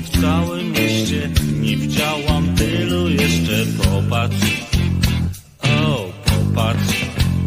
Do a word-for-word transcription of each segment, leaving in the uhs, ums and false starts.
w całym mieście, nie widziałam tylu jeszcze, popatrz, o, popatrz.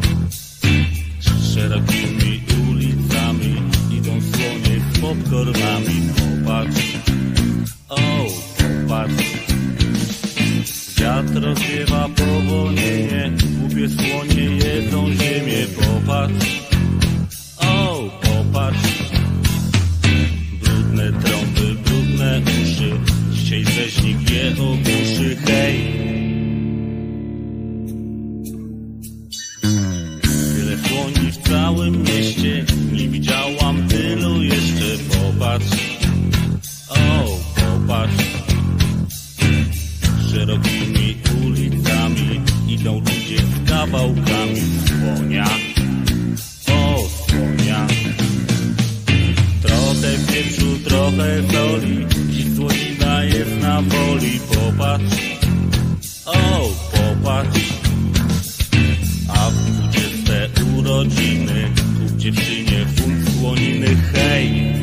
Szerokimi ulicami idą słonie z popcornami, popatrz, o, popatrz. Wiatr rozwiewa powolnienie, głupie słonie jedzą ziemię, popatrz, o, popatrz. Brudne trąby, brudne uszy, dzisiaj rzeźnik je ogłuszy, hej. Tyle słoni w całym mieście, nie widziałam tylu jeszcze, popatrz, o, popatrz. Szerokimi ulicami idą ludzie z kawałkami słonia, o, słonia. Trochę pieprzu, trochę soli, dziś słonina jest na woli, popatrz, o, popatrz. A w dwudzieste urodziny kup dziewczynie funt słoniny, hej.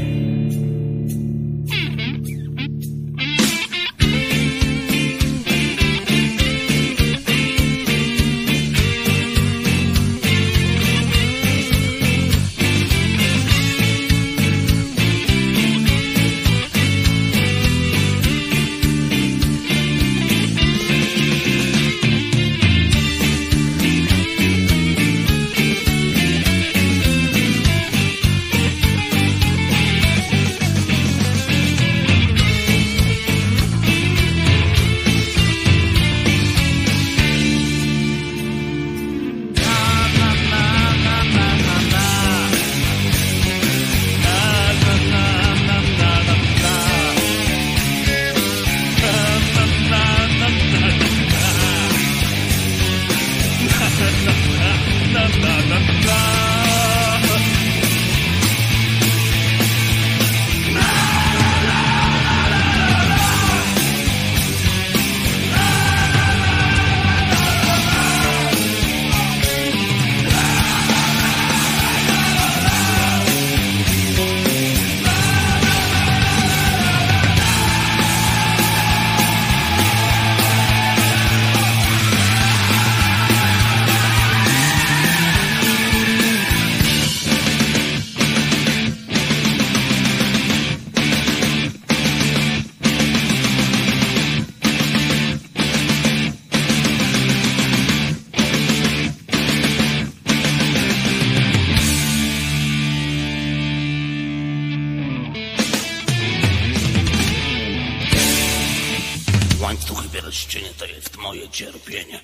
Łańcuchy pierścienie to jest moje cierpienie.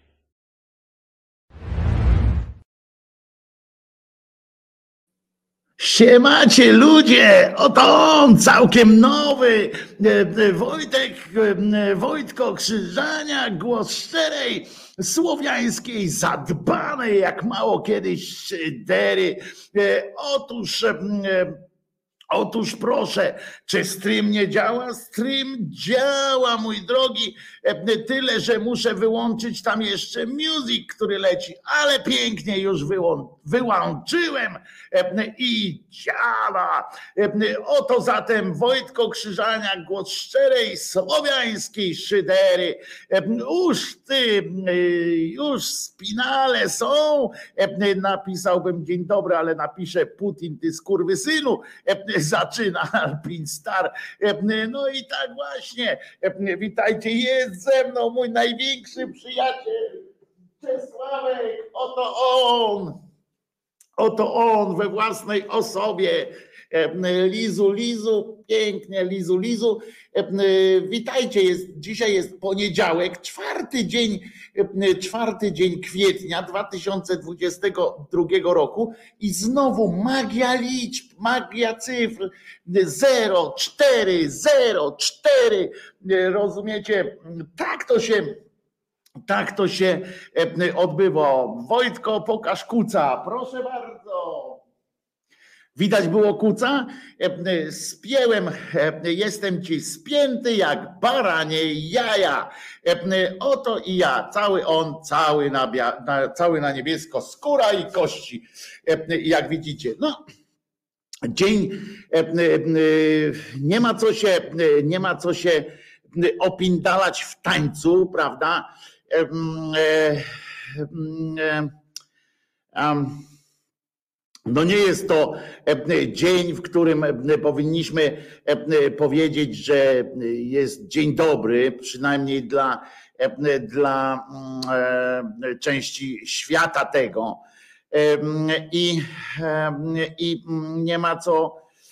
Siemacie ludzie, oto on, całkiem nowy, Wojtek, Wojtko Krzyżania, głos szczerej, słowiańskiej, zadbanej jak mało kiedyś szydery. Otóż... Otóż proszę, czy stream nie działa? Stream działa, mój drogi, tyle, że muszę wyłączyć tam jeszcze music, który leci, ale pięknie już wyłą- wyłączyłem i działa. Oto zatem Wojtko Krzyżania, głos szczerej, słowiańskiej szydery. Uszty, już spinale są. Napisałbym dzień dobry, ale napiszę Putin, ty skurwysynu. Zaczyna Alpin Star. No i tak właśnie. Witajcie, jest ze mną mój największy przyjaciel Czesławek. Oto on. Oto on we własnej osobie. Lizu, Lizu, pięknie, Lizu, Lizu. Witajcie, jest, dzisiaj jest poniedziałek, czwarty dzień, czwarty dzień kwietnia dwa tysiące dwudziestego drugiego roku i znowu magia liczb, magia cyfr, zero, cztery, zero, cztery, rozumiecie, tak to się tak to się odbywa. Wojtko, pokaż kuca, proszę bardzo. Widać było kuca? Spięłem, jestem ci spięty jak baranie jaja. Oto i ja, cały on, cały na, cały na niebiesko, skóra i kości, jak widzicie. No, dzień, nie ma co się, nie ma co się opindalać w tańcu, prawda? No nie jest to dzień, w którym powinniśmy powiedzieć, że jest dzień dobry, przynajmniej dla, dla części świata tego. I, i nie ma co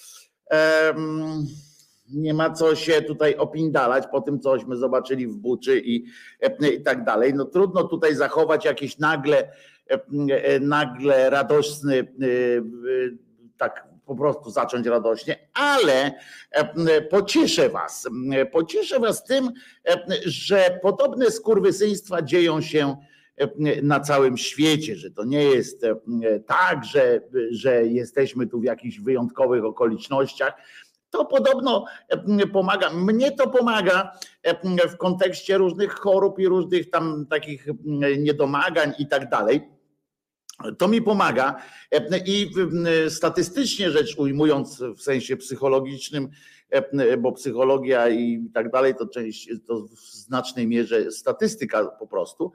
nie ma co się tutaj opindalać po tym, cośmy zobaczyli w Buczy i, i tak dalej. No trudno tutaj zachować jakieś nagle nagle radosny, tak po prostu zacząć radośnie, ale pocieszę was, pocieszę was tym, że podobne skurwysyństwa dzieją się na całym świecie, że to nie jest tak, że, że jesteśmy tu w jakichś wyjątkowych okolicznościach. To podobno pomaga, mnie to pomaga w kontekście różnych chorób i różnych tam takich niedomagań i tak dalej. To mi pomaga i statystycznie rzecz ujmując, w sensie psychologicznym, bo psychologia i tak dalej to część, to w znacznej mierze statystyka po prostu,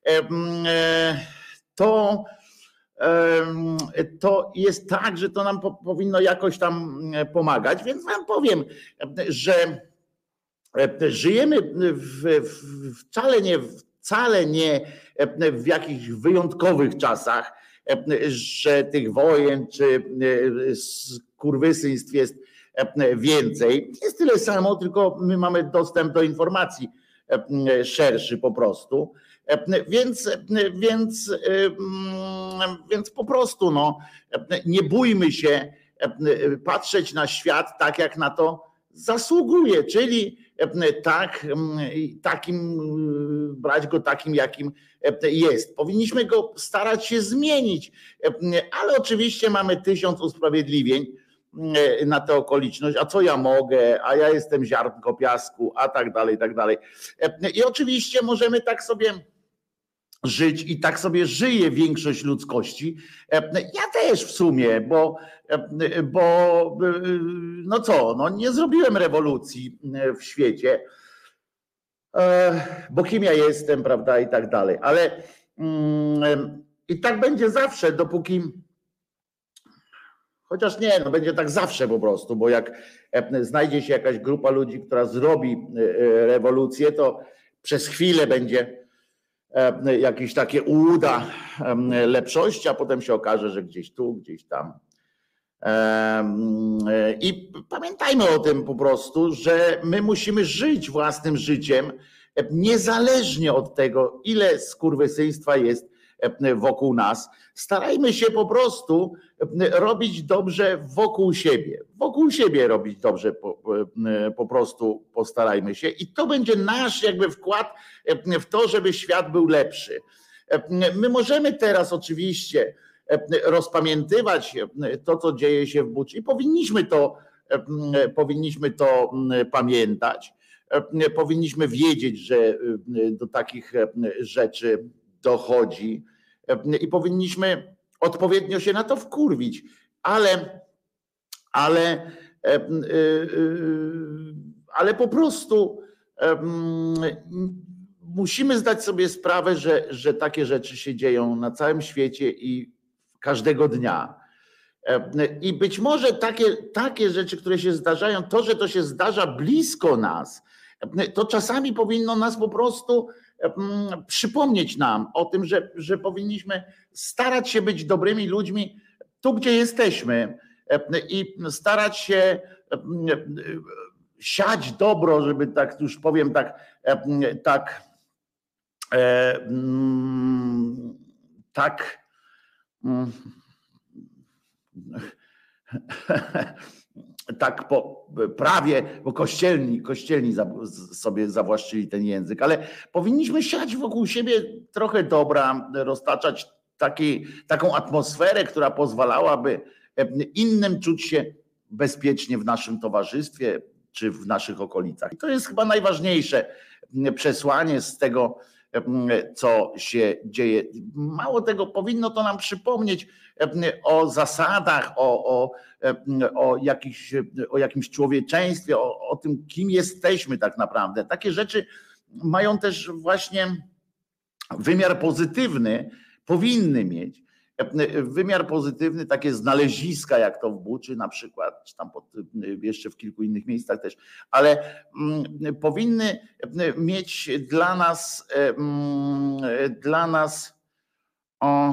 to, to jest tak, że to nam powinno jakoś tam pomagać, więc wam powiem, że żyjemy w, w, wcale nie wcale nie w jakichś wyjątkowych czasach, że tych wojen czy skurwysyństw jest więcej. Jest tyle samo, tylko my mamy dostęp do informacji szerszy po prostu. Więc, więc, więc po prostu no, nie bójmy się patrzeć na świat tak, jak na to zasługuje, czyli tak, takim, brać go takim, jakim jest. Powinniśmy go starać się zmienić, ale oczywiście mamy tysiąc usprawiedliwień na tę okoliczność, a co ja mogę, a ja jestem ziarnko piasku, a tak dalej, i tak dalej. I oczywiście możemy tak sobie żyć i tak sobie żyje większość ludzkości. Ja też w sumie, bo, bo no co, no nie zrobiłem rewolucji w świecie, bo kim ja jestem, prawda, i tak dalej, ale i tak będzie zawsze, dopóki, chociaż nie, no będzie tak zawsze po prostu, bo jak znajdzie się jakaś grupa ludzi, która zrobi rewolucję, to przez chwilę będzie jakieś takie ułuda lepszości, a potem się okaże, że gdzieś tu, gdzieś tam. I pamiętajmy o tym po prostu, że my musimy żyć własnym życiem, niezależnie od tego, ile skurwysyństwa jest wokół nas. Starajmy się po prostu robić dobrze wokół siebie. Wokół siebie robić dobrze po, po prostu postarajmy się i to będzie nasz jakby wkład w to, żeby świat był lepszy. My możemy teraz oczywiście rozpamiętywać to, co dzieje się w Buczy i powinniśmy to, powinniśmy to pamiętać. Powinniśmy wiedzieć, że do takich rzeczy dochodzi i powinniśmy odpowiednio się na to wkurwić, ale, ale, ale po prostu musimy zdać sobie sprawę, że, że takie rzeczy się dzieją na całym świecie i każdego dnia. I być może takie, takie rzeczy, które się zdarzają, to, że to się zdarza blisko nas, to czasami powinno nas po prostu przypomnieć nam o tym, że, że powinniśmy starać się być dobrymi ludźmi tu, gdzie jesteśmy i starać się siać dobro, żeby tak już powiem tak, tak, tak, tak po prawie, bo kościelni, kościelni sobie zawłaszczyli ten język, ale powinniśmy siać wokół siebie trochę dobra, roztaczać taki, taką atmosferę, która pozwalałaby innym czuć się bezpiecznie w naszym towarzystwie czy w naszych okolicach. I to jest chyba najważniejsze przesłanie z tego, co się dzieje. Mało tego, powinno to nam przypomnieć o zasadach, o, o, o, jakichś, o jakimś człowieczeństwie, o, o tym, kim jesteśmy tak naprawdę. Takie rzeczy mają też właśnie wymiar pozytywny, powinny mieć wymiar pozytywny, takie znaleziska jak to w Buczy na przykład, czy tam pod, jeszcze w kilku innych miejscach też, ale powinny mieć dla nas dla nas o,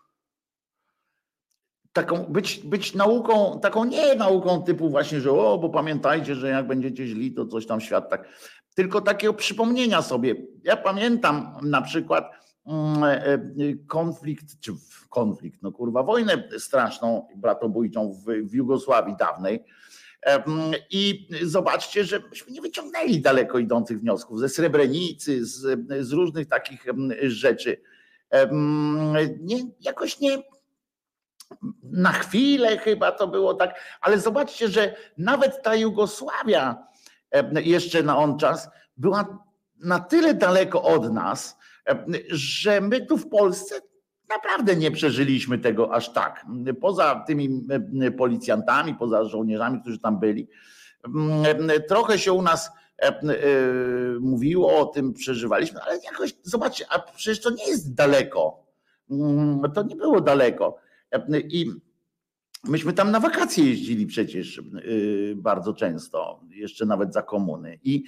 taką być, być nauką, taką nie nauką typu właśnie, że o, bo pamiętajcie, że jak będziecie źli, to coś tam świat tak, tylko takiego przypomnienia sobie. Ja pamiętam na przykład konflikt, czy konflikt, no kurwa, wojnę straszną, bratobójczą w, w Jugosławii dawnej. I zobaczcie, że myśmy nie wyciągnęli daleko idących wniosków ze Srebrenicy, z, z różnych takich rzeczy. Nie, jakoś nie, na chwilę chyba to było tak, ale zobaczcie, że nawet ta Jugosławia jeszcze na on czas była na tyle daleko od nas, że my tu w Polsce naprawdę nie przeżyliśmy tego aż tak. Poza tymi policjantami, poza żołnierzami, którzy tam byli, trochę się u nas mówiło o tym, przeżywaliśmy, ale jakoś, zobaczcie, a przecież to nie jest daleko. To nie było daleko. I myśmy tam na wakacje jeździli przecież bardzo często, jeszcze nawet za komuny. I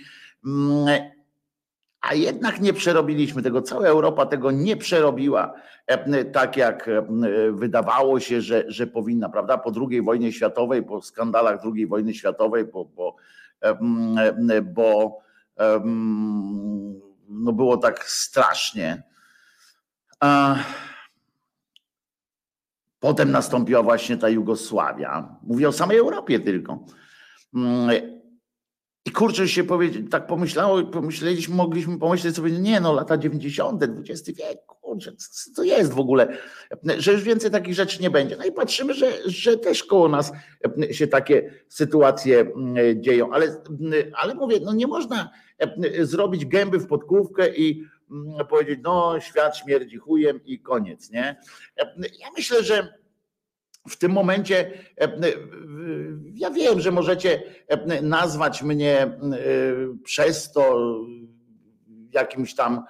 A jednak nie przerobiliśmy tego, cała Europa tego nie przerobiła tak jak wydawało się, że, że powinna, prawda? Po drugiej wojnie światowej, po skandalach drugiej wojny światowej, bo, bo, bo no było tak strasznie. Potem nastąpiła właśnie ta Jugosławia. Mówię o samej Europie tylko. I kurczę się powiedzieć, tak pomyślało, pomyśleliśmy, mogliśmy pomyśleć sobie, nie no, lata dziewięćdziesiąte, dwudziesty wiek, kurczę, co to jest w ogóle, że już więcej takich rzeczy nie będzie. No i patrzymy, że, że też koło nas się takie sytuacje dzieją, ale, ale mówię, no nie można zrobić gęby w podkówkę i powiedzieć, no świat śmierdzi chujem i koniec, nie? Ja myślę, że w tym momencie ja wiem, że możecie nazwać mnie przez to jakimś tam,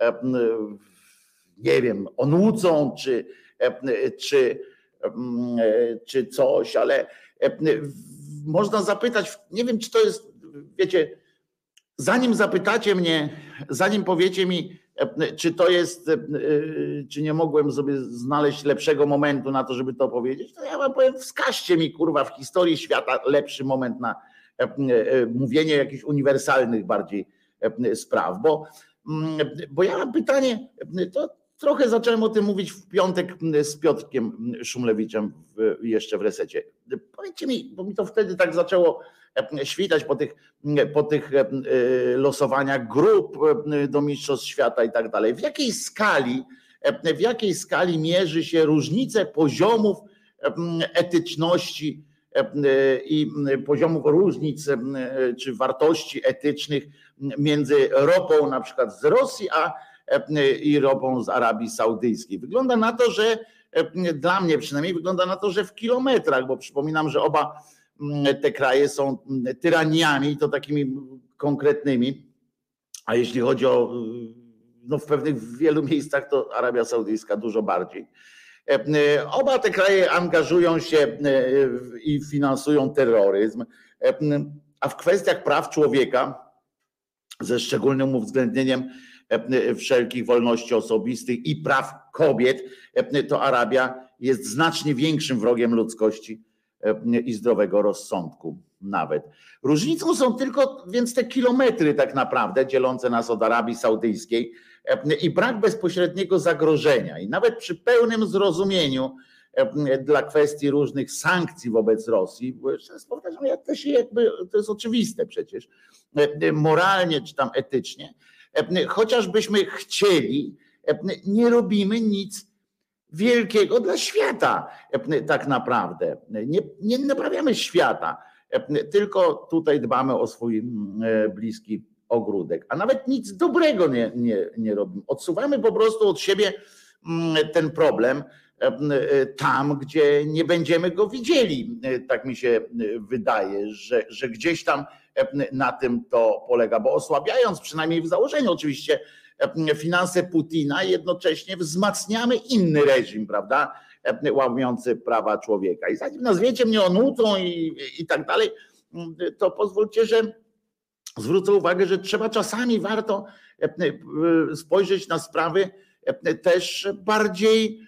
nie wiem, onucą czy, czy, czy coś, ale można zapytać, nie wiem, czy to jest, wiecie, zanim zapytacie mnie, zanim powiecie mi, czy to jest, czy nie mogłem sobie znaleźć lepszego momentu na to, żeby to powiedzieć, to ja wam powiem, wskażcie mi, kurwa, w historii świata lepszy moment na mówienie jakichś uniwersalnych bardziej spraw, bo, bo ja mam pytanie, to trochę zacząłem o tym mówić w piątek z Piotrkiem Szumlewiczem w, jeszcze w Resecie. Powiedzcie mi, bo mi to wtedy tak zaczęło świtać po tych, po tych losowaniach grup do Mistrzostw Świata i tak dalej. W jakiej skali, w jakiej skali mierzy się różnice poziomów etyczności i poziomów różnic czy wartości etycznych między ropą na przykład z Rosji, a i ropą z Arabii Saudyjskiej. Wygląda na to, że dla mnie przynajmniej wygląda na to, że w kilometrach, bo przypominam, że oba te kraje są tyraniami i to takimi konkretnymi, a jeśli chodzi o, no w pewnych w wielu miejscach to Arabia Saudyjska dużo bardziej. Oba te kraje angażują się i finansują terroryzm, a w kwestiach praw człowieka ze szczególnym uwzględnieniem wszelkich wolności osobistych i praw kobiet, to Arabia jest znacznie większym wrogiem ludzkości i zdrowego rozsądku nawet. Różnicą są tylko więc te kilometry tak naprawdę dzielące nas od Arabii Saudyjskiej i brak bezpośredniego zagrożenia. I nawet przy pełnym zrozumieniu dla kwestii różnych sankcji wobec Rosji, bo jeszcze raz powtarzam, ja też jakby, to jest oczywiste przecież, moralnie czy tam etycznie, chociażbyśmy chcieli, nie robimy nic wielkiego dla świata tak naprawdę. Nie, nie naprawiamy świata, tylko tutaj dbamy o swój bliski ogródek, a nawet nic dobrego nie, nie, nie robimy. Odsuwamy po prostu od siebie ten problem tam, gdzie nie będziemy go widzieli. Tak mi się wydaje, że, że gdzieś tam na tym to polega, bo osłabiając przynajmniej w założeniu oczywiście finanse Putina, jednocześnie wzmacniamy inny reżim, prawda, łamiący prawa człowieka. I zanim nazwiecie mnie onutą i, i tak dalej, to pozwólcie, że zwrócę uwagę, że trzeba czasami warto spojrzeć na sprawy też bardziej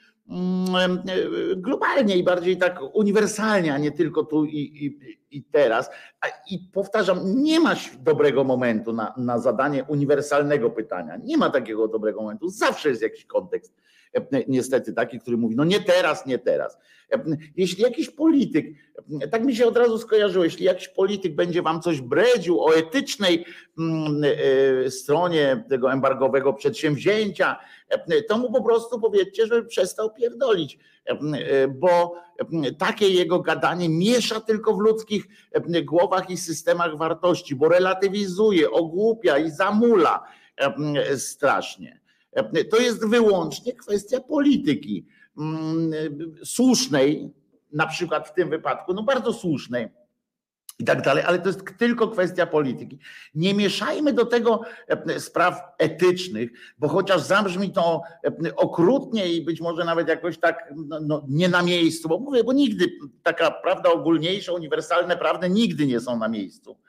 globalnie i bardziej tak uniwersalnie, a nie tylko tu i, i, i teraz. I powtarzam, nie ma dobrego momentu na, na zadanie uniwersalnego pytania. Nie ma takiego dobrego momentu. Zawsze jest jakiś kontekst, niestety taki, który mówi, no nie teraz, nie teraz. Jeśli jakiś polityk, tak mi się od razu skojarzyło, jeśli jakiś polityk będzie wam coś bredził o etycznej stronie tego embargowego przedsięwzięcia, to mu po prostu powiedzcie, żeby przestał pierdolić, bo takie jego gadanie miesza tylko w ludzkich głowach i systemach wartości, bo relatywizuje, ogłupia i zamula strasznie. To jest wyłącznie kwestia polityki słusznej, na przykład w tym wypadku, no bardzo słusznej i tak dalej, ale to jest tylko kwestia polityki. Nie mieszajmy do tego spraw etycznych, bo chociaż zabrzmi to okrutnie i być może nawet jakoś tak no, no, nie na miejscu, bo mówię, bo nigdy taka prawda ogólniejsza, uniwersalne prawdy nigdy nie są na miejscu.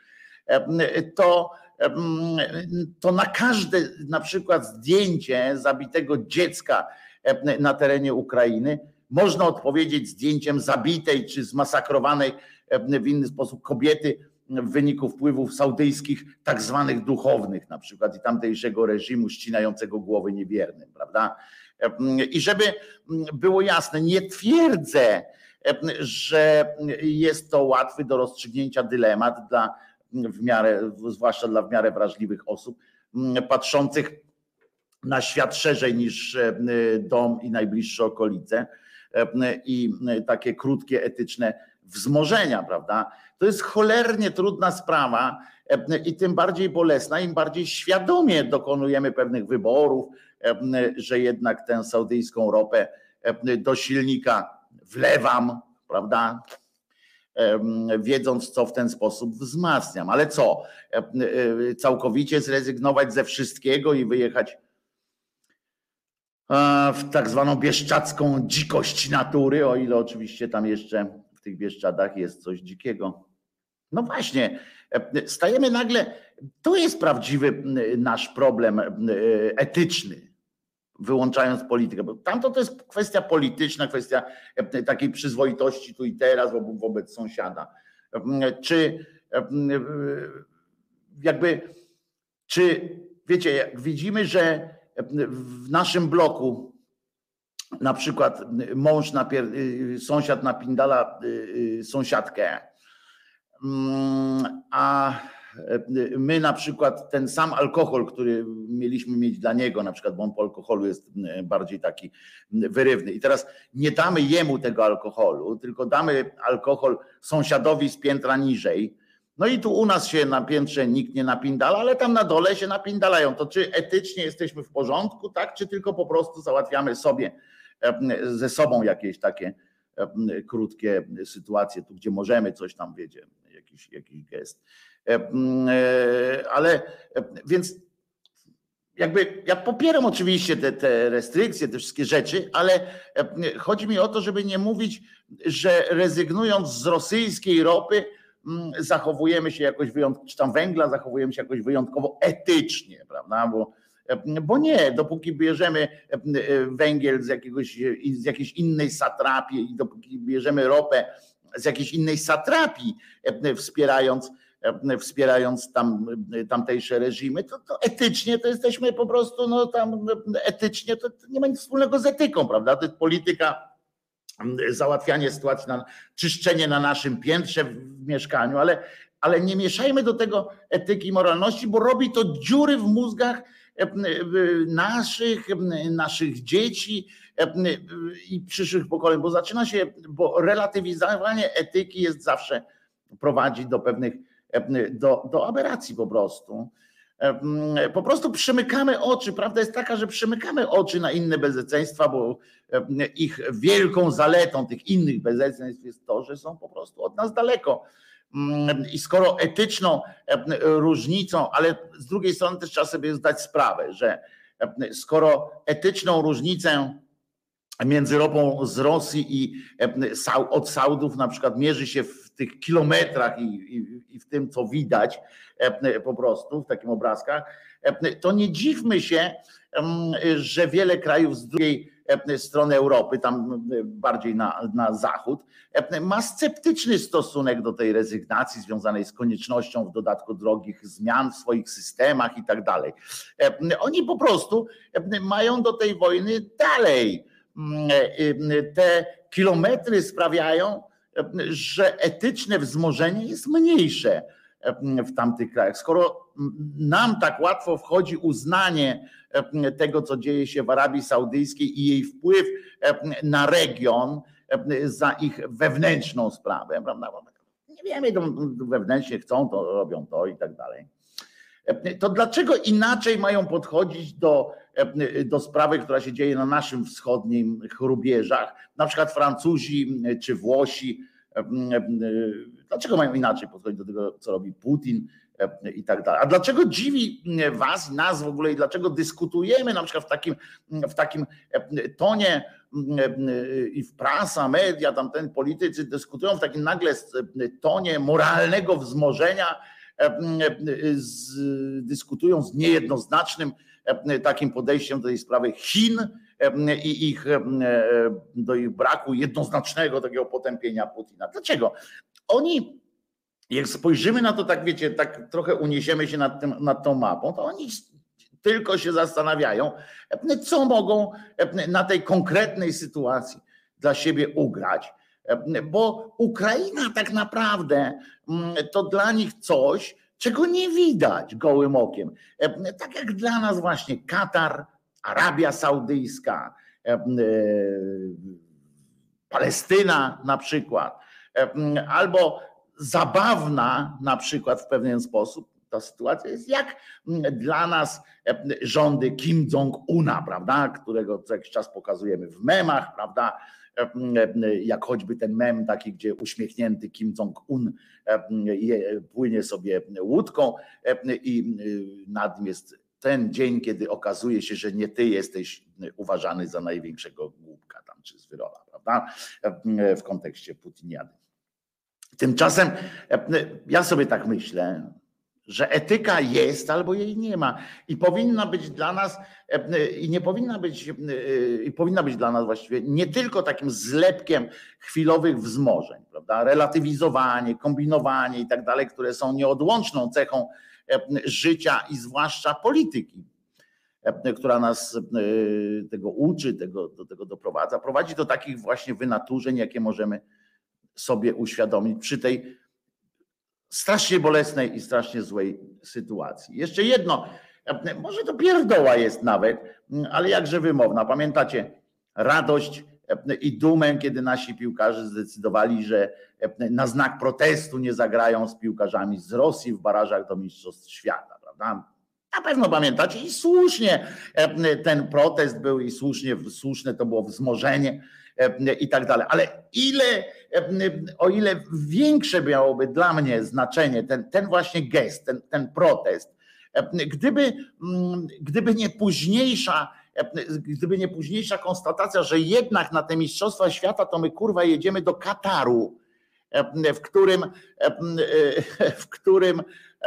To to na każde na przykład zdjęcie zabitego dziecka na terenie Ukrainy można odpowiedzieć zdjęciem zabitej czy zmasakrowanej w inny sposób kobiety w wyniku wpływów saudyjskich, tak zwanych duchownych na przykład i tamtejszego reżimu ścinającego głowy niewiernym, prawda? I żeby było jasne, nie twierdzę, że jest to łatwy do rozstrzygnięcia dylemat dla w miarę, zwłaszcza dla w miarę wrażliwych osób, patrzących na świat szerzej niż dom i najbliższe okolice i takie krótkie etyczne wzmożenia, prawda? To jest cholernie trudna sprawa i tym bardziej bolesna, im bardziej świadomie dokonujemy pewnych wyborów, że jednak tę saudyjską ropę do silnika wlewam, prawda? Wiedząc, co w ten sposób wzmacniam. Ale co? Całkowicie zrezygnować ze wszystkiego i wyjechać w tak zwaną bieszczacką dzikość natury, o ile oczywiście tam jeszcze w tych Bieszczadach jest coś dzikiego. No właśnie, stajemy nagle, to jest prawdziwy nasz problem etyczny, wyłączając politykę, bo tamto to jest kwestia polityczna, kwestia takiej przyzwoitości tu i teraz wobec sąsiada. Czy jakby, czy wiecie, jak widzimy, że w naszym bloku na przykład mąż napier, sąsiad napindala sąsiadkę, a my na przykład ten sam alkohol, który mieliśmy mieć dla niego, na przykład, bo on po alkoholu jest bardziej taki wyrywny. I teraz nie damy jemu tego alkoholu, tylko damy alkohol sąsiadowi z piętra niżej. No i tu u nas się na piętrze nikt nie napindala, ale tam na dole się napindalają. To czy etycznie jesteśmy w porządku, tak? Czy tylko po prostu załatwiamy sobie ze sobą jakieś takie krótkie sytuacje, tu gdzie możemy coś tam, wiecie, jakiś, jakiś gest. Ale więc jakby ja popieram oczywiście te, te restrykcje, te wszystkie rzeczy, ale chodzi mi o to, żeby nie mówić, że rezygnując z rosyjskiej ropy zachowujemy się jakoś wyjątkowo, czy tam węgla zachowujemy się jakoś wyjątkowo etycznie, prawda? Bo, bo nie, dopóki bierzemy węgiel z, jakiegoś, z jakiejś innej satrapii i dopóki bierzemy ropę z jakiejś innej satrapii, wspierając wspierając tam, tamtejsze reżimy, to, to etycznie to jesteśmy po prostu, no tam etycznie to, to nie ma nic wspólnego z etyką, prawda? To jest polityka, załatwianie sytuacji, na, czyszczenie na naszym piętrze w mieszkaniu, ale, ale nie mieszajmy do tego etyki i moralności, bo robi to dziury w mózgach naszych, naszych dzieci i przyszłych pokoleń, bo zaczyna się, bo relatywizowanie etyki jest zawsze, prowadzi do pewnych Do, do aberracji po prostu. Po prostu przymykamy oczy. Prawda jest taka, że przymykamy oczy na inne bezeceństwa, bo ich wielką zaletą tych innych bezeceństw jest to, że są po prostu od nas daleko. I skoro etyczną różnicą, ale z drugiej strony też trzeba sobie zdać sprawę, że skoro etyczną różnicę między ropą z Rosji i od Saudów na przykład mierzy się w tych kilometrach i, i, i w tym, co widać po prostu w takim obrazkach, to nie dziwmy się, że wiele krajów z drugiej strony Europy, tam bardziej na, na zachód, ma sceptyczny stosunek do tej rezygnacji związanej z koniecznością w dodatku drogich zmian w swoich systemach i tak dalej. Oni po prostu mają do tej wojny dalej. Te kilometry sprawiają, że etyczne wzmożenie jest mniejsze w tamtych krajach. Skoro nam tak łatwo wchodzi uznanie tego, co dzieje się w Arabii Saudyjskiej i jej wpływ na region za ich wewnętrzną sprawę, prawda? Nie wiemy, wewnętrznie chcą, to robią to i tak dalej. To dlaczego inaczej mają podchodzić do, do sprawy, która się dzieje na naszym wschodnim rubieżach, na przykład Francuzi czy Włosi? Dlaczego mają inaczej podchodzić do tego, co robi Putin i tak dalej? A dlaczego dziwi was, nas w ogóle i dlaczego dyskutujemy na przykład w takim, w takim tonie i w prasa, media, tamten politycy dyskutują w takim nagle tonie moralnego wzmożenia, z, dyskutują z niejednoznacznym takim podejściem do tej sprawy Chin i ich, do ich braku jednoznacznego takiego potępienia Putina. Dlaczego? Oni, jak spojrzymy na to, tak wiecie, tak trochę uniesiemy się nad, tym, nad tą mapą, to oni tylko się zastanawiają, co mogą na tej konkretnej sytuacji dla siebie ugrać. Bo Ukraina tak naprawdę to dla nich coś, czego nie widać gołym okiem. Tak jak dla nas właśnie Katar, Arabia Saudyjska, Palestyna na przykład, albo zabawna na przykład w pewien sposób ta sytuacja jest jak dla nas rządy Kim Jong-una, prawda, którego co jakiś czas pokazujemy w memach, prawda, jak choćby ten mem taki, gdzie uśmiechnięty Kim Jong-un płynie sobie łódką i nad nim jest ten dzień, kiedy okazuje się, że nie ty jesteś uważany za największego głupka tam, czy zwyrola, prawda, w kontekście Putiniady. Tymczasem ja sobie tak myślę, że etyka jest albo jej nie ma i powinna być dla nas i nie powinna być i powinna być dla nas właściwie nie tylko takim zlepkiem chwilowych wzmożeń, prawda? Relatywizowanie, kombinowanie i tak dalej, które są nieodłączną cechą życia i zwłaszcza polityki, która nas tego uczy, tego, do tego doprowadza, prowadzi do takich właśnie wynaturzeń, jakie możemy sobie uświadomić przy tej strasznie bolesnej i strasznie złej sytuacji. Jeszcze jedno, może to pierdoła jest nawet, ale jakże wymowna. Pamiętacie radość i dumę, kiedy nasi piłkarze zdecydowali, że na znak protestu nie zagrają z piłkarzami z Rosji w barażach do Mistrzostw Świata, prawda? Na pewno pamiętacie i słusznie ten protest był i słusznie, słuszne to było wzmożenie i tak dalej. Ale ile, o ile większe miałoby dla mnie znaczenie ten, ten właśnie gest, ten, ten protest, gdyby, gdyby nie późniejsza, gdyby nie późniejsza konstatacja, że jednak na te Mistrzostwa Świata to my kurwa jedziemy do Kataru, w którym, w którym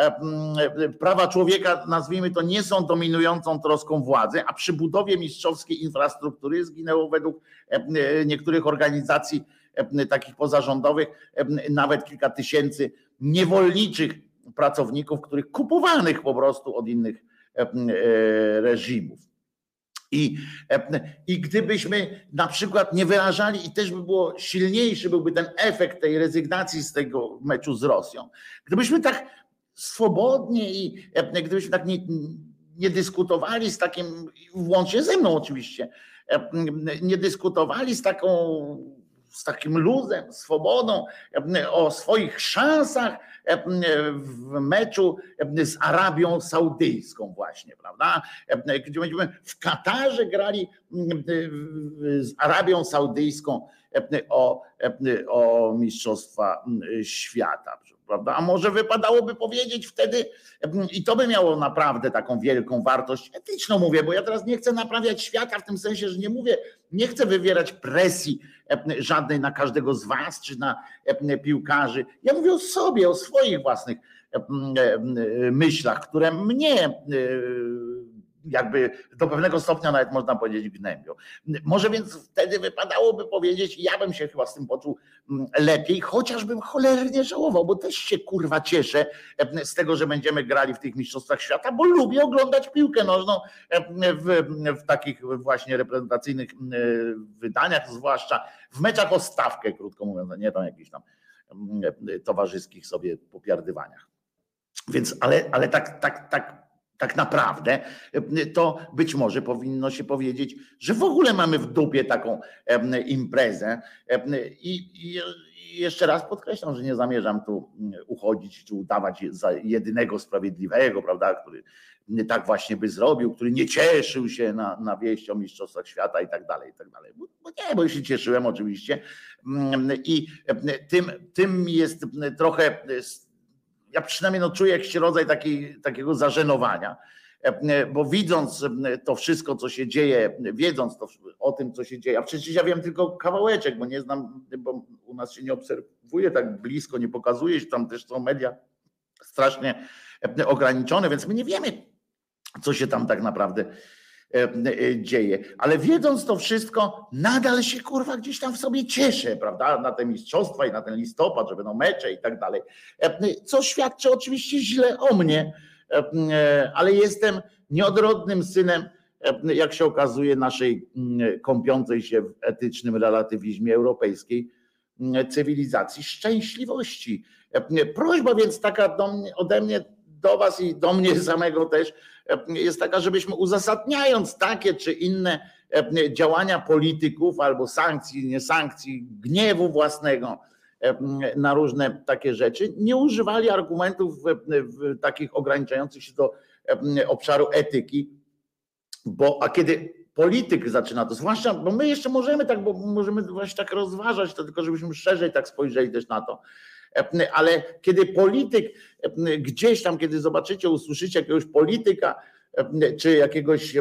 prawa człowieka, nazwijmy to, nie są dominującą troską władzy, a przy budowie mistrzowskiej infrastruktury zginęło według niektórych organizacji takich pozarządowych nawet kilka tysięcy niewolniczych pracowników, których kupowanych po prostu od innych reżimów. I, I gdybyśmy na przykład nie wyrażali, i też by było silniejszy byłby ten efekt tej rezygnacji z tego meczu z Rosją, gdybyśmy tak swobodnie i gdybyśmy tak nie, nie dyskutowali z takim, włącznie ze mną oczywiście, nie dyskutowali z taką z takim luzem, swobodą, o swoich szansach w meczu z Arabią Saudyjską właśnie, prawda? Gdzie będziemy w Katarze grali z Arabią Saudyjską o, o Mistrzostwa Świata, prawda? A może wypadałoby powiedzieć wtedy, i to by miało naprawdę taką wielką wartość etyczną, mówię, bo ja teraz nie chcę naprawiać świata w tym sensie, że nie mówię, nie chcę wywierać presji żadnej na każdego z was, czy na piłkarzy. Ja mówię o sobie, o swoich własnych myślach, które mnie jakby do pewnego stopnia nawet można powiedzieć gnębią. Może więc wtedy wypadałoby powiedzieć, ja bym się chyba z tym poczuł lepiej, chociażbym cholernie żałował, bo też się kurwa cieszę z tego, że będziemy grali w tych mistrzostwach świata, bo lubię oglądać piłkę nożną w, w takich właśnie reprezentacyjnych wydaniach, zwłaszcza w meczach o stawkę, krótko mówiąc, nie tam jakichś tam towarzyskich sobie popiardywaniach. Więc, ale, ale tak, tak, tak Tak naprawdę to być może powinno się powiedzieć, że w ogóle mamy w dupie taką imprezę. I, i jeszcze raz podkreślam, że nie zamierzam tu uchodzić czy udawać za jedynego sprawiedliwego, prawda, który tak właśnie by zrobił, który nie cieszył się na, na wieść o Mistrzostwach Świata i tak dalej, i tak dalej. Bo, bo nie, bo się cieszyłem oczywiście. I tym, tym jest trochę. Ja przynajmniej no czuję jakiś rodzaj takiej, takiego zażenowania, bo widząc to wszystko, co się dzieje, wiedząc to, o tym, co się dzieje, a przecież ja wiem tylko kawałeczek, bo nie znam, bo u nas się nie obserwuje tak blisko, nie pokazuje się, tam też są media strasznie ograniczone, więc my nie wiemy, co się tam tak naprawdę dzieje. Ale wiedząc to wszystko, nadal się kurwa gdzieś tam w sobie cieszę, prawda, na te mistrzostwa i na ten listopad, że będą mecze i tak dalej. Co świadczy oczywiście źle o mnie, ale jestem nieodrodnym synem, jak się okazuje, naszej kąpiącej się w etycznym relatywizmie europejskiej cywilizacji szczęśliwości. Prośba więc taka do mnie, ode mnie do was i do mnie samego też jest taka, żebyśmy uzasadniając takie czy inne działania polityków albo sankcji, nie sankcji, gniewu własnego na różne takie rzeczy, nie używali argumentów takich ograniczających się do obszaru etyki, bo a kiedy polityk zaczyna to, zwłaszcza, bo my jeszcze możemy tak, bo możemy właśnie tak rozważać to, tylko żebyśmy szerzej tak spojrzeli też na to, ale kiedy polityk gdzieś tam, kiedy zobaczycie, usłyszycie jakiegoś polityka czy jakiegoś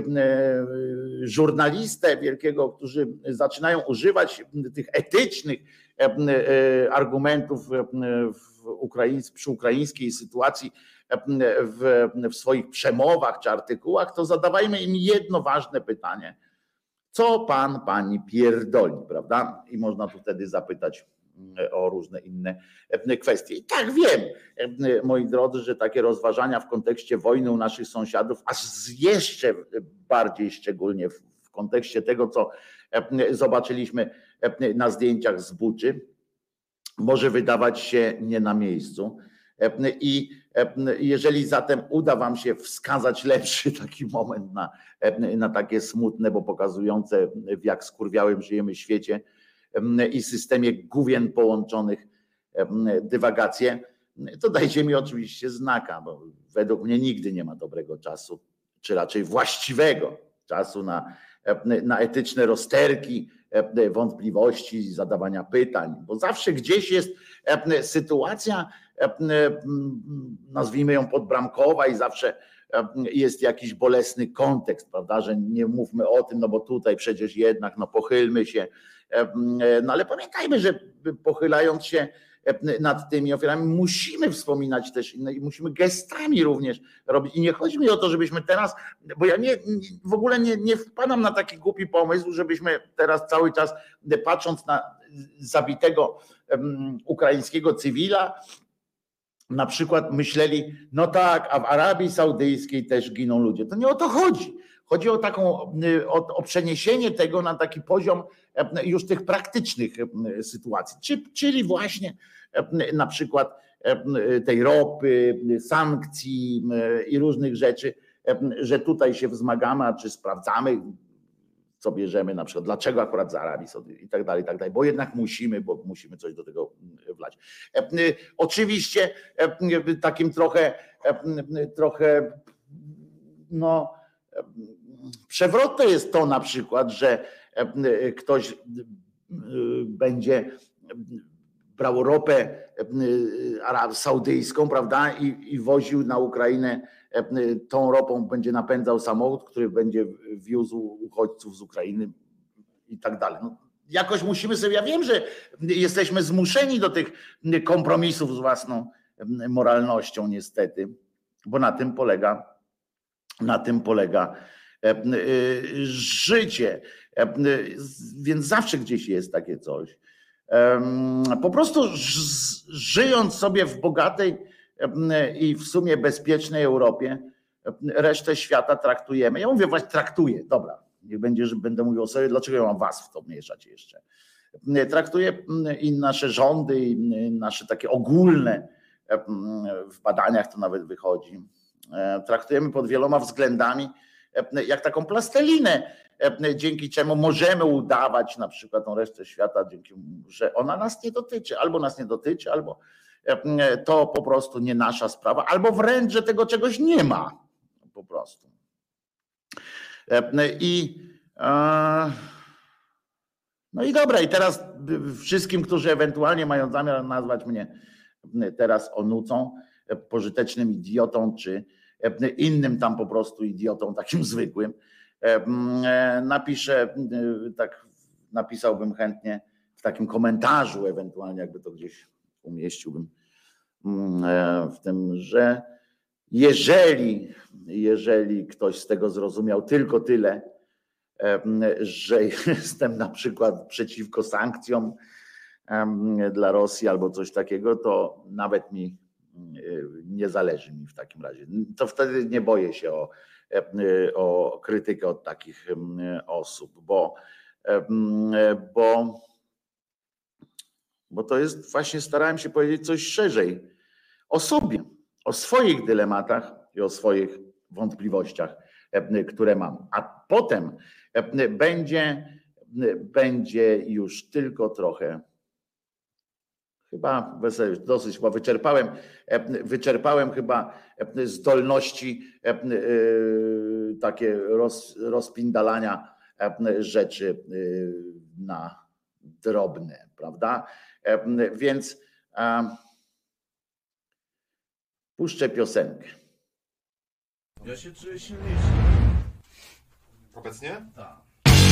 żurnalistę wielkiego, którzy zaczynają używać tych etycznych argumentów w ukraińs- przy ukraińskiej sytuacji w, w swoich przemowach czy artykułach, to zadawajmy im jedno ważne pytanie. Co pan, pani pierdoli, prawda? I można tu wtedy zapytać o różne inne kwestie. I tak wiem, moi drodzy, że takie rozważania w kontekście wojny u naszych sąsiadów, a jeszcze bardziej szczególnie w kontekście tego, co zobaczyliśmy na zdjęciach z Buczy, może wydawać się nie na miejscu. I jeżeli zatem uda wam się wskazać lepszy taki moment na, na takie smutne, bo pokazujące, w jak skurwiałym żyjemy świecie i systemie gówien połączonych dywagacje, to dajcie mi oczywiście znaka, bo według mnie nigdy nie ma dobrego czasu, czy raczej właściwego czasu na, na etyczne rozterki, wątpliwości, zadawania pytań, bo zawsze gdzieś jest sytuacja, nazwijmy ją podbramkowa i zawsze jest jakiś bolesny kontekst, prawda, że nie mówmy o tym, no bo tutaj przecież jednak, no pochylmy się, no ale pamiętajmy, że pochylając się nad tymi ofiarami musimy wspominać też inne i musimy gestami również robić. I nie chodzi mi o to, żebyśmy teraz, bo ja nie, w ogóle nie, nie wpadam na taki głupi pomysł, żebyśmy teraz cały czas patrząc na zabitego um, ukraińskiego cywila, na przykład myśleli, no tak, a w Arabii Saudyjskiej też giną ludzie. To nie o to chodzi. Chodzi o taką, o, o przeniesienie tego na taki poziom już tych praktycznych sytuacji, czyli właśnie na przykład tej ropy, sankcji i różnych rzeczy, że tutaj się wzmagamy, a czy sprawdzamy, co bierzemy na przykład, dlaczego akurat z Arabii Saudyjskiej i tak dalej, i tak dalej, bo jednak musimy, bo musimy coś do tego wlać. Oczywiście takim trochę, trochę no przewrotne jest to na przykład, że ktoś będzie brał ropę saudyjską, prawda, i, i woził na Ukrainę tą ropą, będzie napędzał samochód, który będzie wiózł uchodźców z Ukrainy i tak dalej. No, jakoś musimy sobie, ja wiem, że jesteśmy zmuszeni do tych kompromisów z własną moralnością niestety, bo na tym polega, na tym polega życie. Więc zawsze gdzieś jest takie coś. Po prostu żyjąc sobie w bogatej i w sumie bezpiecznej Europie, resztę świata traktujemy. Ja mówię właśnie traktuję, dobra, niech będzie, że będę mówił o sobie, dlaczego ja mam was w to mieszać jeszcze. Traktuję i nasze rządy, i nasze takie ogólne, w badaniach to nawet wychodzi, traktujemy pod wieloma względami jak taką plastelinę, dzięki czemu możemy udawać na przykład tą resztę świata, dzięki, że ona nas nie dotyczy, albo nas nie dotyczy, albo to po prostu nie nasza sprawa, albo wręcz, że tego czegoś nie ma po prostu. I no i dobra, i teraz wszystkim, którzy ewentualnie mają zamiar nazwać mnie teraz onucą, pożytecznym idiotą, czy innym tam po prostu idiotą, takim zwykłym, napiszę, tak napisałbym chętnie w takim komentarzu, ewentualnie jakby to gdzieś umieściłbym w tym, że jeżeli, jeżeli ktoś z tego zrozumiał tylko tyle, że jestem na przykład przeciwko sankcjom dla Rosji albo coś takiego, to nawet mi nie zależy mi w takim razie. To wtedy nie boję się o, o krytykę od takich osób, bo, bo, bo to jest właśnie, starałem się powiedzieć coś szerzej o sobie, o swoich dylematach i o swoich wątpliwościach, które mam. A potem będzie, będzie już tylko trochę, chyba dosyć, chyba wyczerpałem, wyczerpałem chyba zdolności takie roz, rozpindalania rzeczy na drobne, prawda? Więc puszczę piosenkę. Ja się czuję silniejszy. Obecnie? Tak.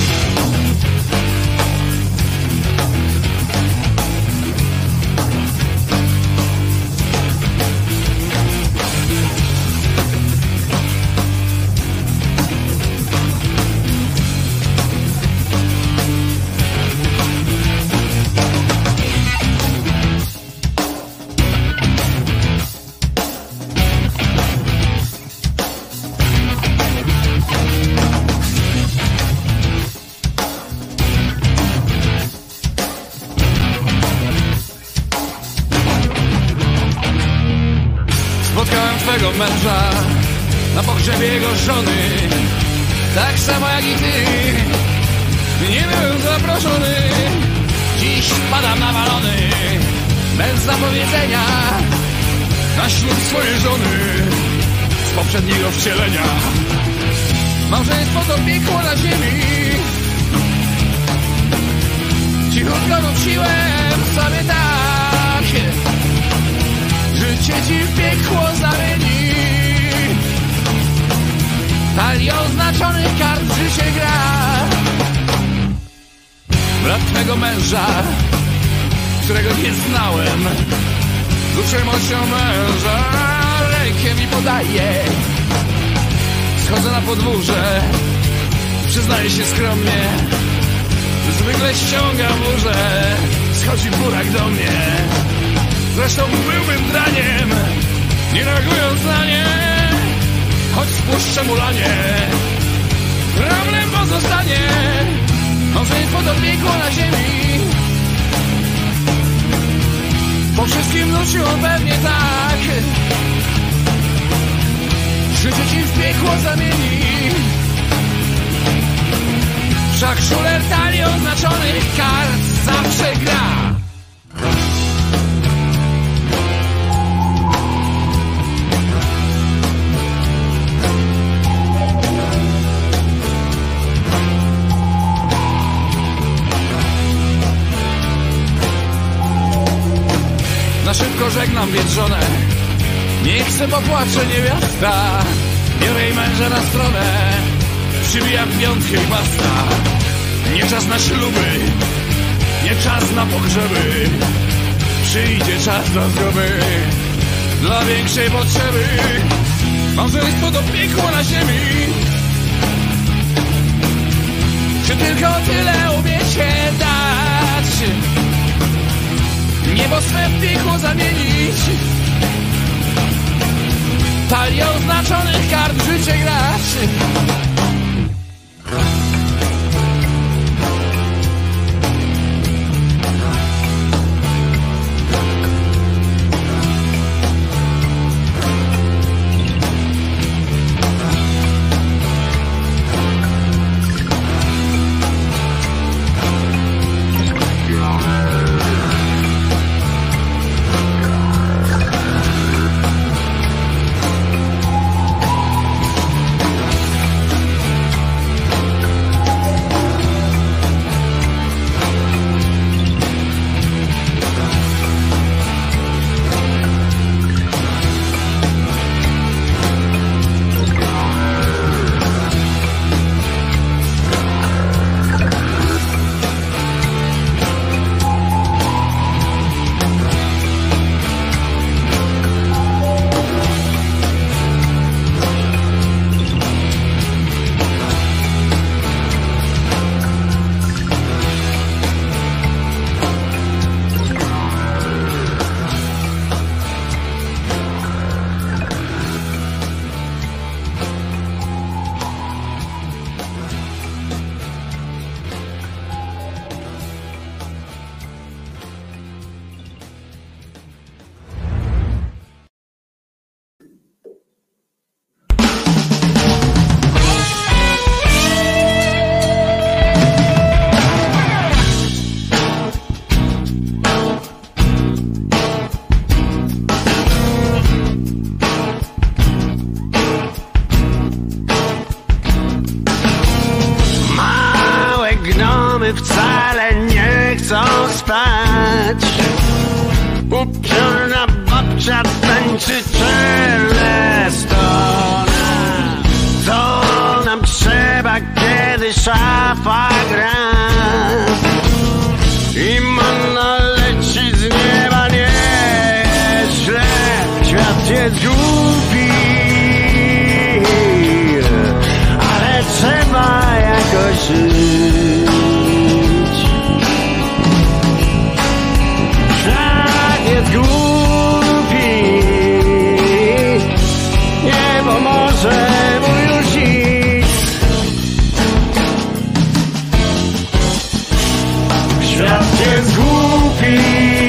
Twego męża na pogrzebie jego żony, tak samo jak i ty. Nie byłem zaproszony, dziś spadam nawalony, bez zapowiedzenia, na ślub swojej żony z poprzedniego wcielenia. Małżeństwo to piekło na ziemi, cichutko nuciłem sobie tak, życie ci w piekło zamieni. Talii oznaczonych kart życie gra. Brat twego męża, którego nie znałem, z uprzejmością męża rękę mi podaje. Schodzę na podwórze, przyznaję się skromnie, zwykle ściąga burzę, schodzi burak do mnie. Zresztą byłbym draniem, nie reagując na nie, choć spuszczę mulanie, problem pozostanie, małżeństwo to piekło na ziemi. Po wszystkim nuciło pewnie tak, życie ci w piekło zamieni. Tak szuler talii oznaczonych kart zawsze gra. Na szybko żegnam więc żonę, niech se popłacze niewiasta. Biorę jej męża na stronę, przybijam piątkę i basta. Nie czas na śluby, nie czas na pogrzeby. Przyjdzie czas do zgroby, dla większej potrzeby. Małżeństwo do piekła na ziemi. Czy tylko tyle umiecie dać? Niebo swe w piekło zamienić. Talią oznaczonych kart życie grać. Wcale nie chcą spać. Upiorna babcia tańczy Charlestona. Co nam trzeba, kiedy szafa gra i manna leci z nieba nieźle. Świat jest głupi, ale trzeba jakoś żyć. Jest głupi, nie pomoże mu już nic. Świat jest głupi,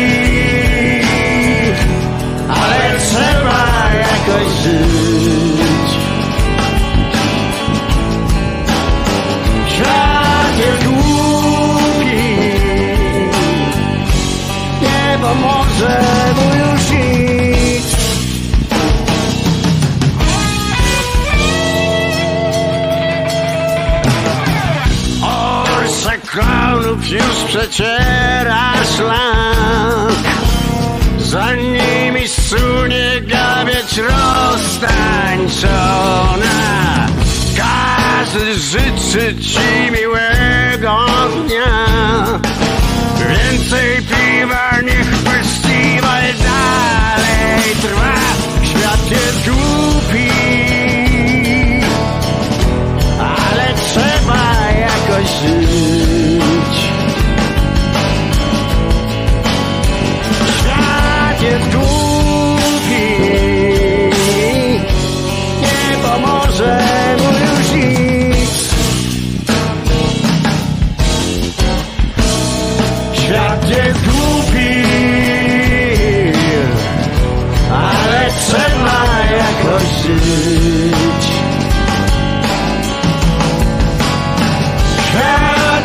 ale trzeba jakoś żyć. Świat jest głupi, nie pomoże mu już nic. Orsa klaunów już przeciera szlak, za nimi sunie gabieć roztańczona. Każdy życzy ci miłego dnia. Więcej piwa, niech festiwal dalej trwa. Świat jest głupi, ale trzeba jakoś żyć. Świat jest głupi, nie pomoże mu już nic. Świat jest głupi, ale trzeba jakoś żyć. Świat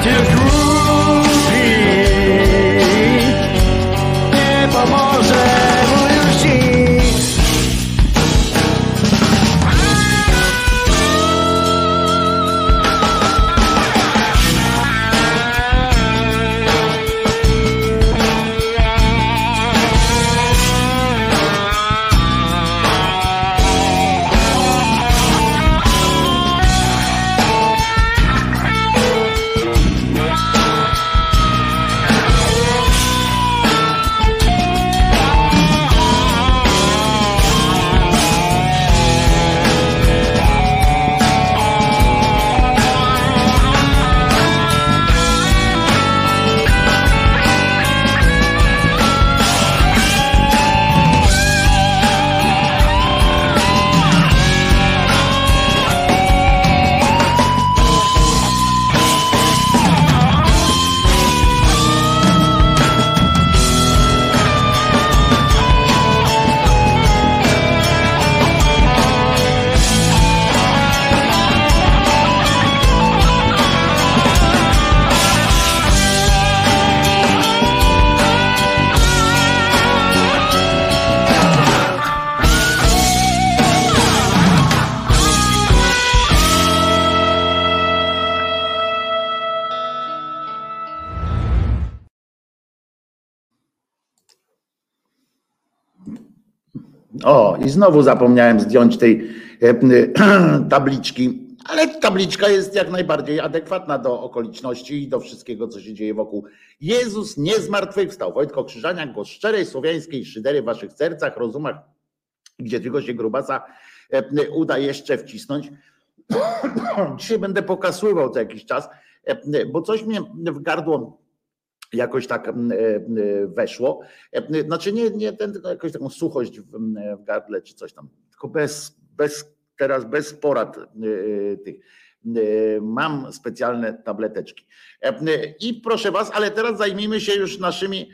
O, i znowu zapomniałem zdjąć tej tabliczki, ale tabliczka jest jak najbardziej adekwatna do okoliczności i do wszystkiego, co się dzieje wokół. Jezus nie zmartwychwstał. Wojtko Krzyżaniak, głos szczerej słowiańskiej szydery w waszych sercach, rozumach, gdzie tylko się grubasa uda jeszcze wcisnąć. Dzisiaj będę pokasływał to jakiś czas, bo coś mnie w gardło jakoś tak weszło. Znaczy nie, nie ten, tylko jakoś taką suchość w, w gardle czy coś tam, tylko bez, bez teraz bez porad tych. Mam specjalne tableteczki. I proszę was, ale teraz zajmijmy się już naszymi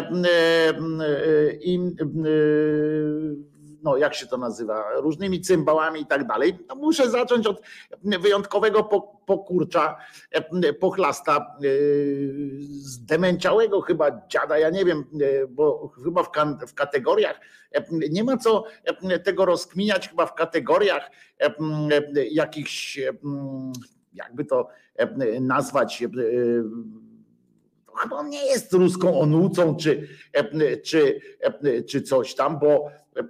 no jak się to nazywa, różnymi cymbałami i tak dalej. No muszę zacząć od wyjątkowego pokurcza, pochlasta, zdemęciałego chyba dziada, ja nie wiem, bo chyba w, w kategoriach, nie ma co tego rozkminiać, chyba w kategoriach jakichś, jakby to nazwać, chyba on nie jest ruską onucą, czy, czy, czy coś tam, bo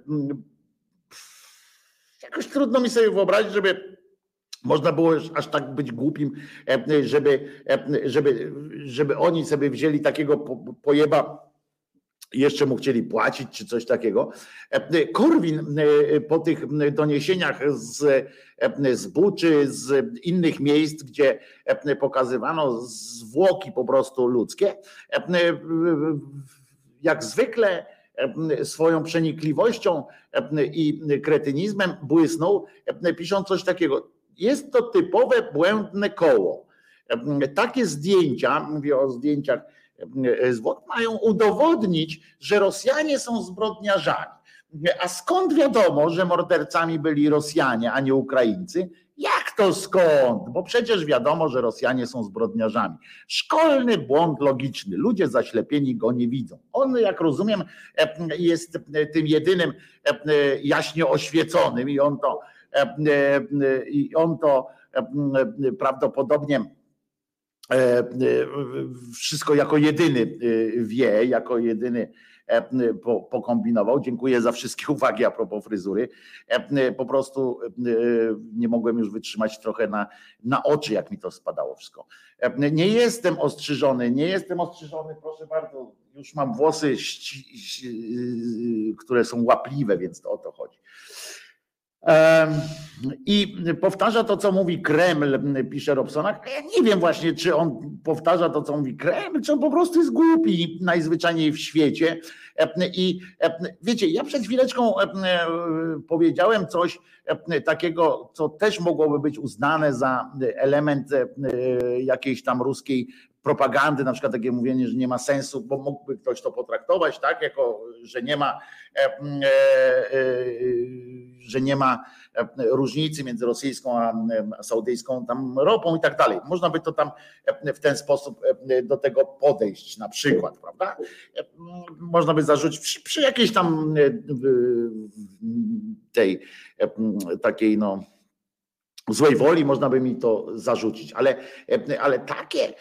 jakoś trudno mi sobie wyobrazić, żeby można było już aż tak być głupim, żeby, żeby, żeby oni sobie wzięli takiego pojeba, jeszcze mu chcieli płacić, czy coś takiego. Korwin po tych doniesieniach z, z Buczy, z innych miejsc, gdzie pokazywano zwłoki po prostu ludzkie, jak zwykle swoją przenikliwością i kretynizmem błysnął, pisząc coś takiego. Jest to typowe błędne koło. Takie zdjęcia, mówię o zdjęciach zwłok, mają udowodnić, że Rosjanie są zbrodniarzami. A skąd wiadomo, że mordercami byli Rosjanie, a nie Ukraińcy? Jak to skąd? Bo przecież wiadomo, że Rosjanie są zbrodniarzami. Szkolny błąd logiczny. Ludzie zaślepieni go nie widzą. On, jak rozumiem, jest tym jedynym jaśnie oświeconym i on to, i on to prawdopodobnie wszystko jako jedyny wie, jako jedyny pokombinował. Dziękuję za wszystkie uwagi a propos fryzury. Po prostu nie mogłem już wytrzymać trochę na, na oczy, jak mi to spadało wszystko. Nie jestem ostrzyżony, nie jestem ostrzyżony, proszę bardzo. Już mam włosy, które są łapliwe, więc to o to chodzi. I powtarza to, co mówi Kreml, pisze Robsonak. Ja nie wiem właśnie, czy on powtarza to, co mówi Kreml, czy on po prostu jest głupi najzwyczajniej w świecie. I wiecie, ja przed chwileczką powiedziałem coś takiego, co też mogłoby być uznane za element jakiejś tam ruskiej propagandy, na przykład takie mówienie, że nie ma sensu, bo mógłby ktoś to potraktować, tak, jako, że nie ma że nie ma różnicy między rosyjską a saudyjską tam ropą i tak dalej. Można by to tam w ten sposób do tego podejść na przykład, prawda? Można by zarzucić przy, przy jakiejś tam tej takiej no złej woli można by mi to zarzucić, ale, ale takie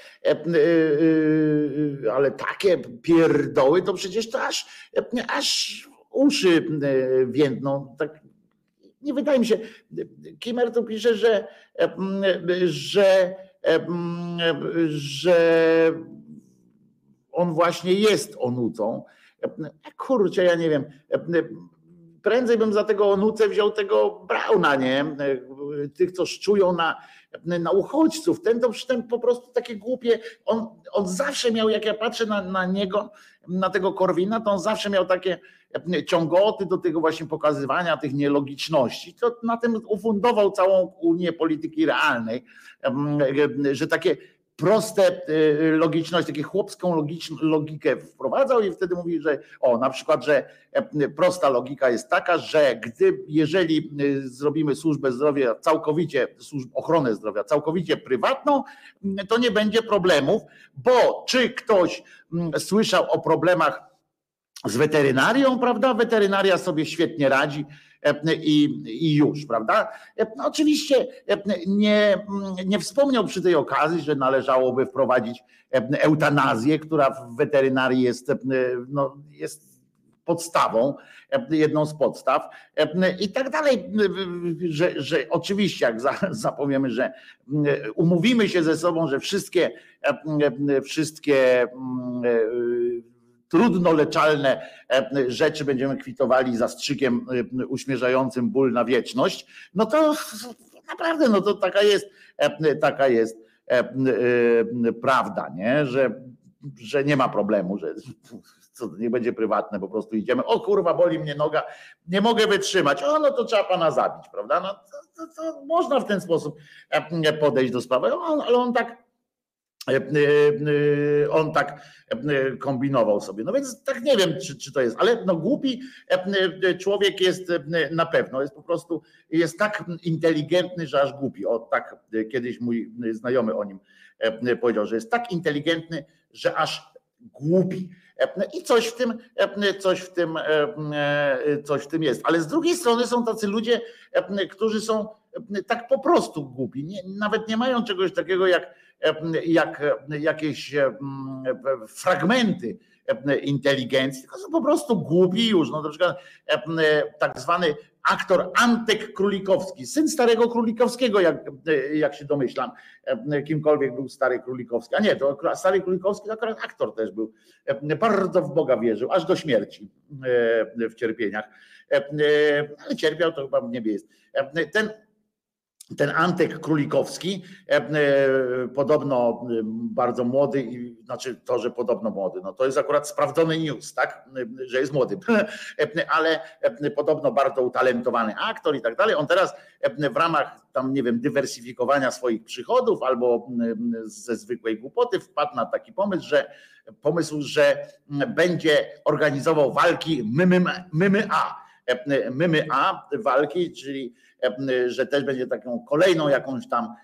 ale takie pierdoły to przecież to aż, aż uszy więdną. Tak, nie wydaje mi się. Kimmer tu pisze, że, że, że on właśnie jest onucą. Kurczę, ja nie wiem. Prędzej bym za tego onucę wziął tego Brauna, nie? Tych, co szczują na, na uchodźców. Ten to ten po prostu takie głupie. On, on zawsze miał, jak ja patrzę na, na niego, na tego Korwina, to on zawsze miał takie ciągoty do tego właśnie pokazywania tych nielogiczności. To na tym ufundował całą Unię Polityki Realnej, że takie proste logiczność, takie chłopską logikę wprowadzał i wtedy mówi, że o, na przykład, że prosta logika jest taka, że gdy, jeżeli zrobimy służbę zdrowia całkowicie, ochronę zdrowia całkowicie prywatną, to nie będzie problemów, bo czy ktoś słyszał o problemach z weterynarią, prawda? Weterynaria sobie świetnie radzi i, i już, prawda? No oczywiście nie, nie wspomniał przy tej okazji, że należałoby wprowadzić eutanazję, która w weterynarii jest, no, jest podstawą, jedną z podstaw i tak dalej, że, że oczywiście jak zapowiemy, że umówimy się ze sobą, że wszystkie wszystkie trudno leczalne rzeczy będziemy kwitowali zastrzykiem uśmierzającym ból na wieczność, no to naprawdę, no to taka jest, taka jest prawda, nie? Że, że nie ma problemu, że co, nie będzie prywatne, po prostu idziemy, o kurwa, boli mnie noga, nie mogę wytrzymać, o no to trzeba pana zabić, prawda? No to, to, to można w ten sposób podejść do sprawy, ale on tak on tak kombinował sobie. No więc tak nie wiem, czy, czy to jest, ale no głupi człowiek jest na pewno, jest po prostu, jest tak inteligentny, że aż głupi. O tak kiedyś mój znajomy o nim powiedział, że jest tak inteligentny, że aż głupi. I coś w tym, coś w tym, coś w tym jest. Ale z drugiej strony są tacy ludzie, którzy są tak po prostu głupi. Nie, nawet nie mają czegoś takiego jak, jak jakieś fragmenty inteligencji, tylko są po prostu głupi już. No, na przykład tak zwany aktor Antek Królikowski, syn starego Królikowskiego, jak, jak się domyślam, kimkolwiek był stary Królikowski. A nie, to stary Królikowski to akurat aktor też był. Bardzo w Boga wierzył, aż do śmierci w cierpieniach. Ale cierpiał, to chyba w niebie jest. Ten Ten Antek Królikowski, podobno bardzo młody, i znaczy to, że podobno młody, no to jest akurat sprawdzony news, tak, że jest młody, ale podobno bardzo utalentowany aktor i tak dalej. On teraz w ramach tam, nie wiem, dywersyfikowania swoich przychodów albo ze zwykłej głupoty wpadł na taki pomysł, że pomysł, że będzie organizował walki M M A, walki, czyli że też będzie taką kolejną jakąś tam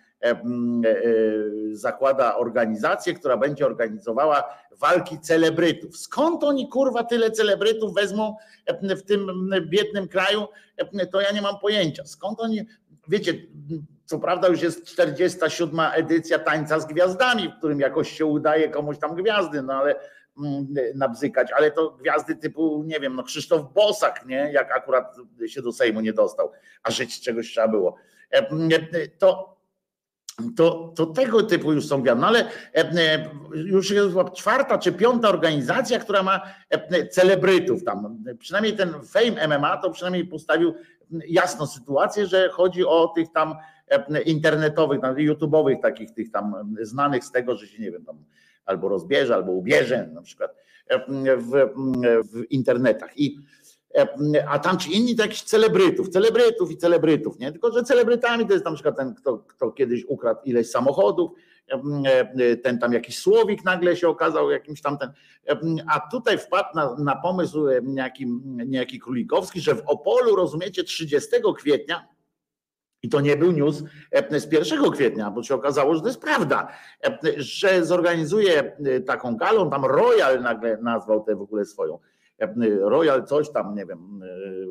zakłada organizację, która będzie organizowała walki celebrytów. Skąd oni kurwa tyle celebrytów wezmą w tym biednym kraju? To ja nie mam pojęcia. Skąd oni, wiecie, co prawda już jest czterdziesta siódma edycja Tańca z Gwiazdami, w którym jakoś się udaje komuś tam gwiazdy, no ale nabzykać, ale to gwiazdy typu, nie wiem, no Krzysztof Bosak, nie, jak akurat się do Sejmu nie dostał, a żyć czegoś trzeba było. To, to, to tego typu już są gwiazdy, no ale już jest czwarta czy piąta organizacja, która ma celebrytów tam, przynajmniej ten Fame M M A to przynajmniej postawił jasno sytuację, że chodzi o tych tam internetowych, YouTube'owych takich tych tam znanych z tego, że się nie wiem, tam albo rozbierze, albo ubierze na przykład w, w internetach. I, a tam ci inni to jakichś celebrytów, celebrytów i celebrytów, nie? Tylko że celebrytami to jest na przykład ten, kto, kto kiedyś ukradł ileś samochodów, ten tam jakiś Słowik nagle się okazał jakimś tamten, a tutaj wpadł na, na pomysł niejaki, niejaki Królikowski, że w Opolu, rozumiecie, trzydziestego kwietnia, i to nie był news z pierwszego kwietnia, bo się okazało, że to jest prawda, że zorganizuje taką galą, tam Royal nagle nazwał tę w ogóle swoją, Royal coś tam, nie wiem,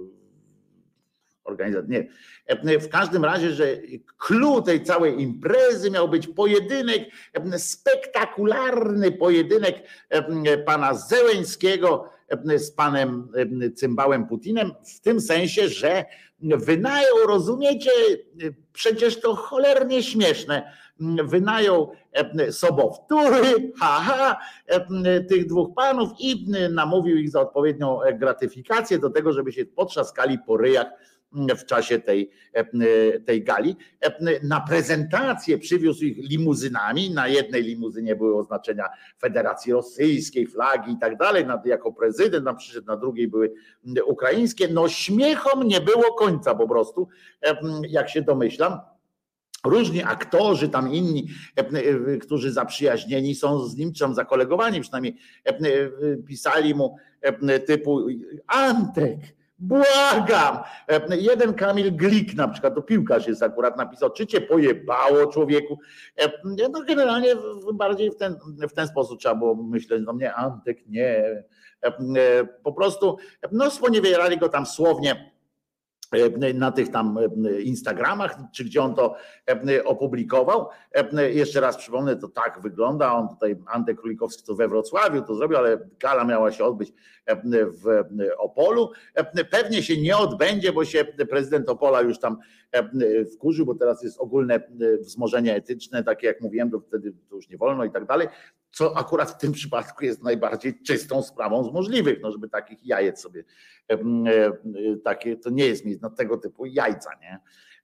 organizacja, nie. W każdym razie, że clou tej całej imprezy miał być pojedynek, spektakularny pojedynek pana Zełenskiego z panem cymbałem Putinem, w tym sensie, że wynajął, rozumiecie, przecież to cholernie śmieszne, wynajął sobowtóry, haha, tych dwóch panów i namówił ich za odpowiednią gratyfikację do tego, żeby się potrzaskali po ryjach w czasie tej, tej gali. Na prezentację przywiózł ich limuzynami, na jednej limuzynie były oznaczenia Federacji Rosyjskiej, flagi i tak dalej, jako prezydent, na przyszedł, na drugiej były ukraińskie. No śmiechom nie było końca po prostu, jak się domyślam. Różni aktorzy, tam inni, którzy zaprzyjaźnieni są z nim, czy tam zakolegowani przynajmniej, pisali mu typu Antek, błagam. Jeden Kamil Glik na przykład, to piłkarz jest akurat, napisał, czy cię pojebało człowieku. No generalnie bardziej w ten, w ten sposób trzeba było myśleć, no nie, Antek, nie. Po prostu no sponiewierali go tam słownie na tych tam Instagramach, czy gdzie on to opublikował. Jeszcze raz przypomnę, to tak wygląda. On tutaj, Antek Królikowski, to we Wrocławiu to zrobił, ale gala miała się odbyć w Opolu. Pewnie się nie odbędzie, bo się prezydent Opola już tam wkurzył, bo teraz jest ogólne wzmożenie etyczne, takie jak mówiłem, to wtedy to już nie wolno i tak dalej. Co akurat w tym przypadku jest najbardziej czystą sprawą z możliwych, no żeby takich jajec sobie, takie, to nie jest mi no, tego typu jajca, nie?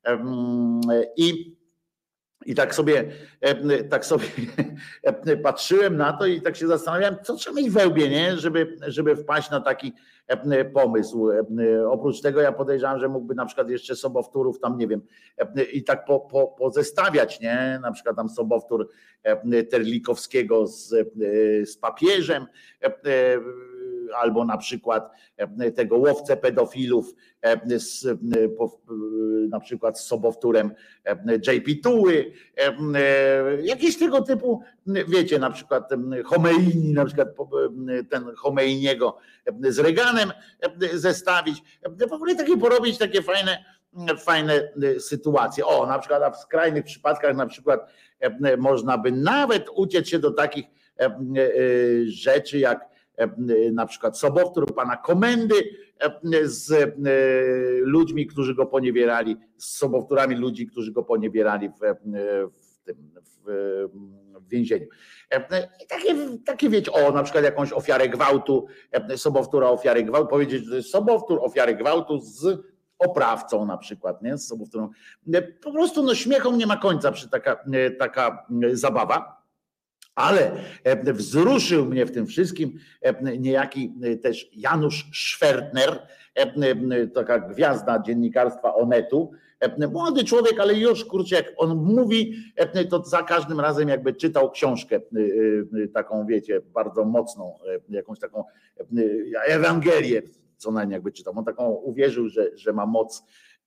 I, i tak sobie, tak sobie patrzyłem na to i tak się zastanawiałem, co trzeba mieć we łbie, nie? Żeby, żeby wpaść na taki pomysł. Oprócz tego ja podejrzewam, że mógłby na przykład jeszcze sobowtórów tam, nie wiem, i tak po, po, pozestawiać, nie? Na przykład tam sobowtór Terlikowskiego z, z papieżem, albo na przykład tego łowcę pedofilów z, na przykład z sobowtórem J P Tuły, jakieś tego typu, wiecie, na przykład Chomeini, na przykład ten Chomeiniego z Reaganem zestawić, w ogóle takie porobić takie fajne, fajne sytuacje. O, na przykład w skrajnych przypadkach na przykład można by nawet uciec się do takich rzeczy jak na przykład sobowtór pana komendy z ludźmi, którzy go poniewierali, z sobowtórami ludzi, którzy go poniewierali w, w, tym, w, w więzieniu. I takie, takie wiecie, o na przykład jakąś ofiarę gwałtu, sobowtóra ofiary gwałtu, powiedzieć, że to jest sobowtór ofiary gwałtu z oprawcą na przykład, nie? Z sobowtórą. Po prostu no śmiechom nie ma końca przy taka, taka zabawa. Ale wzruszył mnie w tym wszystkim niejaki też Janusz Szwertner, taka gwiazda dziennikarstwa Onetu. Młody człowiek, ale już kurczę, jak on mówi, to za każdym razem jakby czytał książkę taką, wiecie, bardzo mocną, jakąś taką Ewangelię, co najmniej jakby czytał. On taką uwierzył, że, że ma moc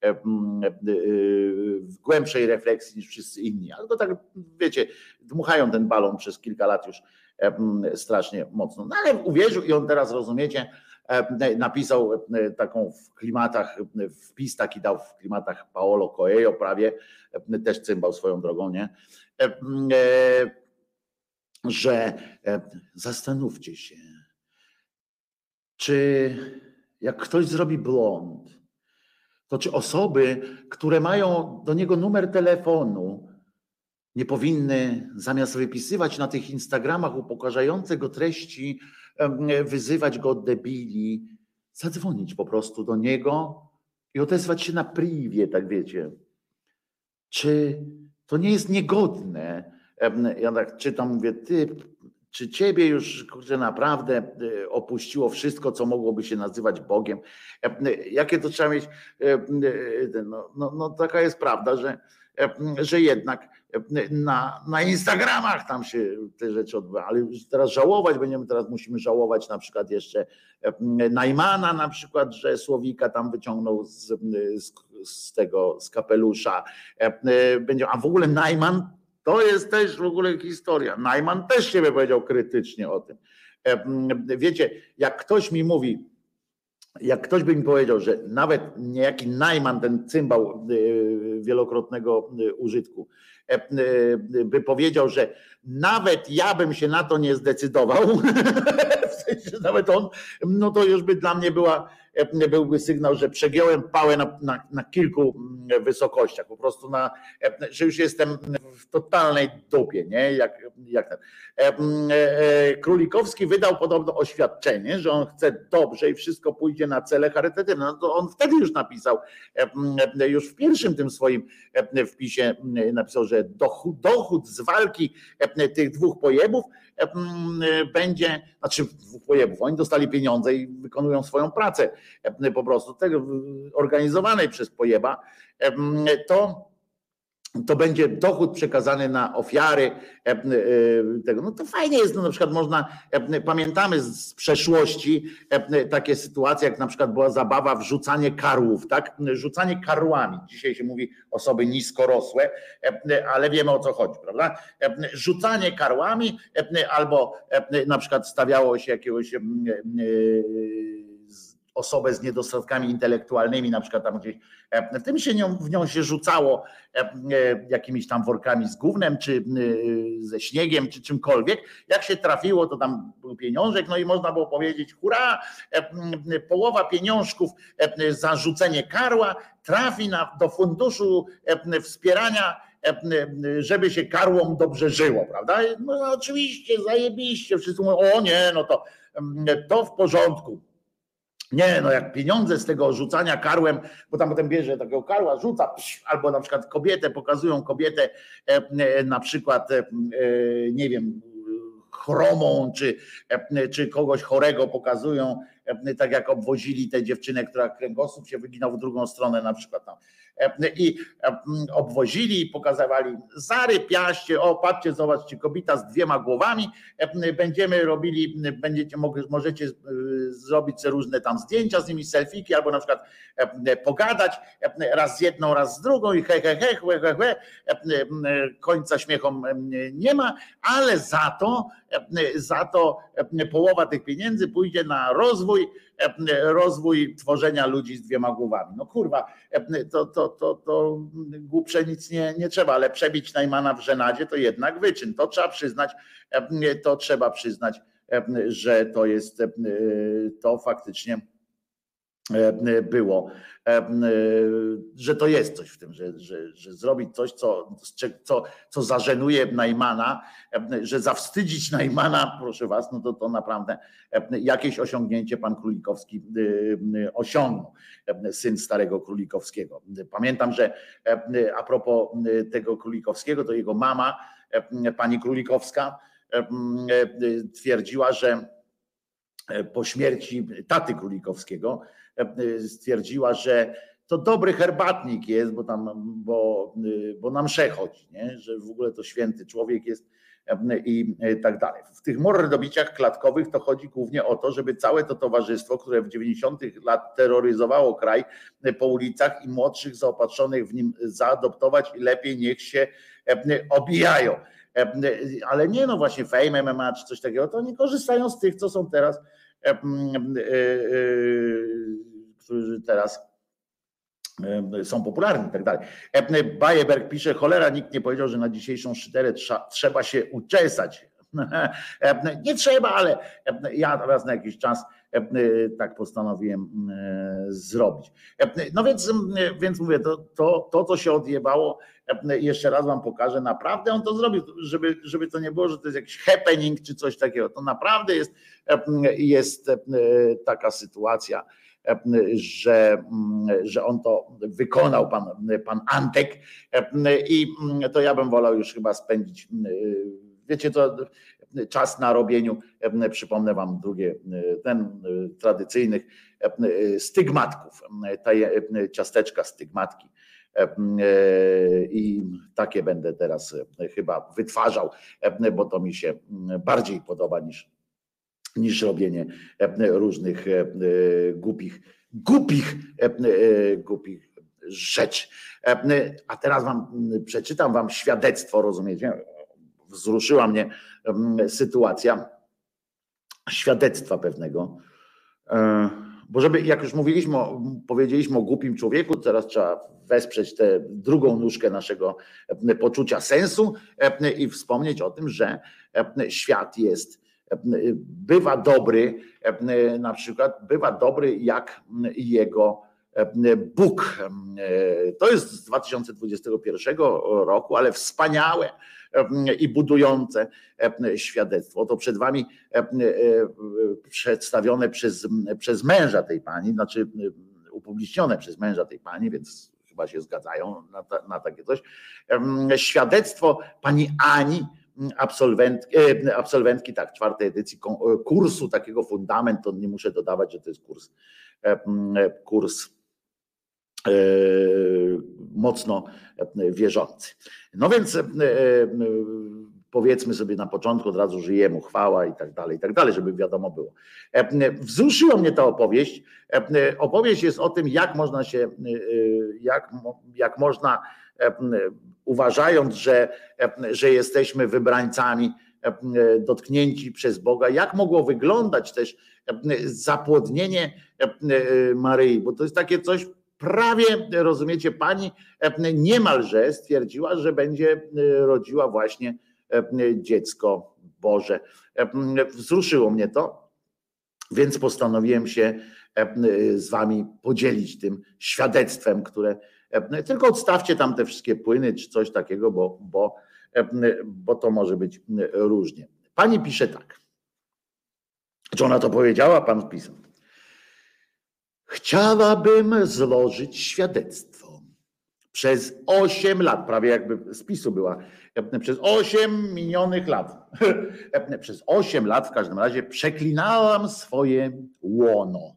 w głębszej refleksji niż wszyscy inni, ale to tak, wiecie, dmuchają ten balon przez kilka lat już strasznie mocno. No ale uwierzył i on teraz, rozumiecie, napisał taką w klimatach, wpis taki dał w klimatach Paolo Coelho prawie, też cymbał swoją drogą, nie? Że zastanówcie się, czy jak ktoś zrobi błąd, to czy osoby, które mają do niego numer telefonu, nie powinny zamiast wypisywać na tych Instagramach upokarzające go treści, wyzywać go od debili, zadzwonić po prostu do niego i odezwać się na privie, tak wiecie. Czy to nie jest niegodne? Ja tak czytam, mówię, ty, czy ciebie już, kurczę, naprawdę opuściło wszystko, co mogłoby się nazywać Bogiem? Jakie to trzeba mieć? No, no, no taka jest prawda, że, że jednak na, na Instagramach tam się te rzeczy odbywa, ale już teraz żałować będziemy, teraz musimy żałować na przykład jeszcze Najmana na przykład, że Słowika tam wyciągnął z, z, z tego, z kapelusza. Będzie, a w ogóle Najman to jest też w ogóle historia. Najman też siebie powiedział krytycznie o tym. Wiecie, jak ktoś mi mówi, jak ktoś by mi powiedział, że nawet niejaki Najman, ten cymbał wielokrotnego użytku, by powiedział, że nawet ja bym się na to nie zdecydował, w sensie, że nawet on, no to już by dla mnie była, byłby sygnał, że przegiąłem pałę na, na, na kilku wysokościach, po prostu na, że już jestem w totalnej dupie, nie? Jak, jak ten. Królikowski wydał podobno oświadczenie, że on chce dobrze i wszystko pójdzie na cele charytatywne. No to on wtedy już napisał, już w pierwszym tym swoim wpisie napisał, że dochód, dochód z walki tych dwóch pojebów będzie, znaczy dwóch pojebów, oni dostali pieniądze i wykonują swoją pracę po prostu, tego organizowanej przez pojeba, to to będzie dochód przekazany na ofiary tego. No to fajnie jest, no na przykład można, pamiętamy z przeszłości takie sytuacje, jak na przykład była zabawa w rzucanie karłów, tak? Rzucanie karłami. Dzisiaj się mówi osoby niskorosłe, ale wiemy o co chodzi, prawda? Rzucanie karłami albo na przykład stawiało się jakiegoś osobę z niedostatkami intelektualnymi, na przykład tam gdzieś, w tym się nią, w nią się rzucało jakimiś tam workami z gównem, czy ze śniegiem, czy czymkolwiek. Jak się trafiło, to tam był pieniążek, no i można było powiedzieć, hurra, połowa pieniążków za rzucenie karła trafi na, do funduszu wspierania, żeby się karłom dobrze żyło, prawda? No oczywiście, zajebiście, wszyscy mówią, o nie, no to, to w porządku. Nie, no jak pieniądze z tego rzucania karłem, bo tam potem bierze takiego karła, rzuca, psz, albo na przykład kobietę, pokazują kobietę na przykład, nie wiem, chromą, czy, czy kogoś chorego pokazują, tak jak obwozili tę dziewczynę, która kręgosłup się wyginał w drugą stronę na przykład tam. I obwozili i pokazywali zarypiaście, o patrzcie, zobaczcie, kobieta z dwiema głowami, będziemy robili, będziecie, możecie zrobić sobie różne tam zdjęcia z nimi, selfiki, albo na przykład pogadać raz z jedną, raz z drugą i he, he, he, he, he, he. Końca śmiechom nie ma, ale za to, za to połowa tych pieniędzy pójdzie na rozwój, rozwój tworzenia ludzi z dwiema głowami. No kurwa, to, to, to, to głupsze nic nie, nie trzeba, ale przebić Najmana w żenadzie to jednak wyczyn. To trzeba przyznać, to trzeba przyznać, że to jest, to faktycznie było, że to jest coś w tym, że, że, że zrobić coś, co, co, co zażenuje Najmana, że zawstydzić Najmana, proszę was, no to, to naprawdę jakieś osiągnięcie pan Królikowski osiągnął, syn starego Królikowskiego. Pamiętam, że a propos tego Królikowskiego, to jego mama, pani Królikowska, twierdziła, że po śmierci taty Królikowskiego stwierdziła, że to dobry herbatnik jest, bo tam, bo, bo na mszę chodzi, nie? Że w ogóle to święty człowiek jest i tak dalej. W tych mordobiciach klatkowych to chodzi głównie o to, żeby całe to towarzystwo, które w dziewięćdziesiątych lat terroryzowało kraj po ulicach i młodszych zaopatrzonych w nim zaadoptować i lepiej niech się obijają. Ale nie no właśnie Fame M M A czy coś takiego, to nie korzystają z tych, co są teraz, którzy teraz są popularni i tak dalej. Bajeberg pisze, cholera, nikt nie powiedział, że na dzisiejszą szyderę trzeba się uczesać. Nie trzeba, ale ja raz na jakiś czas tak postanowiłem zrobić. No więc, więc mówię, to, to, to co się odjebało, jeszcze raz wam pokażę, naprawdę on to zrobił, żeby, żeby to nie było, że to jest jakiś happening czy coś takiego. To naprawdę jest, jest taka sytuacja, że, że on to wykonał, pan, pan Antek, i to ja bym wolał już chyba spędzić, wiecie co, czas na robieniu, przypomnę wam drugie, ten tradycyjnych stygmatków, ciasteczka stygmatki. I takie będę teraz chyba wytwarzał, bo to mi się bardziej podoba niż, niż robienie różnych głupich, głupich, głupich rzeczy. A teraz wam przeczytam wam świadectwo, rozumiecie? Wzruszyła mnie sytuacja świadectwa pewnego. Bo żeby, jak już mówiliśmy, powiedzieliśmy o głupim człowieku, teraz trzeba wesprzeć tę drugą nóżkę naszego poczucia sensu i wspomnieć o tym, że świat jest, bywa dobry, na przykład bywa dobry jak jego Bóg. To jest z dwa tysiące dwudziestego pierwszego roku, ale wspaniałe i budujące świadectwo. To przed wami przedstawione przez, przez męża tej pani, znaczy upublicznione przez męża tej pani, więc chyba się zgadzają na, ta, na takie coś. Świadectwo pani Ani, absolwentki, absolwentki tak, czwartej edycji kursu takiego fundament, to nie muszę dodawać, że to jest kurs, kurs mocno wierzący. No więc powiedzmy sobie na początku od razu, że jemu chwała i tak dalej, i tak dalej, żeby wiadomo było. Wzruszyła mnie ta opowieść. Opowieść jest o tym, jak można się, jak, jak można, uważając, że, że jesteśmy wybrańcami dotknięci przez Boga. Jak mogło wyglądać też zapłodnienie Maryi, bo to jest takie coś prawie, rozumiecie, pani niemalże stwierdziła, że będzie rodziła właśnie dziecko Boże. Wzruszyło mnie to, więc postanowiłem się z wami podzielić tym świadectwem, które tylko odstawcie tam te wszystkie płyny czy coś takiego, bo, bo, bo to może być różnie. Pani pisze tak. Czy ona to powiedziała? Pan wpisał. Chciałabym złożyć świadectwo. Przez osiem lat, prawie jakby z PiSu była, przez osiem minionych lat, przez osiem lat w każdym razie przeklinałam swoje łono.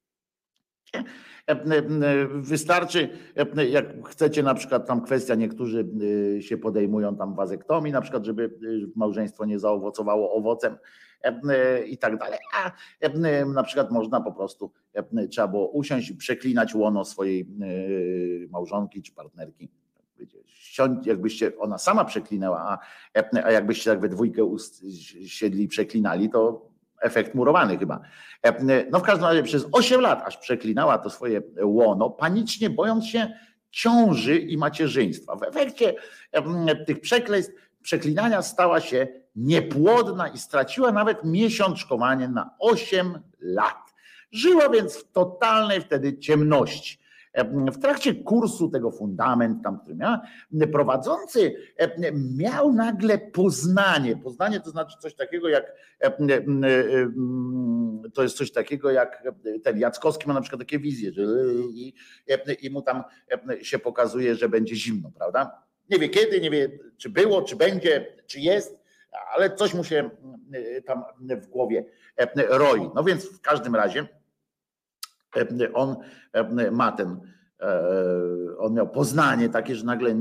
Wystarczy, jak chcecie, na przykład tam kwestia, niektórzy się podejmują tam wazektomii, na przykład, żeby małżeństwo nie zaowocowało owocem i tak dalej, a na przykład można po prostu, trzeba było usiąść i przeklinać łono swojej małżonki czy partnerki. Jakbyście ona sama przeklinęła, a, a jakbyście tak we dwójkę siedli i przeklinali, to efekt murowany chyba. No w każdym razie przez osiem lat aż przeklinała to swoje łono, panicznie bojąc się ciąży i macierzyństwa. W efekcie tych przekleństw, przeklinania stała się niepłodna i straciła nawet miesiączkowanie na osiem lat. Żyła więc w totalnej wtedy ciemności. W trakcie kursu tego fundament, tam, który miała, prowadzący miał nagle poznanie. Poznanie to znaczy coś takiego jak, to jest coś takiego jak ten Jackowski ma na przykład takie wizje, że i, i mu tam się pokazuje, że będzie zimno, prawda? Nie wie kiedy, nie wie czy było, czy będzie, czy jest, ale coś mu się tam w głowie roi. No więc w każdym razie on ma ten, on miał poznanie takie, że nagle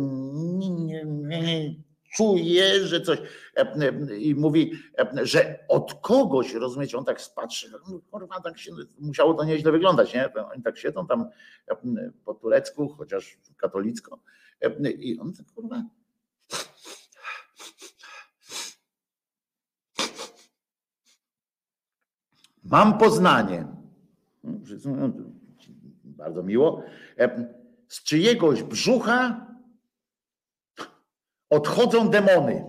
czuje, że coś i mówi, że od kogoś, rozumiecie, on tak patrzy, kurwa, tak się, musiało to nieźle wyglądać, nie? Oni tak siedzą tam po turecku, chociaż katolicko i on tak, kurwa, mam poznanie, bardzo miło, z czyjegoś brzucha odchodzą demony.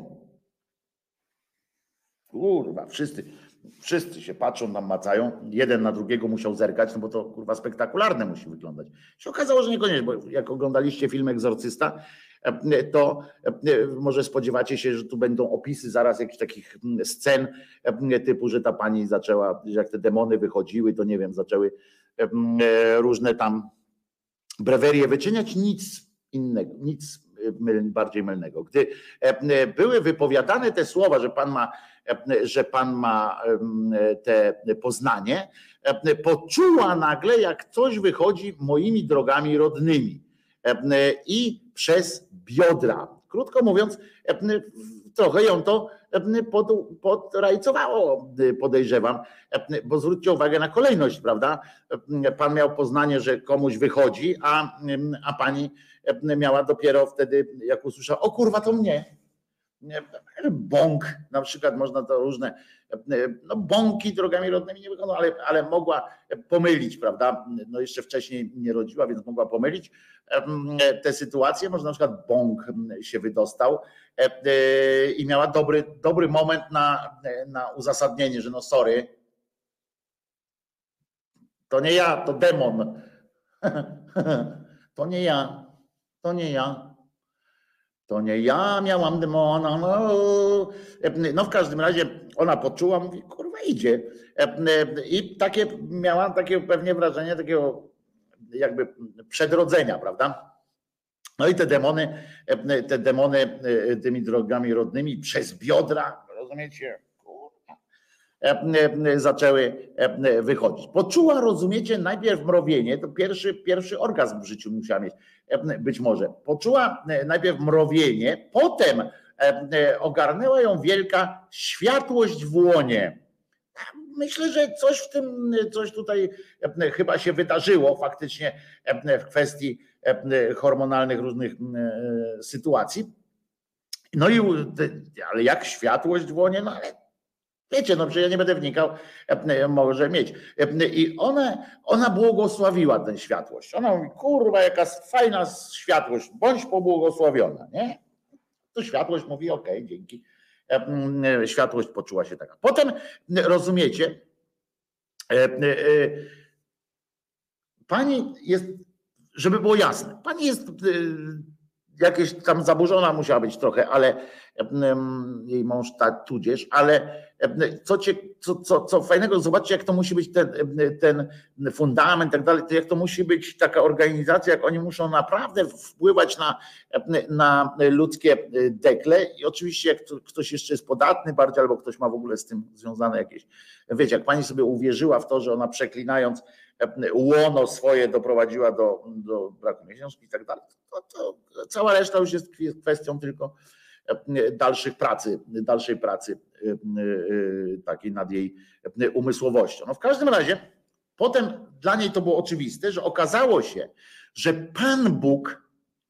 Kurwa, wszyscy, wszyscy się patrzą, tam macają, jeden na drugiego musiał zerkać, no bo to kurwa spektakularne musi wyglądać. Się okazało, że niekoniecznie, bo jak oglądaliście film Egzorcysta, to może spodziewacie się, że tu będą opisy zaraz jakichś takich scen typu, że ta pani zaczęła, że jak te demony wychodziły, to nie wiem, zaczęły różne tam brewerie wyczyniać, nic innego, nic bardziej mylnego. Gdy były wypowiadane te słowa, że pan ma, że pan ma te poznanie, poczuła nagle, jak coś wychodzi moimi drogami rodnymi i przez biodra. Krótko mówiąc, trochę ją to pod, podrajcowało, podejrzewam, bo zwróćcie uwagę na kolejność, prawda? Pan miał poznanie, że komuś wychodzi, a, a pani miała dopiero wtedy, jak usłyszała, o kurwa, to mnie. Bąk, na przykład można to różne, no bąki drogami rodnymi nie wychodzą, ale, ale mogła pomylić, prawda? No jeszcze wcześniej nie rodziła, więc mogła pomylić te sytuacje. Może na przykład bąk się wydostał i miała dobry, dobry moment na, na uzasadnienie, że no sorry, to nie ja, to demon. To nie ja, to nie ja. To nie ja miałam demona. No. no w każdym razie ona poczuła, mówi, kurwa idzie. I takie miałam takie pewnie wrażenie takiego jakby przedrodzenia, prawda? No i te demony, te demony tymi drogami rodnymi przez biodra, rozumiecie, zaczęły wychodzić. Poczuła, rozumiecie, najpierw mrowienie, to pierwszy, pierwszy orgazm w życiu musiała mieć, być może. Poczuła najpierw mrowienie, potem ogarnęła ją wielka światłość w łonie. Myślę, że coś w tym, coś tutaj chyba się wydarzyło faktycznie w kwestii hormonalnych różnych sytuacji. No i ale jak światłość w łonie, no ale wiecie, no przecież ja nie będę wnikał, może mieć. I ona, ona błogosławiła tę światłość. Ona mówi, kurwa, jaka fajna światłość, bądź pobłogosławiona, nie? To światłość mówi, okej, okay, dzięki. Światłość poczuła się taka. Potem, rozumiecie, pani jest, żeby było jasne, pani jest jakieś tam zaburzona musiała być trochę, ale jej mąż tak tudzież, ale co, cię, co, co, co fajnego, zobaczcie jak to musi być ten, ten fundament i tak dalej, to jak to musi być taka organizacja, jak oni muszą naprawdę wpływać na, na ludzkie dekle i oczywiście jak ktoś jeszcze jest podatny bardziej albo ktoś ma w ogóle z tym związane jakieś, wiecie, jak pani sobie uwierzyła w to, że ona przeklinając łono swoje doprowadziła do, do braku miesiączki i tak dalej, to, to cała reszta już jest kwestią tylko dalszych pracy, dalszej pracy takiej nad jej umysłowością. No w każdym razie potem dla niej to było oczywiste, że okazało się, że Pan Bóg,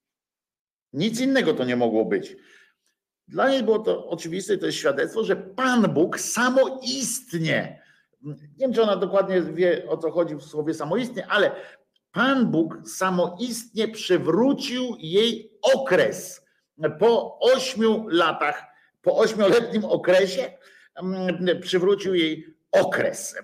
nic innego to nie mogło być. Dla niej było to oczywiste, to jest świadectwo, że Pan Bóg samoistnie, nie wiem, czy ona dokładnie wie, o co chodzi w słowie samoistnie, ale Pan Bóg samoistnie przywrócił jej okres po ośmiu latach, po ośmioletnim okresie przywrócił jej okres.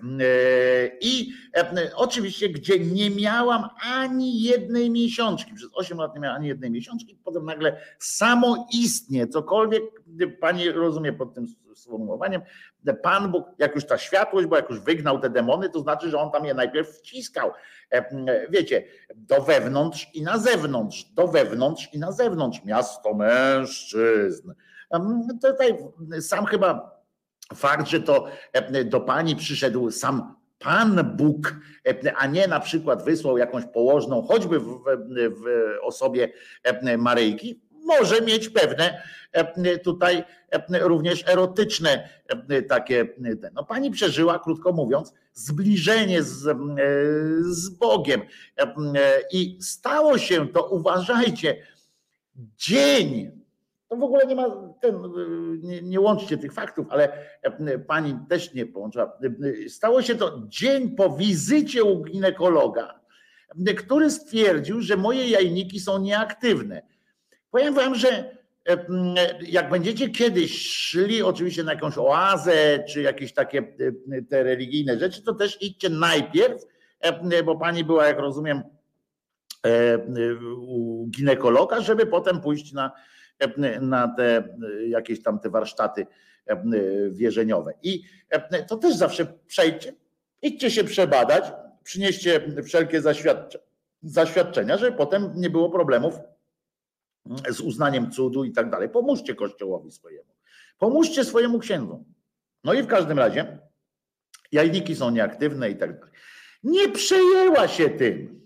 I oczywiście, gdzie nie miałam ani jednej miesiączki, przez osiem lat nie miałam ani jednej miesiączki, potem nagle samoistnie, cokolwiek pani rozumie pod tym sformułowaniem, Pan Bóg, jak już ta światłość, bo jak już wygnał te demony, to znaczy, że on tam je najpierw wciskał. Wiecie, do wewnątrz i na zewnątrz, do wewnątrz i na zewnątrz. Miasto mężczyzn. Tutaj sam chyba fakt, że to do pani przyszedł sam Pan Bóg, a nie na przykład wysłał jakąś położną, choćby w, w osobie Maryjki, może mieć pewne tutaj również erotyczne takie. No pani przeżyła, krótko mówiąc, zbliżenie z, z Bogiem i stało się to, uważajcie, dzień. To w ogóle nie ma, ten, nie, nie łączcie tych faktów, ale pani też nie połączyła. Stało się to dzień po wizycie u ginekologa, który stwierdził, że moje jajniki są nieaktywne. Powiem wam, że jak będziecie kiedyś szli oczywiście na jakąś oazę, czy jakieś takie te religijne rzeczy, to też idźcie najpierw, bo pani była, jak rozumiem, u ginekologa, żeby potem pójść na na te jakieś tam te warsztaty wierzeniowe. I to też zawsze przejdźcie, idźcie się przebadać, przynieście wszelkie zaświadczenia, żeby potem nie było problemów z uznaniem cudu i tak dalej. Pomóżcie Kościołowi swojemu. Pomóżcie swojemu księdzu. No i w każdym razie jajniki są nieaktywne i tak dalej. Nie przejęła się tym.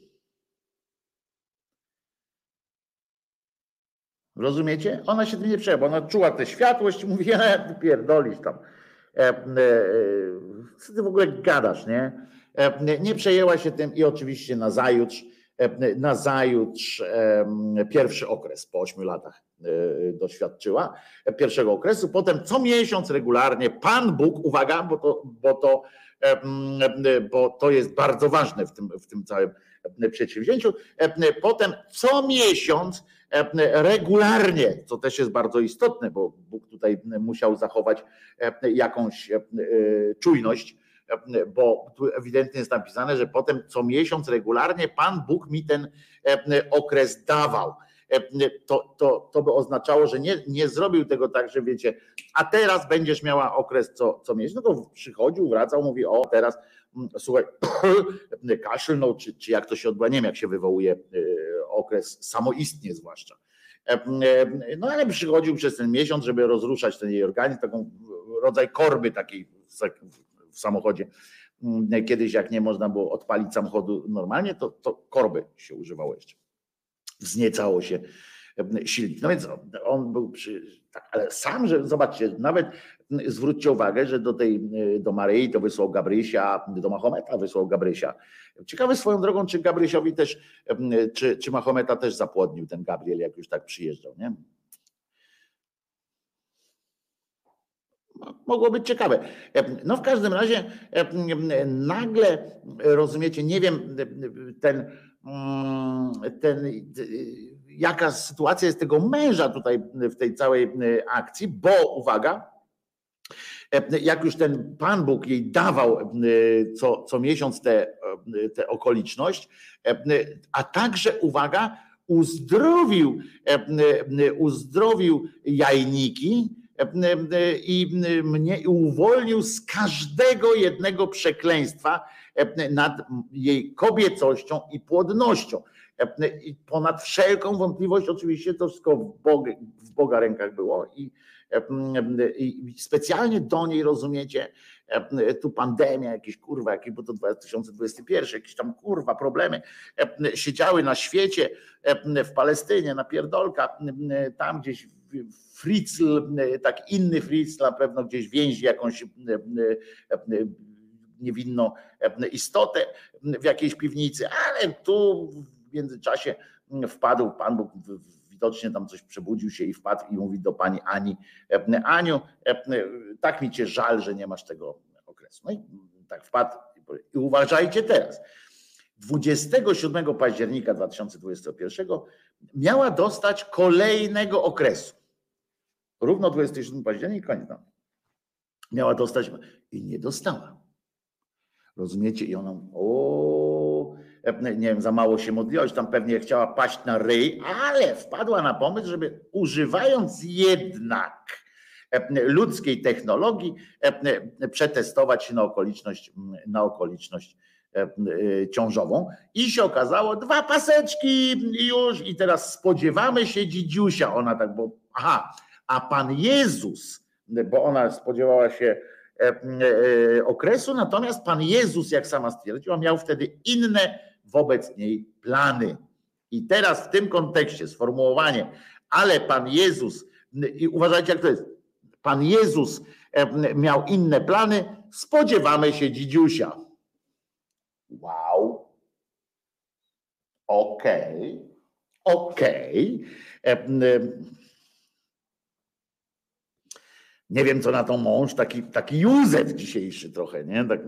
Rozumiecie? Ona się tym nie przejęła, ona czuła tę światłość i mówi, e, pierdolisz tam. E, e, co ty w ogóle gadasz, nie? E, nie przejęła się tym i oczywiście nazajutrz, e, nazajutrz e, pierwszy okres po ośmiu latach e, doświadczyła pierwszego okresu. Potem co miesiąc regularnie Pan Bóg, uwaga, bo to, bo to, e, bo to jest bardzo ważne w tym, w tym całym przedsięwzięciu. E, potem co miesiąc regularnie, co też jest bardzo istotne, bo Bóg tutaj musiał zachować jakąś czujność, bo tu ewidentnie jest napisane, że potem co miesiąc regularnie Pan Bóg mi ten okres dawał. To, to, to by oznaczało, że nie, nie zrobił tego tak, że wiecie, a teraz będziesz miała okres co, co miesiąc. No to przychodził, wracał, mówi, o teraz słuchaj, kaszlnął, czy, czy jak to się odbywa, nie wiem jak się wywołuje okres samoistnie zwłaszcza. No ale przychodził przez ten miesiąc, żeby rozruszać ten jej organizm, taką rodzaj korby takiej w samochodzie. Kiedyś jak nie można było odpalić samochodu normalnie, to, to korby się używało jeszcze. Wzniecało się silnik. No więc on był przy, tak, ale sam, że zobaczcie, nawet zwróćcie uwagę, że do tej, do Maryi to wysłał Gabrysia, do Mahometa wysłał Gabrysia. Ciekawe swoją drogą, czy Gabrysiowi też, czy, czy Mahometa też zapłodnił ten Gabriel, jak już tak przyjeżdżał, nie? mogło być ciekawe. No w każdym razie nagle, rozumiecie, nie wiem, ten, ten jaka sytuacja jest tego męża tutaj w tej całej akcji, bo uwaga, jak już ten Pan Bóg jej dawał co, co miesiąc tę te, te okoliczność, a także uwaga, uzdrowił, uzdrowił jajniki i mnie uwolnił z każdego jednego przekleństwa nad jej kobiecością i płodnością. I ponad wszelką wątpliwość oczywiście to wszystko w Boga, w Boga rękach było i, i specjalnie do niej, rozumiecie, tu pandemia, jakieś kurwa, jakieś, bo to dwa tysiące dwudziesty pierwszy, jakieś tam kurwa problemy, siedziały na świecie, w Palestynie, na pierdolka, tam gdzieś Fritzl, tak inny Fritzl, na pewno gdzieś więzi jakąś niewinną istotę w jakiejś piwnicy, ale tu w międzyczasie wpadł Pan Bóg, widocznie tam coś przebudził się i wpadł i mówi do pani Ani: Aniu, tak mi cię żal, że nie masz tego okresu. No i tak wpadł. I uważajcie teraz, dwudziestego siódmego października dwa tysiące dwudziestego pierwszego miała dostać kolejnego okresu. Równo dwudziestego siódmego października, koniec. No. Miała dostać i nie dostała. Rozumiecie? I ona, o, nie wiem, za mało się modliła, już tam pewnie chciała paść na ryj, ale wpadła na pomysł, żeby używając jednak ludzkiej technologii przetestować się na okoliczność, na okoliczność ciążową i się okazało, dwa paseczki już i teraz spodziewamy się dzidziusia. Ona tak, bo aha, a Pan Jezus, bo ona spodziewała się okresu, natomiast Pan Jezus, jak sama stwierdziła, miał wtedy inne wobec niej plany. I teraz w tym kontekście sformułowanie, ale Pan Jezus, i uważajcie, jak to jest, Pan Jezus miał inne plany, spodziewamy się dzidziusia. Wow. Okej. Okay. Okej. Okay. Nie wiem, co na to mąż, taki, taki Józef dzisiejszy trochę, nie? Tak,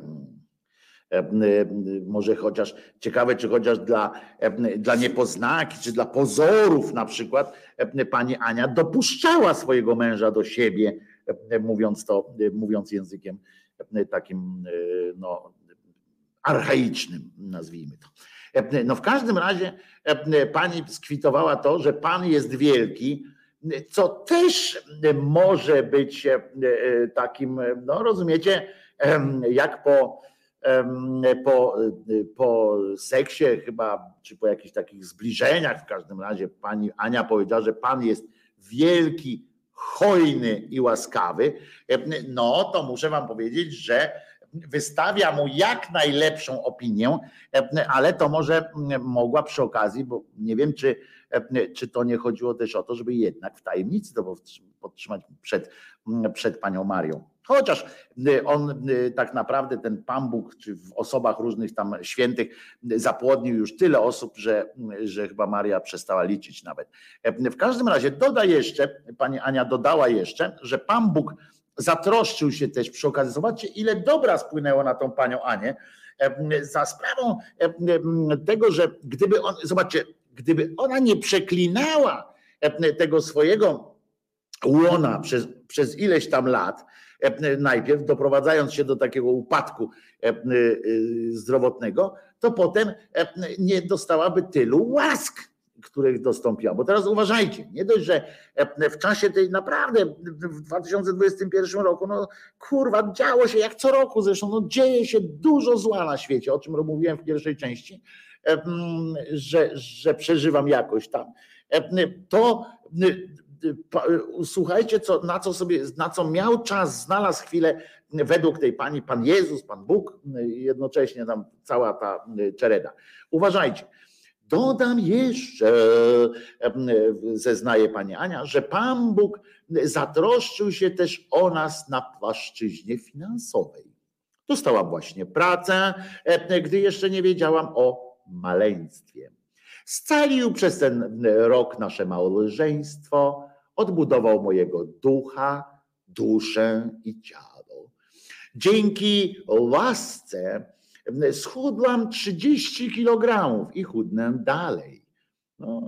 może chociaż, ciekawe, czy chociaż dla, dla niepoznaki, czy dla pozorów na przykład pani Ania dopuszczała swojego męża do siebie, mówiąc to, mówiąc językiem takim, no, archaicznym, nazwijmy to. No w każdym razie pani skwitowała to, że Pan jest wielki, co też może być takim, no rozumiecie, jak po, po, po seksie chyba, czy po jakichś takich zbliżeniach, w każdym razie pani Ania powiedziała, że Pan jest wielki, hojny i łaskawy, no to muszę wam powiedzieć, że wystawia mu jak najlepszą opinię, ale to może mogła przy okazji, bo nie wiem, czy, czy to nie chodziło też o to, żeby jednak w tajemnicy to podtrzymać przed, przed panią Marią. Chociaż on tak naprawdę, ten Pan Bóg, czy w osobach różnych tam świętych, zapłodnił już tyle osób, że, że chyba Maria przestała liczyć nawet. W każdym razie doda jeszcze, pani Ania dodała jeszcze, że Pan Bóg zatroszczył się też przy okazji, zobaczcie, ile dobra spłynęło na tą panią Anię, za sprawą tego, że gdyby on, zobaczcie, gdyby ona nie przeklinała tego swojego łona przez, przez ileś tam lat, najpierw doprowadzając się do takiego upadku zdrowotnego, to potem nie dostałaby tylu łask, których dostąpiła. Bo teraz uważajcie, nie dość, że w czasie tej naprawdę w dwa tysiące dwudziestym pierwszym roku, no kurwa, działo się jak co roku zresztą, no dzieje się dużo zła na świecie, o czym mówiłem w pierwszej części, że, że przeżywam jakoś tam. To słuchajcie, co, na co sobie, na co miał czas, znalazł chwilę według tej pani Pan Jezus, Pan Bóg, jednocześnie tam cała ta czereda. Uważajcie. Dodam jeszcze, zeznaje pani Ania, że Pan Bóg zatroszczył się też o nas na płaszczyźnie finansowej. Dostałam właśnie pracę, gdy jeszcze nie wiedziałam o maleństwie. Scalił przez ten rok nasze małżeństwo, odbudował mojego ducha, duszę i ciało. Dzięki łasce schudłam trzydzieści kilogramów i chudnę dalej. No,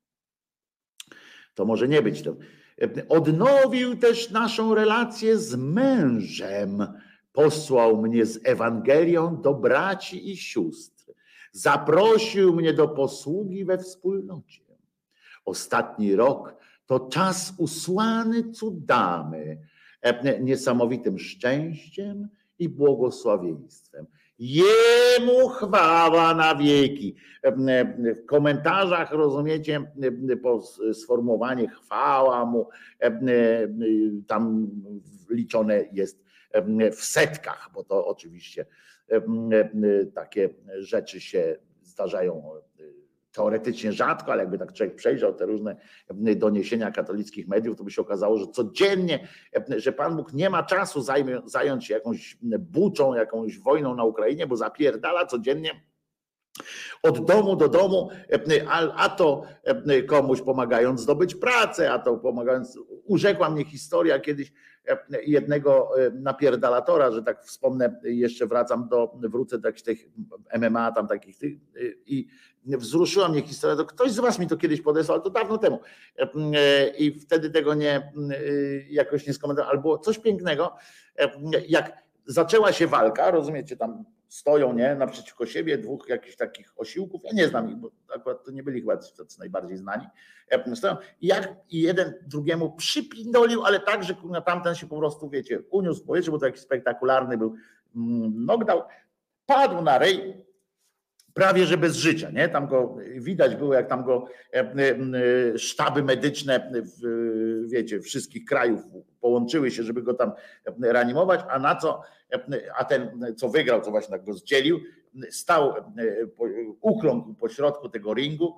to może nie być to. Odnowił też naszą relację z mężem. Posłał mnie z Ewangelią do braci i sióstr. Zaprosił mnie do posługi we wspólnocie. Ostatni rok to czas usłany cudami, niesamowitym szczęściem i błogosławieństwem. Jemu chwała na wieki. W komentarzach, rozumiecie, sformułowanie chwała mu tam liczone jest w setkach, bo to oczywiście takie rzeczy się zdarzają teoretycznie rzadko, ale jakby tak człowiek przejrzał te różne doniesienia katolickich mediów, to by się okazało, że codziennie, że Pan Bóg nie ma czasu zająć się jakąś buczą, jakąś wojną na Ukrainie, bo zapierdala codziennie od domu do domu, a, a to komuś pomagając zdobyć pracę, a to pomagając. Urzekła mnie historia kiedyś jednego napierdalatora, że tak wspomnę, jeszcze wracam do, wrócę do tych M M A, tam takich tych i wzruszyła mnie historia, to ktoś z was mi to kiedyś podesłał, ale to dawno temu i wtedy tego nie, jakoś nie skomentowałem, ale było coś pięknego, jak zaczęła się walka, rozumiecie, tam stoją, nie, naprzeciwko siebie dwóch jakichś takich osiłków, ja nie znam ich, bo akurat to nie byli chyba tacy najbardziej znani, stoją i jak i jeden drugiemu przypindolił, ale tak, że tamten się po prostu, wiecie, uniósł w powietrze, bo to jakiś spektakularny był knockdown, padł na ryj, prawie że bez życia, nie? Tam go widać było, jak tam go sztaby medyczne, wiecie, wszystkich krajów połączyły się, żeby go tam reanimować, a na co, a ten, co wygrał, co właśnie tak go zdzielił, stał, ukląkł po środku tego ringu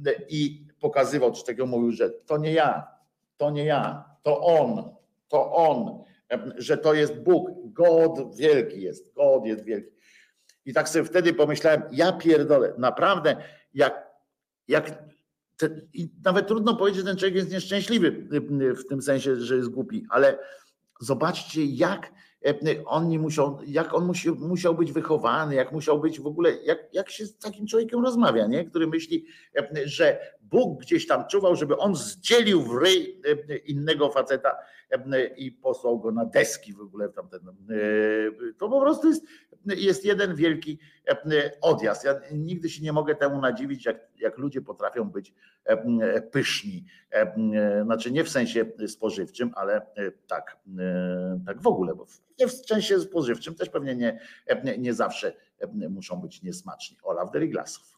i pokazywał, czy tego mówił, że to nie ja, to nie ja, to on, to on, że to jest Bóg, God wielki jest, God jest wielki. I tak sobie wtedy pomyślałem, ja pierdolę, naprawdę, jak, jak te, i nawet trudno powiedzieć, że ten człowiek jest nieszczęśliwy w tym sensie, że jest głupi, ale zobaczcie, jak on nie musiał, jak on musi, musiał być wychowany, jak musiał być w ogóle, jak, jak się z takim człowiekiem rozmawia, nie? Który myśli, że Bóg gdzieś tam czuwał, żeby on zdzielił w ryj innego faceta i posłał go na deski w ogóle. Tamten. To po prostu jest, jest jeden wielki odjazd. Ja nigdy się nie mogę temu nadziwić, jak, jak ludzie potrafią być pyszni. Znaczy nie w sensie spożywczym, ale tak, tak w ogóle, bo nie w sensie spożywczym też pewnie nie, nie zawsze muszą być niesmaczni. Olaf Deriglasów.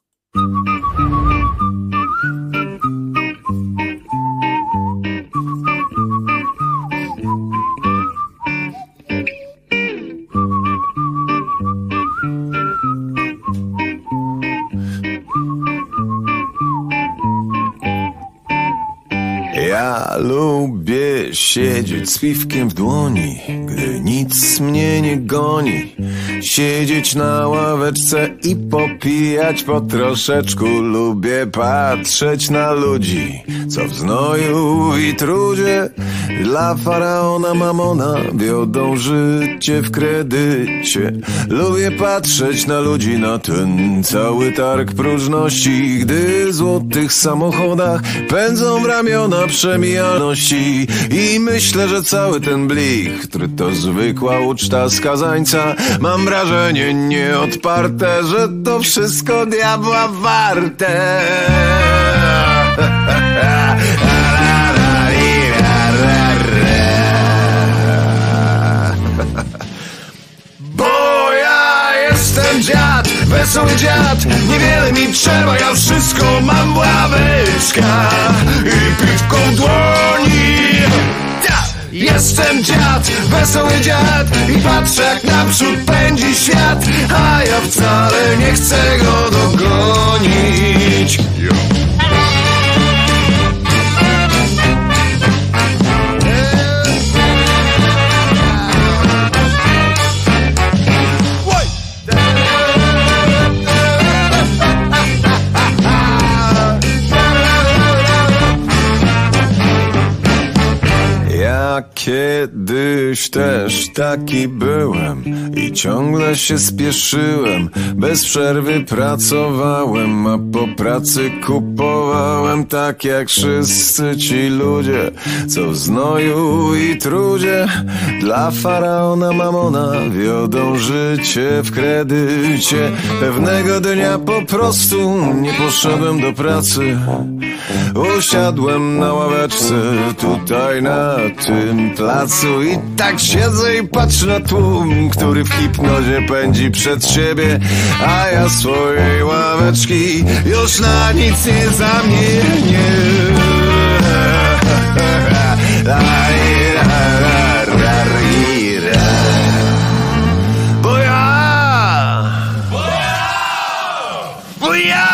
Ja lubię siedzieć z piwkiem w dłoni, gdy nic mnie nie goni. Siedzieć na ławeczce i popijać po troszeczku. Lubię patrzeć na ludzi, co w znoju i trudzie dla faraona Mamona wiodą życie w kredycie. Lubię patrzeć na ludzi, na ten cały targ próżności, gdy w złotych samochodach pędzą w ramiona przemijalności. I myślę, że cały ten blich, który to zwykła uczta skazańca, mam wrażenie nieodparte, że to wszystko diabła warte. Bo ja jestem dziad, wesoły dziad, niewiele mi trzeba, ja wszystko mam w ławeczkach i piwką w dłoni. Jestem dziad, wesoły dziad i patrzę, jak naprzód pędzi świat, a ja wcale nie chcę go dogonić. Ja Ja kiedyś też taki byłem i ciągle się spieszyłem. Bez przerwy pracowałem, a po pracy kupowałem. Tak jak wszyscy ci ludzie, co w znoju i trudzie dla faraona Mamona wiodą życie w kredycie. Pewnego dnia po prostu nie poszedłem do pracy. Usiadłem na ławeczce tutaj na tym placu i tak siedzę i patrzę na tłum, który w hipnozie pędzi przed siebie, a ja swojej ławeczki już na nic nie zamienię. Bo ja Bo ja Bo ja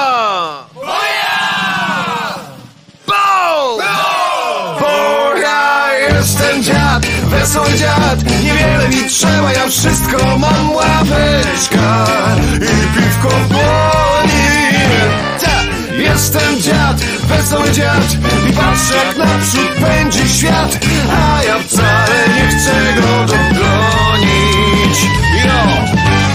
Jestem dziad, wesoły dziad, niewiele mi trzeba, ja wszystko mam. Ławeczka i piwko w dłoni. Ta, jestem dziad, wesoły dziad i patrzę jak naprzód pędzi świat, a ja wcale nie chcę go dogonić. Jo!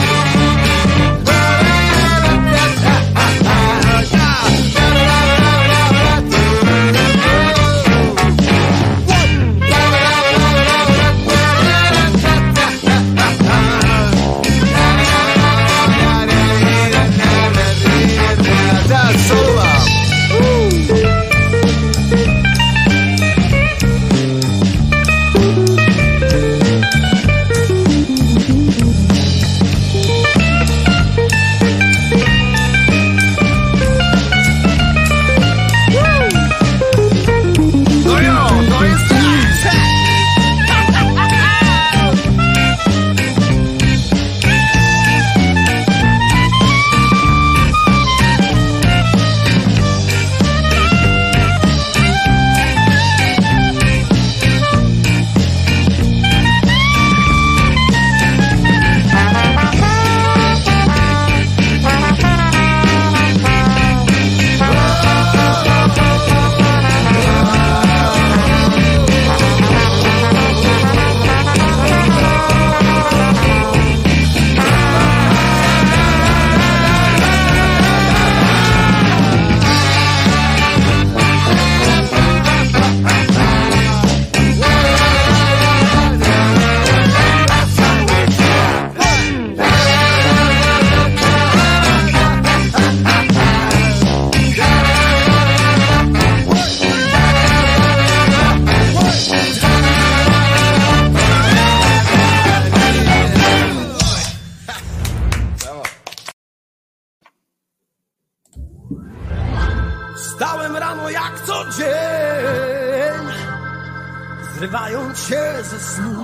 Wstałem rano jak co dzień, zrywając się ze snu.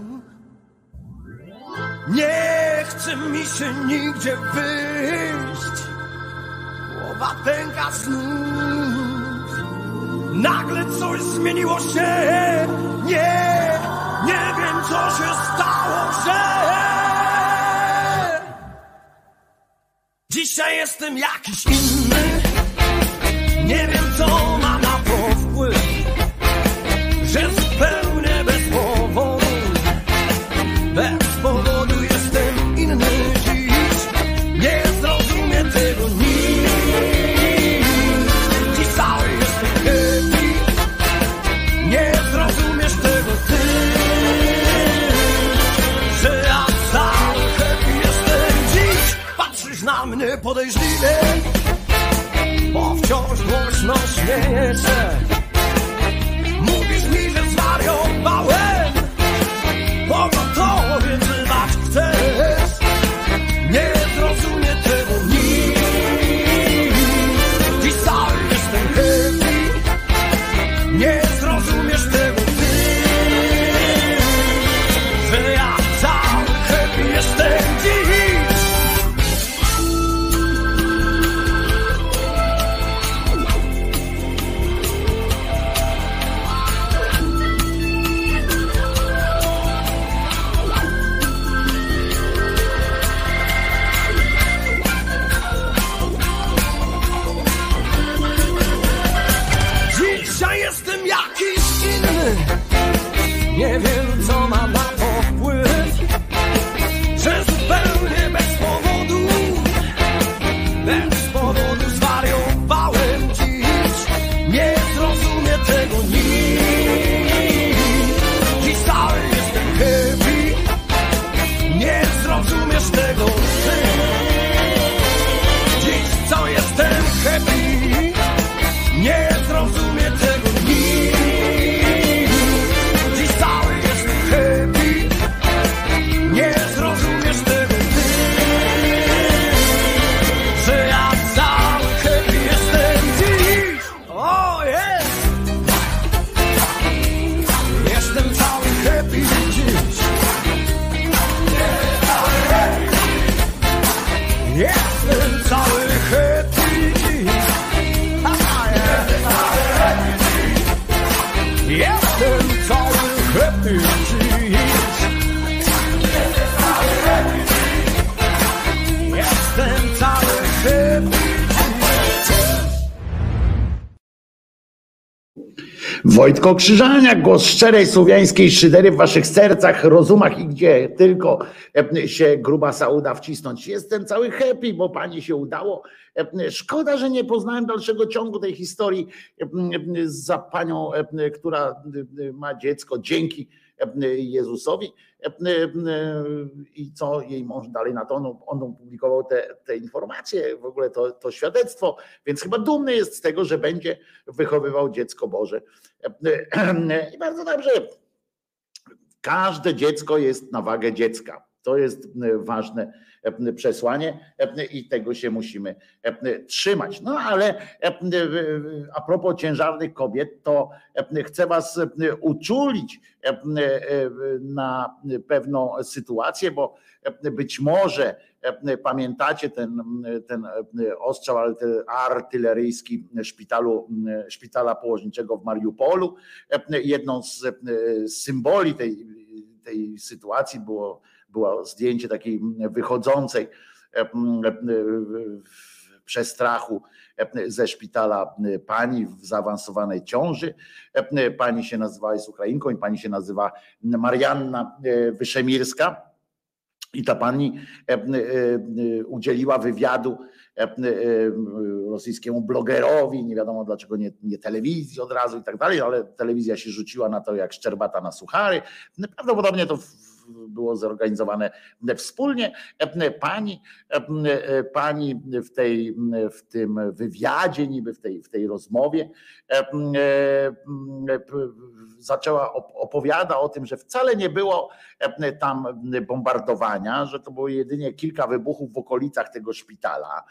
Nie chce mi się nigdzie wyjść, głowa pęka znów. Nagle coś zmieniło się, nie, nie wiem co się stało, że dzisiaj jestem jakiś inny. Nie wiem co ma na to wpływ, że zupełnie bez powodu, bez powodu jestem inny dziś. Nie zrozumie tego nikt, dziś cały jestem happy. Nie zrozumiesz tego ty, że ja cały happy jestem dziś. Patrzysz na mnie podejrzliwie, bo wciąż głośno śmieję się. Mówisz mi, że zwariowałem, pogotowie wzywać chcesz. Nie zrozumie tego nikt, dziś cały jestem happy. Nie zrozumiesz tego ty, że ja cały happy jestem dziś. Nie wiem, co ma na to wpływ, że zupełnie bez powodu, bez powodu zwariowałem dziś. Nie zrozumie tego nikt. Dziś cały jestem happy. Nie zrozumiesz tego ty. Dziś cały jestem happy. Nie zrozumie tego nikt. Dziś cały jestem happy. Nie zrozumiesz tego ty. Że ja cały happy jestem dziś. O jest. Jestem cały happy dziś. Jestem cały happy dziś. Jestem cały happy dziś. Jestem cały happy dziś. Wojtko Krzyżaniak, głos szczerej słowiańskiej szydery w waszych sercach, rozumach i gdzie tylko się grubasa uda wcisnąć. Jestem cały happy, bo pani się udało. Szkoda, że nie poznałem dalszego ciągu tej historii za panią, która ma dziecko dzięki Jezusowi i co jej mąż dalej na to, on, on opublikował te, te informacje, w ogóle to, to świadectwo, więc chyba dumny jest z tego, że będzie wychowywał dziecko Boże. I bardzo dobrze. Każde dziecko jest na wagę dziecka. To jest ważne przesłanie i tego się musimy trzymać. No ale a propos ciężarnych kobiet, to chcę was uczulić na pewną sytuację, bo być może pamiętacie ten, ten ostrzał artyleryjski szpitalu, szpitala położniczego w Mariupolu. Jedną z symboli tej, tej sytuacji było było zdjęcie takiej wychodzącej w przestrachu ze szpitala pani w zaawansowanej ciąży. Pani się nazywa, jest Ukrainką i pani się nazywa Marianna Wyszemirska. I ta pani udzieliła wywiadu rosyjskiemu blogerowi, nie wiadomo dlaczego nie, nie telewizji od razu i tak dalej, ale telewizja się rzuciła na to jak szczerbata na suchary. Prawdopodobnie to było zorganizowane wspólnie. Pani, pani w, tej, w tym wywiadzie, niby w tej, w tej rozmowie zaczęła, opowiada o tym, że wcale nie było tam bombardowania, że to było jedynie kilka wybuchów w okolicach tego szpitala.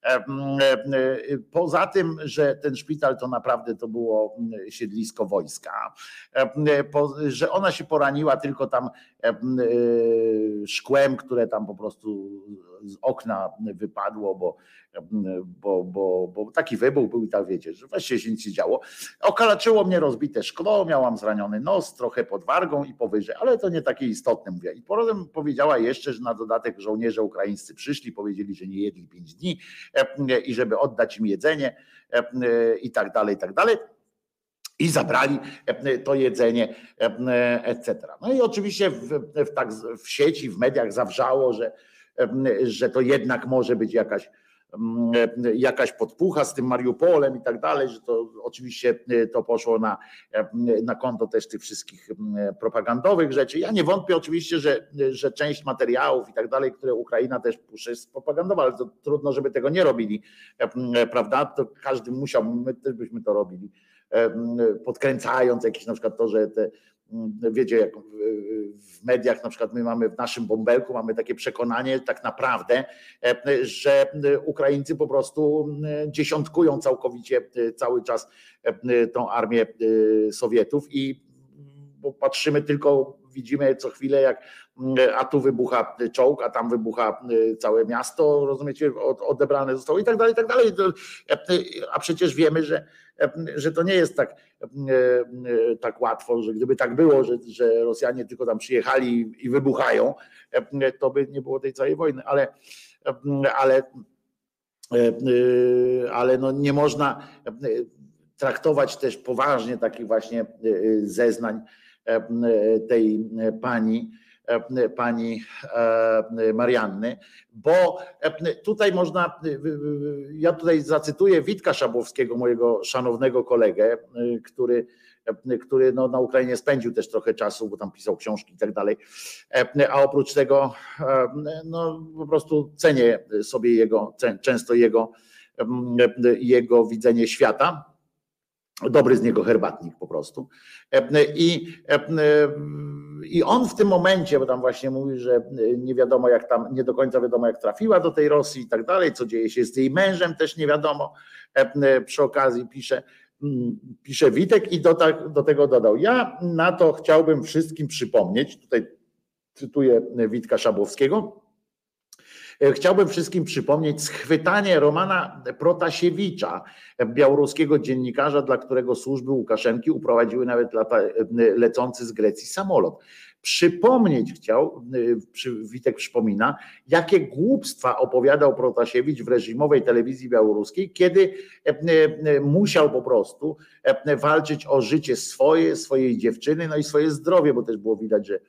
Poza tym, że ten szpital to naprawdę to było siedlisko wojska, że ona się poraniła tylko tam szkłem, które tam po prostu z okna wypadło, bo, bo, bo, bo taki wybuch był i tak wiecie, że właściwie się nic nie działo. Okalaczyło mnie rozbite szkło, miałam zraniony nos, trochę pod wargą i powyżej, ale to nie takie istotne, mówię. I potem powiedziała jeszcze, że na dodatek żołnierze ukraińscy przyszli, powiedzieli, że nie jedli pięć dni i żeby oddać im jedzenie i tak dalej, i tak dalej. I zabrali to jedzenie, et cetera. No i oczywiście w, w, tak, w sieci, w mediach zawrzało, że, że to jednak może być jakaś, jakaś podpucha z tym Mariupolem i tak dalej, że to oczywiście to poszło na, na konto też tych wszystkich propagandowych rzeczy. Ja nie wątpię oczywiście, że, że część materiałów i tak dalej, które Ukraina też puszczy, jest propagandowa, ale to trudno, żeby tego nie robili, prawda? To każdy musiał, my też byśmy to robili, podkręcając jakieś na przykład to, że te, wiecie, jak w mediach na przykład my mamy w naszym bąbelku, mamy takie przekonanie tak naprawdę, że Ukraińcy po prostu dziesiątkują całkowicie cały czas tą armię Sowietów i bo patrzymy tylko, widzimy co chwilę jak a tu wybucha czołg, a tam wybucha całe miasto, rozumiecie, odebrane zostało i tak dalej, i tak dalej. A przecież wiemy, że, że to nie jest tak, tak łatwo, że gdyby tak było, że, że Rosjanie tylko tam przyjechali i wybuchają, to by nie było tej całej wojny, ale, ale, ale no nie można traktować też poważnie takich właśnie zeznań tej pani, pani Marianny, bo tutaj można, ja tutaj zacytuję Witka Szabłowskiego, mojego szanownego kolegę, który, który no na Ukrainie spędził też trochę czasu, bo tam pisał książki i tak dalej, a oprócz tego no po prostu cenię sobie jego, często jego, jego widzenie świata. Dobry z niego herbatnik po prostu. I, I on w tym momencie, bo tam właśnie mówi, że nie wiadomo jak tam, nie do końca wiadomo jak trafiła do tej Rosji i tak dalej, co dzieje się z jej mężem też nie wiadomo. Przy okazji pisze, pisze Witek i do, do tego dodał: ja na to chciałbym wszystkim przypomnieć, tutaj cytuję Witka Szabłowskiego, chciałbym wszystkim przypomnieć schwytanie Romana Protasiewicza, białoruskiego dziennikarza, dla którego służby Łukaszenki uprowadziły nawet lata, lecący z Grecji samolot. Przypomnieć chciał, Witek przypomina, jakie głupstwa opowiadał Protasiewicz w reżimowej telewizji białoruskiej, kiedy musiał po prostu walczyć o życie swoje, swojej dziewczyny, no i swoje zdrowie, bo też było widać, że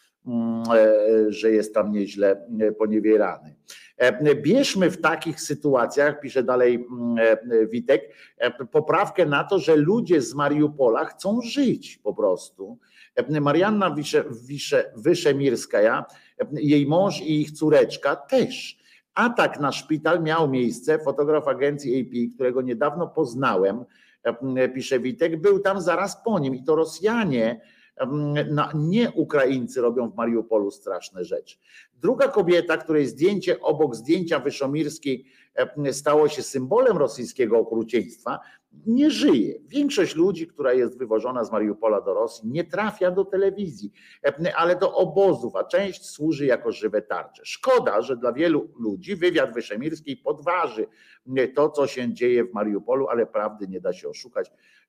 że jest tam nieźle poniewierany. Bierzmy w takich sytuacjach, pisze dalej Witek, poprawkę na to, że ludzie z Mariupola chcą żyć po prostu. Marianna Wyszemirskaja, jej mąż i ich córeczka też. Atak na szpital miał miejsce. Fotograf agencji A P, którego niedawno poznałem, pisze Witek, był tam zaraz po nim i to Rosjanie, nie Ukraińcy robią w Mariupolu straszne rzeczy. Druga kobieta, której zdjęcie obok zdjęcia Wyszomirskiej stało się symbolem rosyjskiego okrucieństwa, nie żyje. Większość ludzi, która jest wywożona z Mariupola do Rosji, nie trafia do telewizji, ale do obozów, a część służy jako żywe tarcze. Szkoda, że dla wielu ludzi wywiad Wyszemirskiej podważy to, co się dzieje w Mariupolu, ale prawdy nie da się oszukać.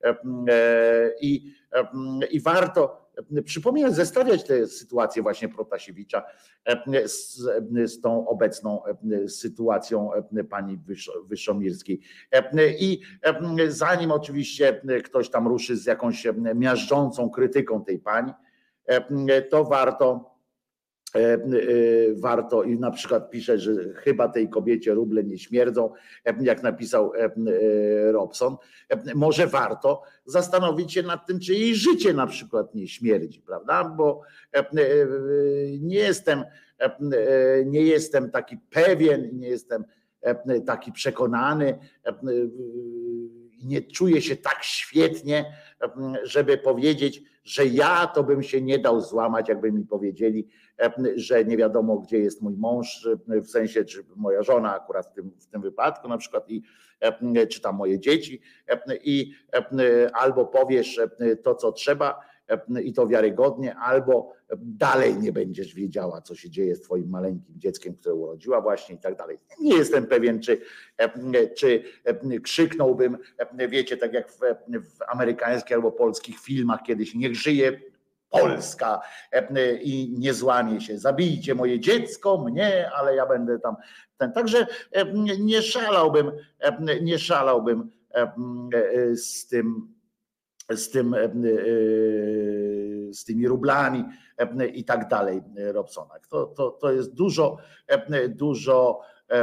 I, i warto przypominać, zestawiać tę sytuację właśnie Protasiewicza z, z tą obecną sytuacją pani Wyszomirskiej. I zanim oczywiście ktoś tam ruszy z jakąś miażdżącą krytyką tej pani, to warto warto i na przykład pisze, że chyba tej kobiecie ruble nie śmierdzą, jak napisał Robson. Może warto zastanowić się nad tym, czy jej życie na przykład nie śmierdzi, prawda? Bo nie jestem, nie jestem taki pewien, nie jestem taki przekonany, nie czuję się tak świetnie, żeby powiedzieć, że ja to bym się nie dał złamać, jakby mi powiedzieli, że nie wiadomo, gdzie jest mój mąż, w sensie, czy moja żona akurat w tym, w tym wypadku na przykład, i, czy tam moje dzieci, i albo powiesz to, co trzeba, i to wiarygodnie, albo dalej nie będziesz wiedziała, co się dzieje z twoim maleńkim dzieckiem, które urodziła właśnie i tak dalej. Nie jestem pewien, czy, czy krzyknąłbym, wiecie, tak jak w, w amerykańskich albo polskich filmach kiedyś, niech żyje Polska i nie złamie się, zabijcie moje dziecko, mnie, ale ja będę tam ten. Także nie szalałbym, nie szalałbym z tym, z tym, z tymi rublami i tak dalej, Robsona. To, to, to jest dużo, dużo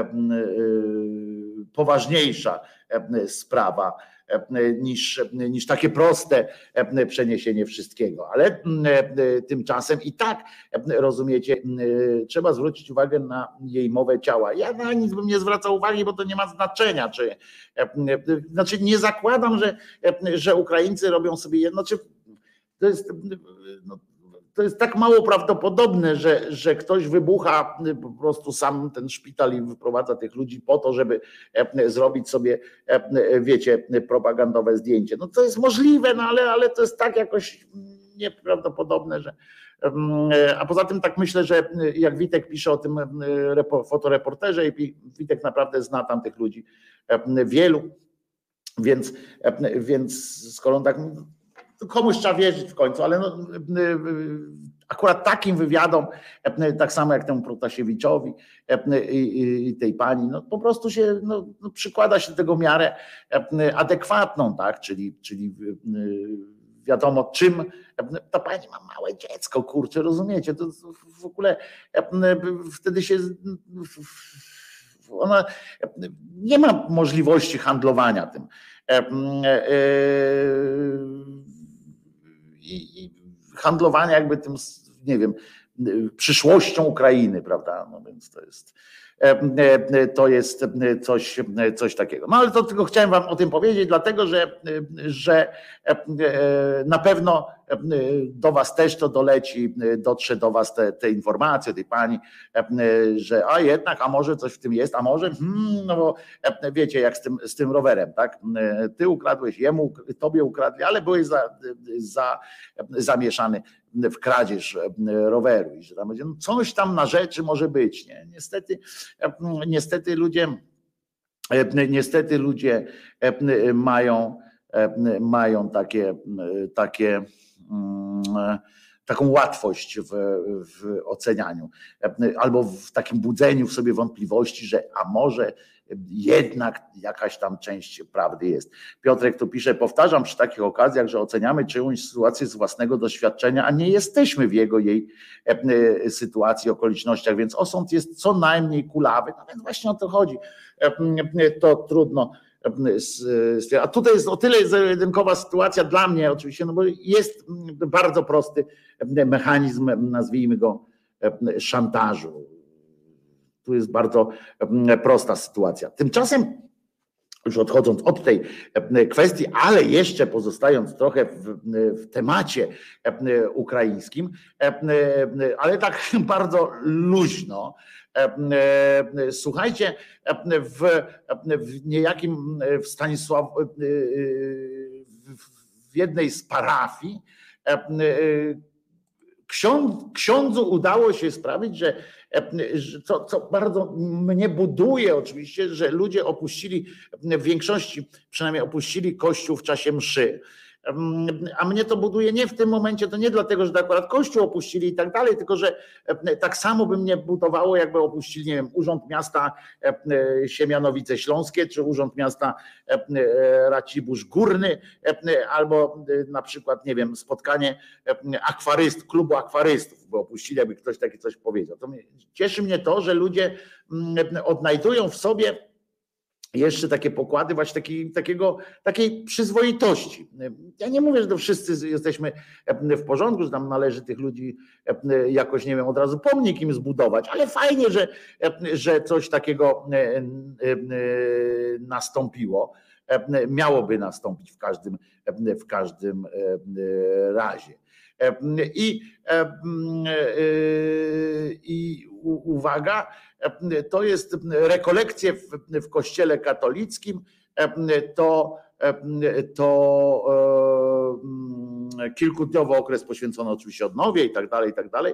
poważniejsza sprawa niż, niż takie proste przeniesienie wszystkiego. Ale tymczasem i tak, rozumiecie, trzeba zwrócić uwagę na jej mowę ciała. Ja na nic bym nie zwracał uwagi, bo to nie ma znaczenia. Czy, znaczy nie zakładam, że, że Ukraińcy robią sobie jedno, czy to jest, no, to jest tak mało prawdopodobne, że, że ktoś wybucha po prostu sam ten szpital i wyprowadza tych ludzi po to, żeby zrobić sobie, wiecie, propagandowe zdjęcie. No to jest możliwe, no ale, ale to jest tak jakoś nieprawdopodobne, że. A poza tym tak myślę, że jak Witek pisze o tym fotoreporterze, i Witek naprawdę zna tam tych ludzi wielu, więc, więc skoro on tak. Komuś trzeba wierzyć w końcu, ale no, akurat takim wywiadom, tak samo jak temu Protasiewiczowi i, i tej pani, no po prostu się no, przykłada się do tego miarę adekwatną, tak, czyli, czyli wiadomo czym, ta pani ma małe dziecko, kurczę, rozumiecie, to w ogóle wtedy się ona nie ma możliwości handlowania tym. I handlowania jakby tym, nie wiem, przyszłością Ukrainy, prawda? No więc to jest to jest coś, coś takiego. No ale to tylko chciałem wam o tym powiedzieć, dlatego że, że na pewno do was też to doleci, dotrze do was te, te informacje tej pani, że a jednak, a może coś w tym jest, a może, hmm, no bo wiecie, jak z tym, z tym rowerem, tak? Ty ukradłeś, jemu, tobie ukradli, ale byłeś za, za, zamieszany w kradzież roweru i że tam będzie, no coś tam na rzeczy może być, nie? Niestety, niestety ludzie, niestety ludzie mają, mają takie, takie taką łatwość w, w ocenianiu albo w takim budzeniu w sobie wątpliwości, że a może jednak jakaś tam część prawdy jest. Piotrek tu pisze, powtarzam przy takich okazjach, że oceniamy czyjąś sytuację z własnego doświadczenia, a nie jesteśmy w jego jej sytuacji, okolicznościach, więc osąd jest co najmniej kulawy, no więc właśnie o to chodzi. To trudno. A tutaj jest o tyle zero-jedynkowa sytuacja dla mnie oczywiście, no bo jest bardzo prosty mechanizm, nazwijmy go szantażu. Tu jest bardzo prosta sytuacja. Tymczasem, już odchodząc od tej kwestii, ale jeszcze pozostając trochę w, w temacie ukraińskim, ale tak bardzo luźno, słuchajcie, w, w niejakim w Stanisław, w jednej z parafii ksiądz, ksiądzu udało się sprawić, że co, co bardzo mnie buduje oczywiście, że ludzie opuścili, w większości przynajmniej opuścili kościół w czasie mszy. A mnie to buduje nie w tym momencie, to nie dlatego, że to akurat kościół opuścili i tak dalej, tylko że tak samo by mnie budowało, jakby opuścili, nie wiem, Urząd Miasta Siemianowice Śląskie, czy Urząd Miasta Racibórz Górny, albo na przykład, nie wiem, spotkanie akwaryst, klubu akwarystów, bo opuścili, jakby ktoś takie coś powiedział. To mnie, cieszy mnie to, że ludzie odnajdują w sobie jeszcze takie pokłady właśnie takiej, takiego, takiej przyzwoitości. Ja nie mówię, że to wszyscy jesteśmy w porządku, że tam należy tych ludzi jakoś, nie wiem, od razu pomnik im zbudować, ale fajnie, że, że coś takiego nastąpiło. Miałoby nastąpić w każdym, w każdym razie. I, i uwaga, to jest rekolekcje w, w kościele katolickim, to, to kilkudniowy okres poświęcony oczywiście odnowie i tak dalej, i tak dalej.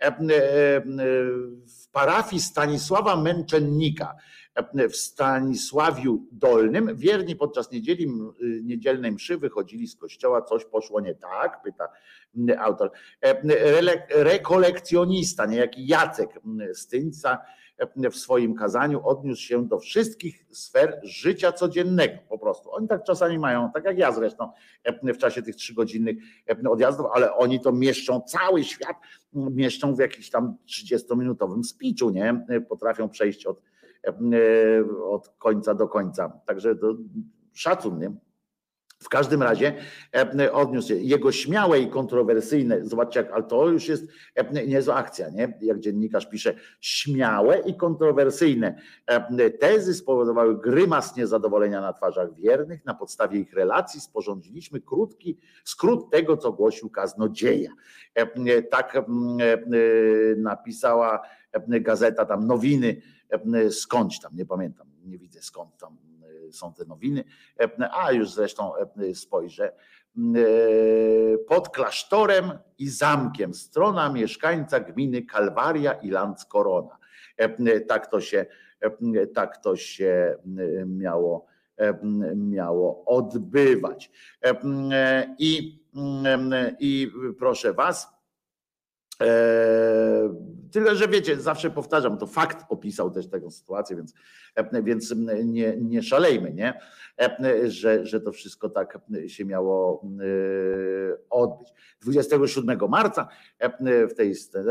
W parafii Stanisława Męczennika w Stanisławiu Dolnym wierni podczas niedzieli, niedzielnej mszy wychodzili z kościoła, coś poszło nie tak, pyta autor. Rekolekcjonista, niejaki Jacek Styńca w swoim kazaniu odniósł się do wszystkich sfer życia codziennego po prostu. Oni tak czasami mają, tak jak ja zresztą w czasie tych trzygodzinnych odjazdów, ale oni to mieszczą, cały świat mieszczą w jakimś tam trzydziestominutowym speechu, nie? Potrafią przejść od, od końca do końca. Także to szacun, nie? W każdym razie odniósł się jego śmiałe i kontrowersyjne, zobaczcie, jak, ale to już jest niezła akcja, nie? Jak dziennikarz pisze, śmiałe i kontrowersyjne tezy spowodowały grymas niezadowolenia na twarzach wiernych. Na podstawie ich relacji sporządziliśmy krótki skrót tego, co głosił kaznodzieja. Tak napisała gazeta, tam nowiny, skądś tam, nie pamiętam, nie widzę skąd tam są te nowiny, a już zresztą spojrzę. Pod klasztorem i zamkiem, strona mieszkańca gminy Kalwaria i Landskorona. Tak to się, tak to się miało, miało odbywać. I, i proszę was, Eee, tyle, że wiecie, zawsze powtarzam, to fakt opisał też taką sytuację, więc, więc nie, nie szalejmy, nie? Że, że to wszystko tak się miało odbyć. dwudziestego siódmego marca w tej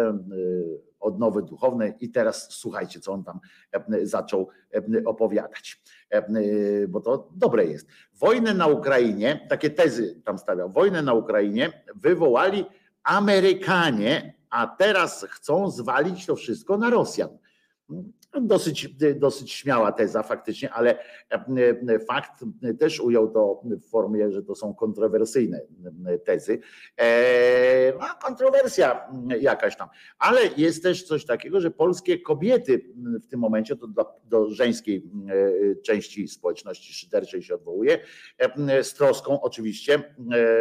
odnowy duchownej i teraz słuchajcie, co on tam zaczął opowiadać, bo to dobre jest. Wojnę na Ukrainie, takie tezy tam stawiał, wojnę na Ukrainie wywołali Amerykanie, a teraz chcą zwalić to wszystko na Rosjan. Dosyć, dosyć śmiała teza faktycznie, ale fakt też ujął to w formie, że to są kontrowersyjne tezy. No, kontrowersja jakaś tam. Ale jest też coś takiego, że polskie kobiety w tym momencie, to do, do żeńskiej części społeczności szyderczej się odwołuje, z troską oczywiście,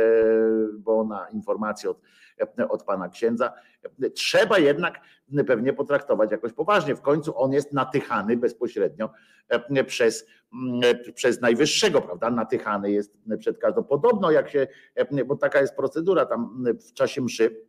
bo na informację od od pana księdza, trzeba jednak pewnie potraktować jakoś poważnie. W końcu on jest natychany bezpośrednio przez, przez najwyższego, prawda? Natychany jest przed każdą. Podobno jak się, bo taka jest procedura tam w czasie mszy,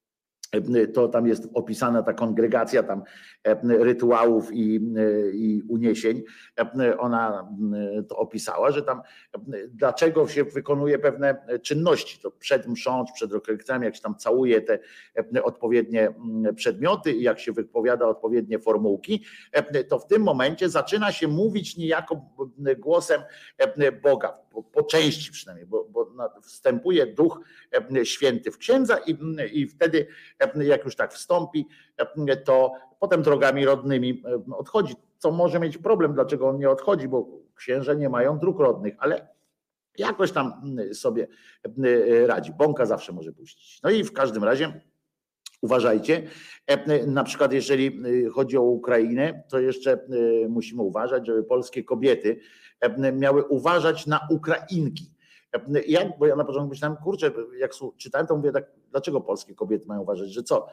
to tam jest opisana ta kongregacja tam rytuałów i, i uniesień. Ona to opisała, że tam dlaczego się wykonuje pewne czynności. To przed mszą, przed rekolekcjami, jak się tam całuje te odpowiednie przedmioty i jak się wypowiada odpowiednie formułki, to w tym momencie zaczyna się mówić niejako głosem Boga, po, po części przynajmniej, bo, bo wstępuje Duch Święty w księdza i, i wtedy jak już tak wstąpi, to potem drogami rodnymi odchodzi, co może mieć problem, dlaczego on nie odchodzi, bo księże nie mają dróg rodnych, ale jakoś tam sobie radzi. Bąka zawsze może puścić. No i w każdym razie uważajcie, na przykład jeżeli chodzi o Ukrainę, to jeszcze musimy uważać, żeby polskie kobiety miały uważać na Ukrainki. Ja, bo ja na początku myślałem, kurczę, jak czytałem, to mówię tak, dlaczego polskie kobiety mają uważać, że co,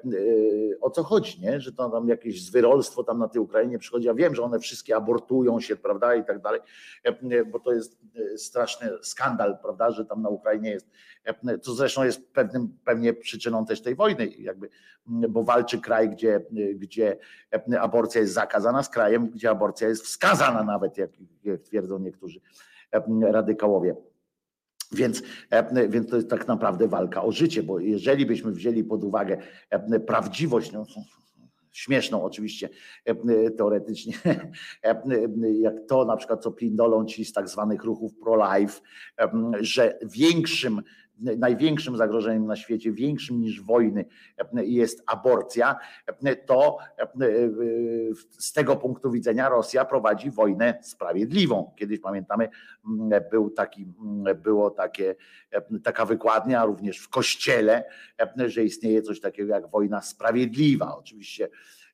o co chodzi, nie? Że to tam jakieś zwyrolstwo tam na tej Ukrainie przychodzi. Ja wiem, że one wszystkie abortują się, prawda, i tak dalej, bo to jest straszny skandal, prawda, że tam na Ukrainie jest, co zresztą jest pewnym, pewnie przyczyną też tej wojny, jakby, bo walczy kraj, gdzie, gdzie aborcja jest zakazana z krajem, gdzie aborcja jest wskazana nawet, jak, jak twierdzą niektórzy radykałowie. Więc, więc to jest tak naprawdę walka o życie, bo jeżeli byśmy wzięli pod uwagę prawdziwość, no, śmieszną oczywiście teoretycznie, jak to na przykład co pindolą ci z tak zwanych ruchów pro-life, że większym, największym zagrożeniem na świecie, większym niż wojny jest aborcja, to z tego punktu widzenia Rosja prowadzi wojnę sprawiedliwą. Kiedyś pamiętamy, był taki, było takie, taka wykładnia również w kościele, że istnieje coś takiego jak wojna sprawiedliwa. Oczywiście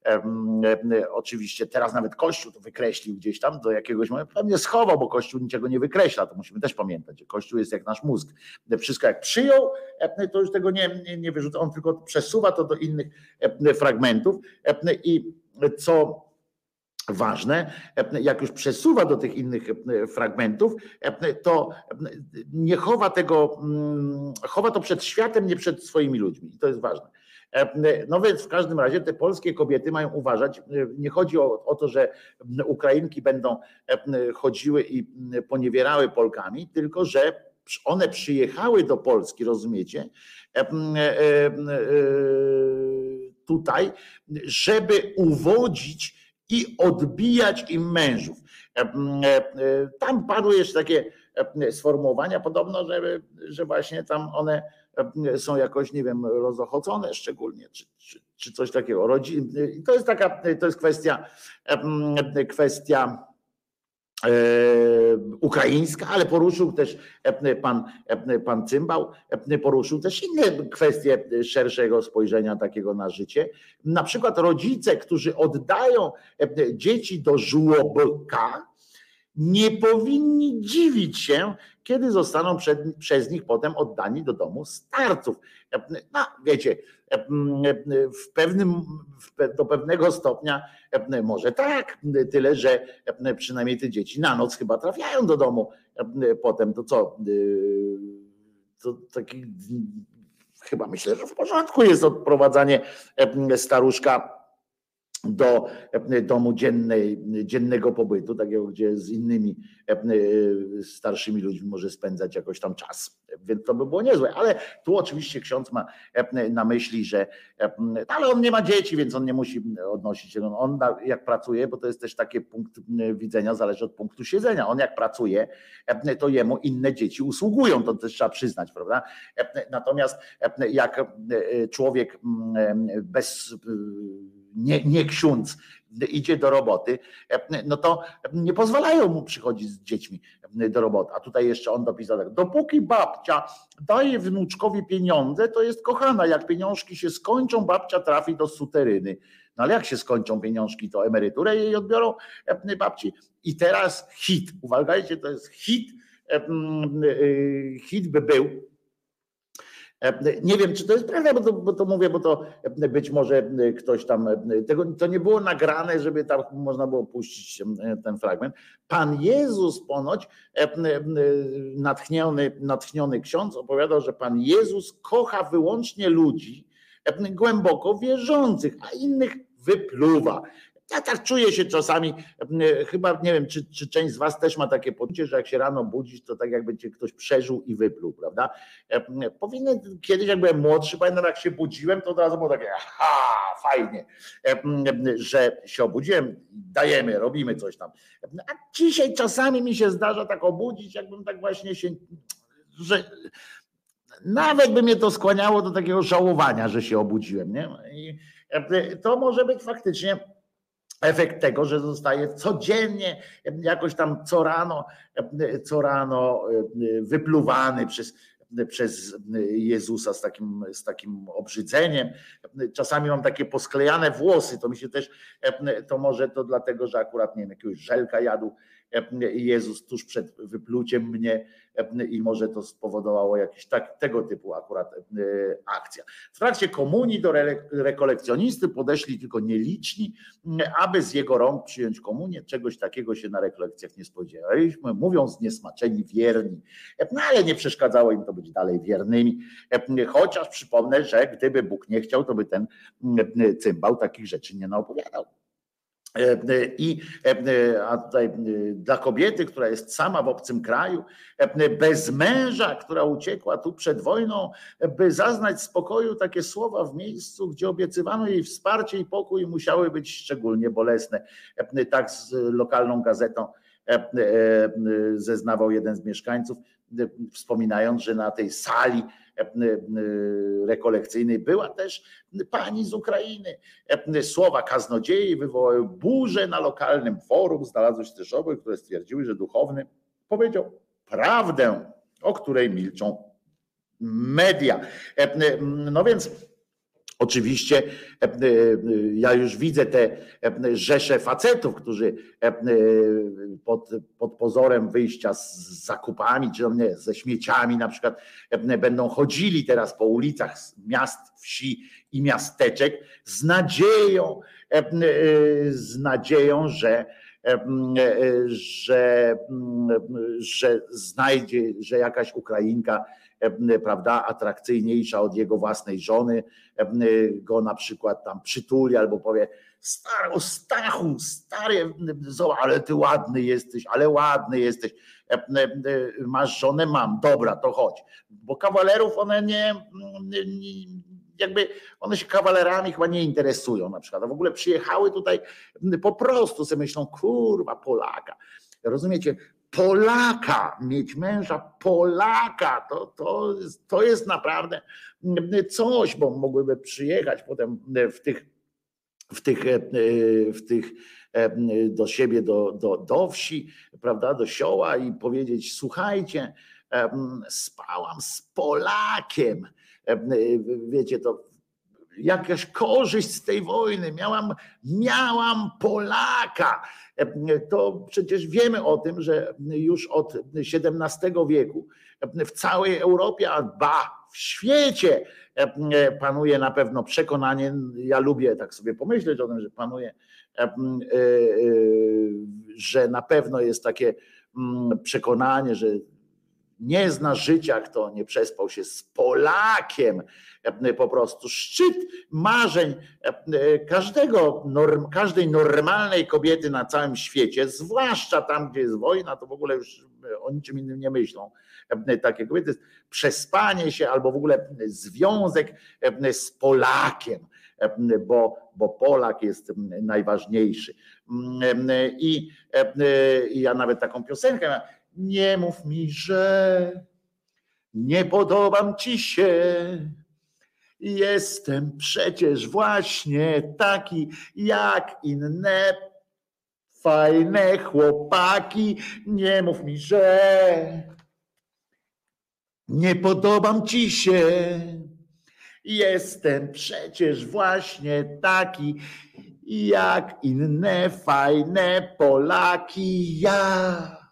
Oczywiście teraz nawet Kościół to wykreślił gdzieś tam do jakiegoś momentu, pewnie schował, bo Kościół niczego nie wykreśla, to musimy też pamiętać, że Kościół jest jak nasz mózg. Wszystko jak przyjął, to już tego nie, nie, nie wyrzuca, on tylko przesuwa to do innych fragmentów i co ważne, jak już przesuwa do tych innych fragmentów, to nie chowa tego, chowa to przed światem, nie przed swoimi ludźmi. I to jest ważne. No więc w każdym razie te polskie kobiety mają uważać, nie chodzi o, o to, że Ukrainki będą chodziły i poniewierały Polkami, tylko że one przyjechały do Polski, rozumiecie, tutaj, żeby uwodzić i odbijać im mężów. Tam padły jeszcze takie sformułowania podobno, że, że właśnie tam one są jakoś, nie wiem, rozochocone szczególnie, czy, czy, czy coś takiego. Rodzin, to jest taka, to jest kwestia, kwestia e, ukraińska, ale poruszył też pan, pan Cymbał, poruszył też inne kwestie szerszego spojrzenia takiego na życie. Na przykład rodzice, którzy oddają dzieci do żłobka, nie powinni dziwić się, kiedy zostaną przed, przez nich potem oddani do domu starców. No wiecie, w pewnym, do pewnego stopnia może tak, tyle, że przynajmniej te dzieci na noc chyba trafiają do domu potem, to co, to taki chyba myślę, że w porządku jest odprowadzanie staruszka do domu dziennej, dziennego pobytu, takiego, gdzie z innymi starszymi ludźmi może spędzać jakoś tam czas. Więc to by było niezłe, ale tu oczywiście ksiądz ma na myśli, że ale on nie ma dzieci, więc on nie musi odnosić się. On jak pracuje, bo to jest też taki punkt widzenia, zależy od punktu siedzenia. On jak pracuje, to jemu inne dzieci usługują, to też trzeba przyznać, prawda? Natomiast jak człowiek bez Nie, nie ksiądz idzie do roboty, no to nie pozwalają mu przychodzić z dziećmi do roboty. A tutaj jeszcze on dopisał tak: dopóki babcia daje wnuczkowi pieniądze, to jest kochana. Jak pieniążki się skończą, babcia trafi do suteryny. No ale jak się skończą pieniążki, to emeryturę jej odbiorą babci. I teraz hit. Uwagajcie, to jest hit. Hit by był. Nie wiem, czy to jest prawda, bo to, bo to mówię, bo to być może ktoś tam, tego, to nie było nagrane, żeby tam można było puścić ten fragment. Pan Jezus ponoć, natchniony, natchniony ksiądz opowiadał, że Pan Jezus kocha wyłącznie ludzi głęboko wierzących, a innych wypluwa. Ja tak czuję się czasami, chyba nie wiem, czy, czy część z was też ma takie poczucie, że jak się rano budzisz, to tak jakby cię ktoś przeżył i wypluł, prawda? Powinny, kiedyś jak byłem młodszy, pamiętam jak się budziłem, to od razu było takie, aha, fajnie, że się obudziłem, dajemy, robimy coś tam. A dzisiaj czasami mi się zdarza tak obudzić, jakbym tak właśnie się, że nawet by mnie to skłaniało do takiego żałowania, że się obudziłem, nie? I to może być faktycznie efekt tego, że zostaje codziennie, jakoś tam co rano, co rano wypluwany przez, przez Jezusa z takim, z takim obrzydzeniem. Czasami mam takie posklejane włosy, to mi się też, to może to dlatego, że akurat nie wiem, jakiegoś żelka jadł Jezus tuż przed wypluciem mnie i może to spowodowało jakieś tak, tego typu akurat akcja. W trakcie komunii do rekolekcjonisty podeszli tylko nieliczni, aby z jego rąk przyjąć komunię. Czegoś takiego się na rekolekcjach nie spodziewaliśmy, mówią zniesmaczeni wierni, no ale nie przeszkadzało im to być dalej wiernymi, chociaż przypomnę, że gdyby Bóg nie chciał, to by ten cymbał takich rzeczy nie naopowiadał. I a tutaj dla kobiety, która jest sama w obcym kraju, bez męża, która uciekła tu przed wojną, by zaznać spokoju, takie słowa w miejscu, gdzie obiecywano jej wsparcie i pokój, musiały być szczególnie bolesne. Tak z lokalną gazetą zeznawał jeden z mieszkańców, wspominając, że na tej sali rekolekcyjnej była też pani z Ukrainy. Słowa kaznodziei wywołały burzę na lokalnym forum. Znalazły się też osoby, które stwierdziły, że duchowny powiedział prawdę, o której milczą media. No więc oczywiście ja już widzę te rzesze facetów, którzy pod, pod pozorem wyjścia z zakupami, czy nie, ze śmieciami na przykład będą chodzili teraz po ulicach miast, wsi i miasteczek z nadzieją, z nadzieją, że że, że znajdzie, że jakaś Ukrainka, prawda, atrakcyjniejsza od jego własnej żony, go na przykład tam przytuli albo powie: stary, Stachu, stary, ale ty ładny jesteś, ale ładny jesteś, masz żonę? Mam, dobra, to chodź. Bo kawalerów one nie, nie jakby one się kawalerami chyba nie interesują na przykład, a w ogóle przyjechały tutaj po prostu sobie myślą: kurwa, Polaka. Rozumiecie? Polaka, mieć męża Polaka, to, to, to jest naprawdę coś, bo mogłyby przyjechać potem w tych, w tych, w tych do siebie, do, do, do wsi, prawda, do sioła i powiedzieć: słuchajcie, spałam z Polakiem. Wiecie, to jakaś korzyść z tej wojny, miałam, miałam Polaka. To przecież wiemy o tym, że już od siedemnastego wieku w całej Europie, a ba, w świecie panuje na pewno przekonanie, ja lubię tak sobie pomyśleć o tym, że panuje, że na pewno jest takie przekonanie, że nie zna życia, kto nie przespał się z Polakiem. Po prostu szczyt marzeń każdego, norm, każdej normalnej kobiety na całym świecie, zwłaszcza tam, gdzie jest wojna, to w ogóle już o niczym innym nie myślą. Takie kobiety, przespanie się albo w ogóle związek z Polakiem, bo, bo Polak jest najważniejszy. I, i ja nawet taką piosenkę mam, nie mów mi, że nie podobam ci się, jestem przecież właśnie taki jak inne fajne chłopaki, nie mów mi, że nie podobam ci się, jestem przecież właśnie taki jak inne fajne Polaki, ja.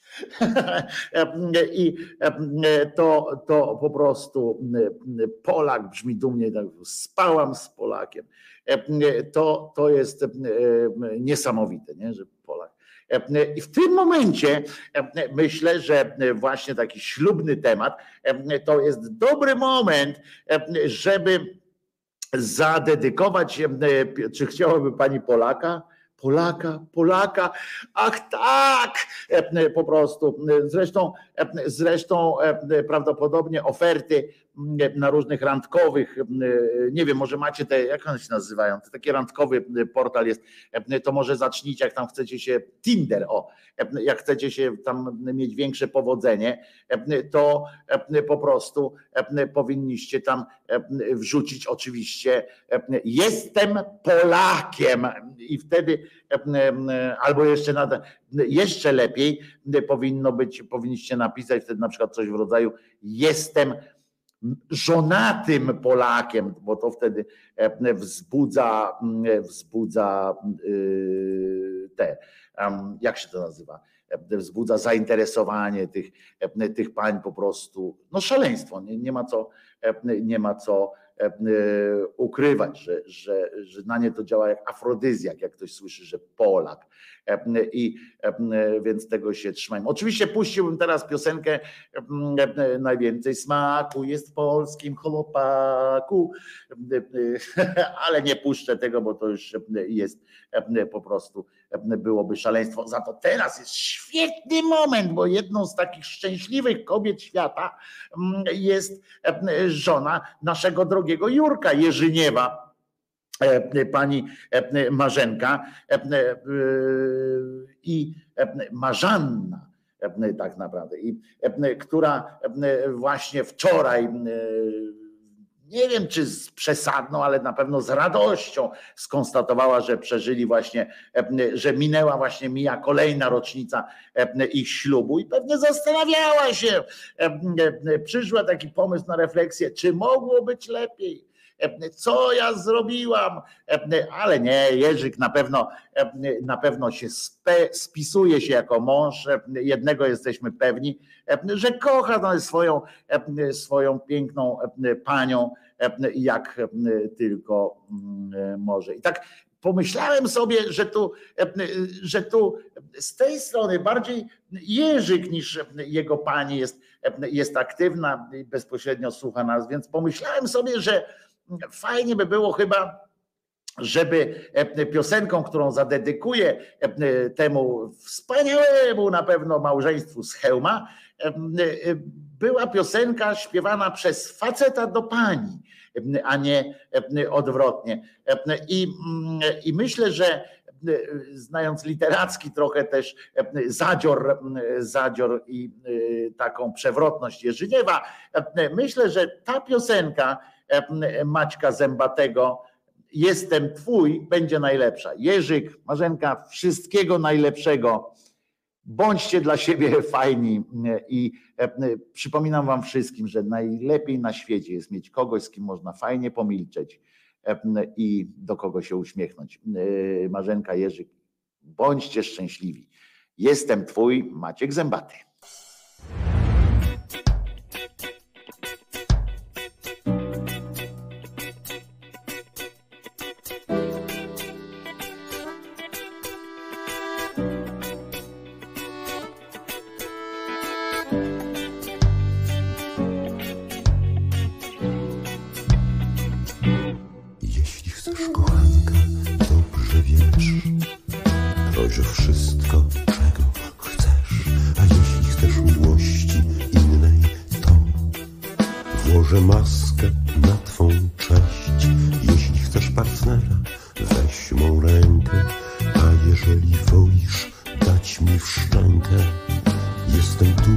I to, to po prostu Polak brzmi dumnie, spałam z Polakiem. To, to jest niesamowite, nie? Że Polak. I w tym momencie myślę, że właśnie taki ślubny temat to jest dobry moment, żeby zadedykować, czy chciałaby pani Polaka? Polaka, Polaka, ach tak, po prostu. Zresztą, zresztą prawdopodobnie oferty na różnych randkowych, nie wiem, może macie te, jak one się nazywają, to taki randkowy portal jest, to może zacznijcie, jak tam chcecie się, Tinder, o, jak chcecie się tam mieć większe powodzenie, to po prostu powinniście tam wrzucić oczywiście jestem Polakiem i wtedy albo jeszcze nada, jeszcze lepiej powinno być, powinniście napisać wtedy na przykład coś w rodzaju jestem żonatym Polakiem, bo to wtedy wzbudza, wzbudza te, jak się to nazywa, wzbudza zainteresowanie tych, tych pań po prostu, no szaleństwo, nie, nie ma co, nie ma co ukrywać, że, że, że na nie to działa jak afrodyzjak, jak ktoś słyszy, że Polak. I więc tego się trzymajmy. Oczywiście puściłbym teraz piosenkę najwięcej smaku jest w polskim chłopaku, ale nie puszczę tego, bo to już jest po prostu byłoby szaleństwo. Za to teraz jest świetny moment, bo jedną z takich szczęśliwych kobiet świata jest żona naszego drogiego Jurka Jerzyniewa, pani Marzenka i Marzanna tak naprawdę, i która właśnie wczoraj, nie wiem czy z przesadną, ale na pewno z radością skonstatowała, że przeżyli właśnie, że minęła właśnie, mija kolejna rocznica ich ślubu i pewnie zastanawiała się, przyszła taki pomysł na refleksję, czy mogło być lepiej. Co ja zrobiłam, ale nie, Jerzyk na pewno, na pewno się spe, spisuje się jako mąż, jednego jesteśmy pewni, że kocha swoją, swoją piękną panią, jak tylko może. I tak pomyślałem sobie, że tu, że tu z tej strony bardziej Jerzyk niż jego pani jest, jest aktywna i bezpośrednio słucha nas, więc pomyślałem sobie, że fajnie by było chyba, żeby piosenką, którą zadedykuję temu wspaniałemu na pewno małżeństwu z Chełma, była piosenka śpiewana przez faceta do pani, a nie odwrotnie. I, i myślę, że znając literacki trochę też zadzior, zadzior i taką przewrotność Jerzyniewa, myślę, że ta piosenka Maćka Zębatego jestem twój będzie najlepsza. Jerzyk, Marzenka, wszystkiego najlepszego. Bądźcie dla siebie fajni i przypominam wam wszystkim, że najlepiej na świecie jest mieć kogoś, z kim można fajnie pomilczeć i do kogo się uśmiechnąć. Marzenka, Jerzyk, bądźcie szczęśliwi. Jestem twój Maciek Zębaty. wszystko, czego chcesz, a jeśli chcesz miłości innej, to włożę maskę na twą cześć. Jeśli chcesz partnera, weź mą rękę, a jeżeli wolisz dać mi w szczękę, jestem tu,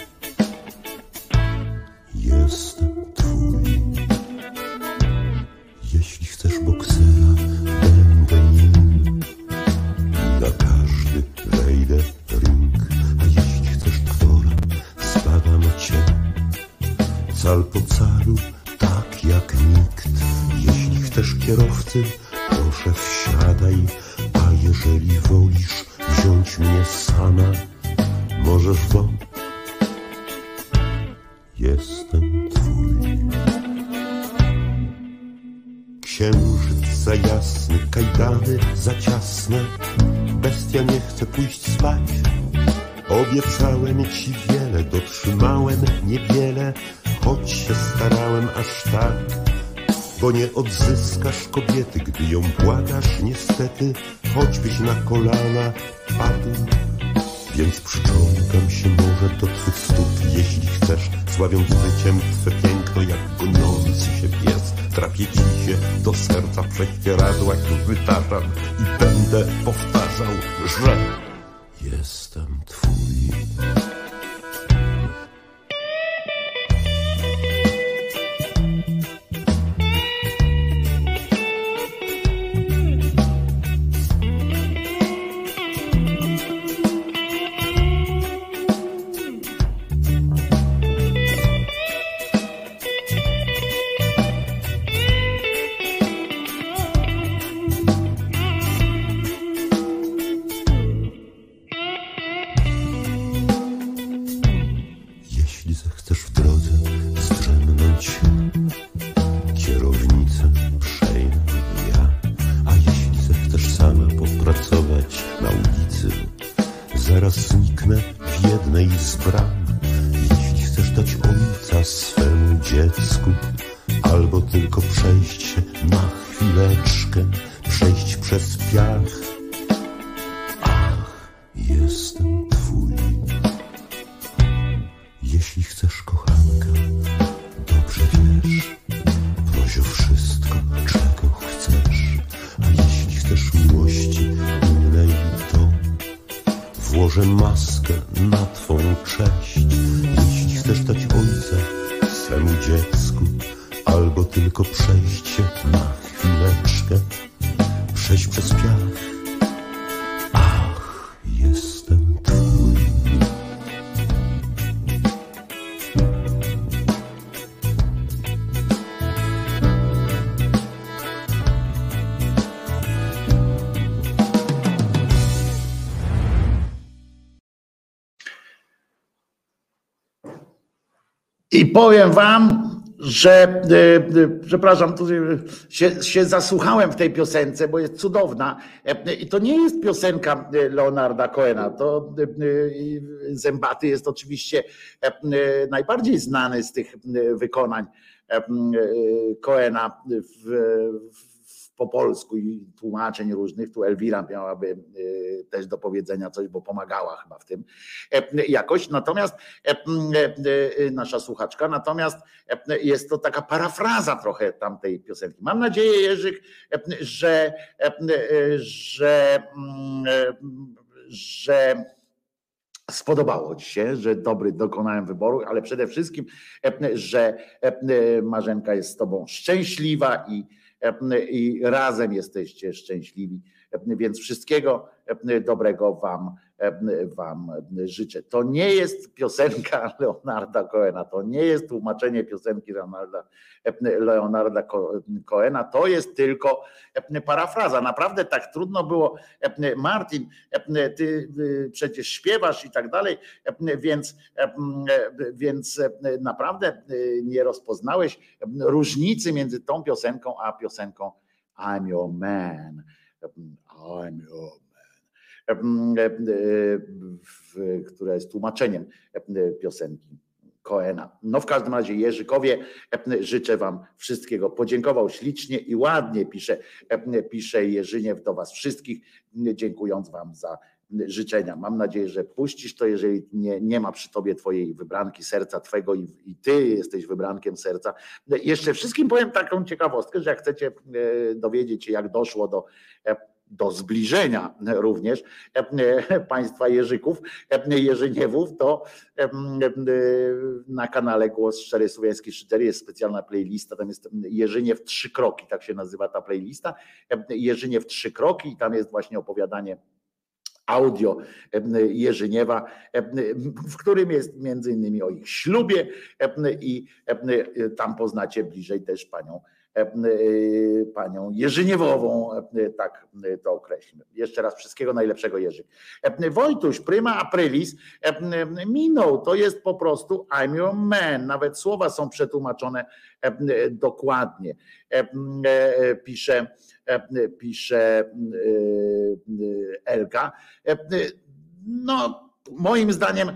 jestem twój. Jeśli chcesz boksera, będę nim, na każdy wejdę ring, a jeśli chcesz aktora, spadam cię cal po calu, tak jak nikt. Jeśli chcesz kierowcy, proszę wsiadaj, a jeżeli wolisz wziąć mnie sama, możesz, bo jestem twój. Księżyc za jasny, kajdany za ciasne, bestia nie chce pójść spać. Obiecałem ci wiele, dotrzymałem niewiele, choć się starałem aż tak. Bo nie odzyskasz kobiety, gdy ją błagasz, niestety, choćbyś na kolana padł. Więc przyczołgam się może do twych stóp, jeśli chcesz, sławiąc byciem twe piękno jak goniący się pies. Trafię ci się do serca prześcieradła, już wytaczam i będę powtarzał, że jestem twój. I powiem wam, że przepraszam, tu się, się zasłuchałem w tej piosence, bo jest cudowna. I to nie jest piosenka Leonarda Cohena. To Zębaty jest oczywiście najbardziej znany z tych wykonań Cohena w, w po polsku i tłumaczeń różnych. Tu Elwira miałaby też do powiedzenia coś, bo pomagała chyba w tym jakoś. Natomiast nasza słuchaczka, natomiast jest to taka parafraza trochę tamtej piosenki. Mam nadzieję, Jerzyk, że, że, że spodobało ci się, że dobry dokonałem wyboru, ale przede wszystkim, że Marzenka jest z tobą szczęśliwa i i razem jesteście szczęśliwi, więc wszystkiego dobrego wam, wam życzę. To nie jest piosenka Leonarda Cohena, to nie jest tłumaczenie piosenki Leonarda, Leonarda Cohena, to jest tylko parafraza. Naprawdę tak trudno było, Martin, ty przecież śpiewasz i tak dalej, więc, więc naprawdę nie rozpoznałeś różnicy między tą piosenką a piosenką I'm Your Man. I'm Your Man. Która jest tłumaczeniem piosenki Cohena. No w każdym razie Jerzykowie, życzę wam wszystkiego. Podziękował ślicznie i ładnie, pisze, pisze Jerzyniew do was wszystkich, dziękując wam za życzenia. Mam nadzieję, że puścisz to, jeżeli nie, nie ma przy tobie twojej wybranki serca twego i, i ty jesteś wybrankiem serca. Jeszcze wszystkim powiem taką ciekawostkę, że jak chcecie dowiedzieć się, jak doszło do do zbliżenia również państwa Jerzyków, Jerzyniewów, to na kanale Głos Szczery Słowiański Szydery jest specjalna playlista, tam jest Jerzyniew Trzy Kroki, tak się nazywa ta playlista, Jerzyniew Trzy Kroki i tam jest właśnie opowiadanie audio Jerzyniewa, w którym jest między innymi o ich ślubie i tam poznacie bliżej też panią panią Jerzyniewową, tak to określmy. Jeszcze raz wszystkiego najlepszego, Jerzyk. Wojtuś, prima aprilis minął, to jest po prostu I'm your man, nawet słowa są przetłumaczone dokładnie. Pisze, pisze Elka. No, moim zdaniem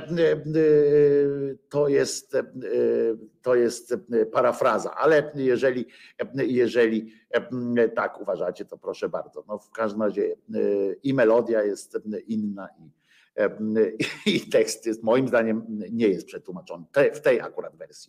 to jest, to jest parafraza, ale jeżeli, jeżeli tak uważacie, to proszę bardzo. No w każdym razie i melodia jest inna i, i tekst jest moim zdaniem nie jest przetłumaczony w tej akurat wersji.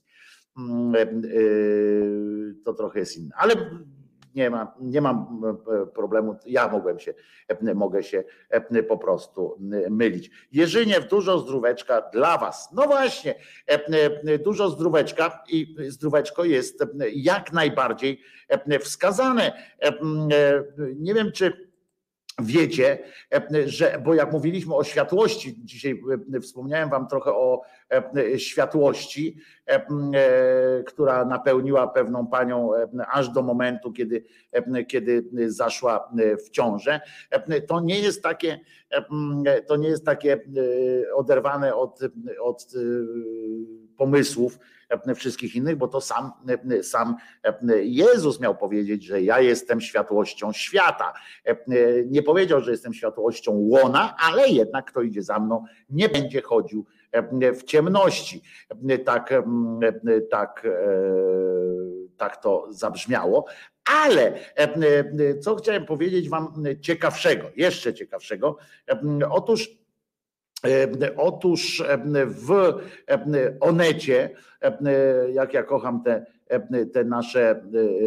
To trochę jest inne, ale nie ma, nie mam problemu, ja mogłem się, mogę się po prostu mylić. Jerzyniew, dużo zdróweczka dla was. No właśnie, dużo zdróweczka i zdróweczko jest jak najbardziej wskazane. Nie wiem, czy wiecie, że, bo jak mówiliśmy o światłości, dzisiaj wspomniałem wam trochę o światłości, która napełniła pewną panią aż do momentu, kiedy, kiedy zaszła w ciążę. To nie jest takie, to nie jest takie oderwane od, od pomysłów wszystkich innych, bo to sam, sam Jezus miał powiedzieć, że ja jestem światłością świata. Nie powiedział, że jestem światłością łona, ale jednak kto idzie za mną, nie będzie chodził w ciemności. Tak, tak, tak to zabrzmiało. Ale co chciałem powiedzieć wam ciekawszego, jeszcze ciekawszego, otóż Otóż w Onecie, jak ja kocham te, te nasze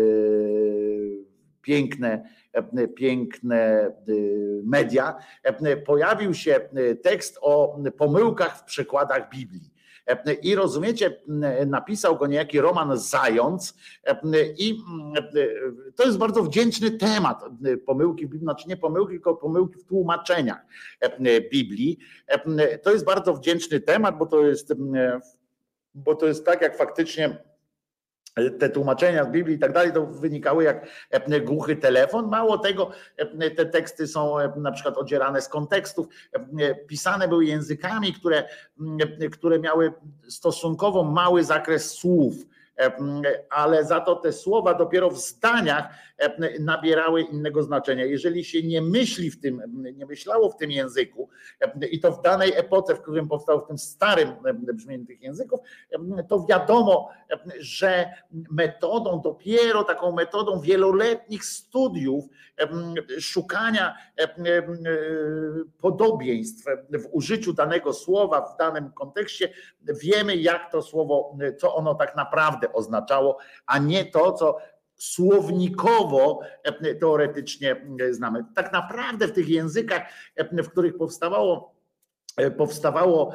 piękne, piękne media, pojawił się tekst o pomyłkach w przekładach Biblii. I rozumiecie, napisał go niejaki Roman Zając i to jest bardzo wdzięczny temat, pomyłki w Biblii, znaczy nie pomyłki, tylko pomyłki w tłumaczeniach Biblii. To jest bardzo wdzięczny temat, bo to jest, bo to jest tak, jak faktycznie te tłumaczenia z Biblii i tak dalej, to wynikały jak głuchy telefon. Mało tego, te teksty są na przykład odzierane z kontekstów, pisane były językami, które, które miały stosunkowo mały zakres słów, ale za to te słowa dopiero w zdaniach nabierały innego znaczenia. Jeżeli się nie myśli w tym, nie myślało w tym języku i to w danej epoce, w którym powstał w tym starym brzmieniu tych języków, to wiadomo, że metodą, dopiero taką metodą wieloletnich studiów, szukania podobieństw w użyciu danego słowa w danym kontekście, wiemy, jak to słowo, co ono tak naprawdę oznaczało, a nie to, co słownikowo teoretycznie znamy. Tak naprawdę w tych językach, w których powstawało, powstawało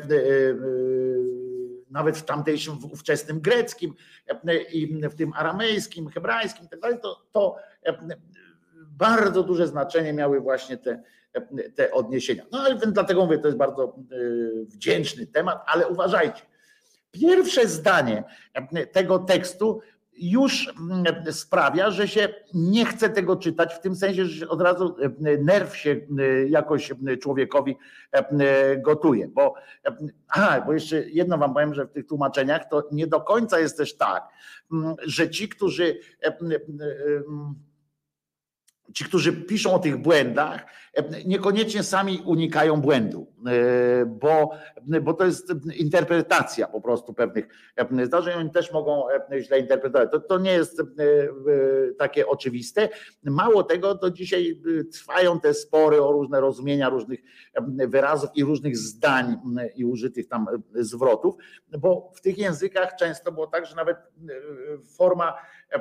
nawet w tamtejszym w ówczesnym greckim i w tym aramejskim, hebrajskim, tak dalej, to, to bardzo duże znaczenie miały właśnie te, te odniesienia. No ale dlatego mówię, to jest bardzo wdzięczny temat, ale uważajcie. Pierwsze zdanie tego tekstu już sprawia, że się nie chce tego czytać, w tym sensie, że od razu nerw się jakoś człowiekowi gotuje. Bo, aha, bo jeszcze jedno wam powiem, że w tych tłumaczeniach to nie do końca jest też tak, że ci, którzy ci, którzy piszą o tych błędach, niekoniecznie sami unikają błędu, bo, bo to jest interpretacja po prostu pewnych zdarzeń. Oni też mogą źle interpretować. To, to nie jest takie oczywiste. Mało tego, to dzisiaj trwają te spory o różne rozumienia różnych wyrazów i różnych zdań i użytych tam zwrotów, bo w tych językach często było tak, że nawet forma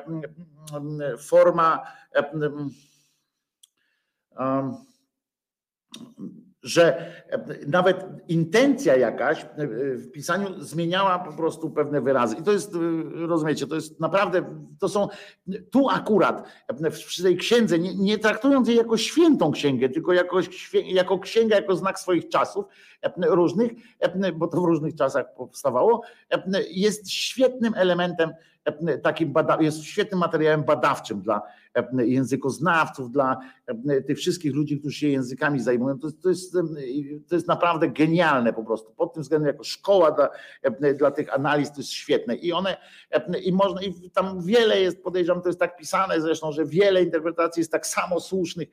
forma że nawet intencja jakaś w pisaniu zmieniała po prostu pewne wyrazy. I to jest, rozumiecie, to jest naprawdę, to są, tu akurat przy tej księdze, nie, nie traktując jej jako świętą księgę, tylko jako, jako księgę, jako znak swoich czasów różnych, bo to w różnych czasach powstawało, jest świetnym elementem, takim bada, jest świetnym materiałem badawczym dla językoznawców, dla tych wszystkich ludzi, którzy się językami zajmują. To, to, jest, to jest naprawdę genialne po prostu. Pod tym względem jako szkoła dla, dla tych analiz to jest świetne. I one, i można, i tam wiele jest, podejrzewam, to jest tak pisane zresztą, że wiele interpretacji jest tak samo słusznych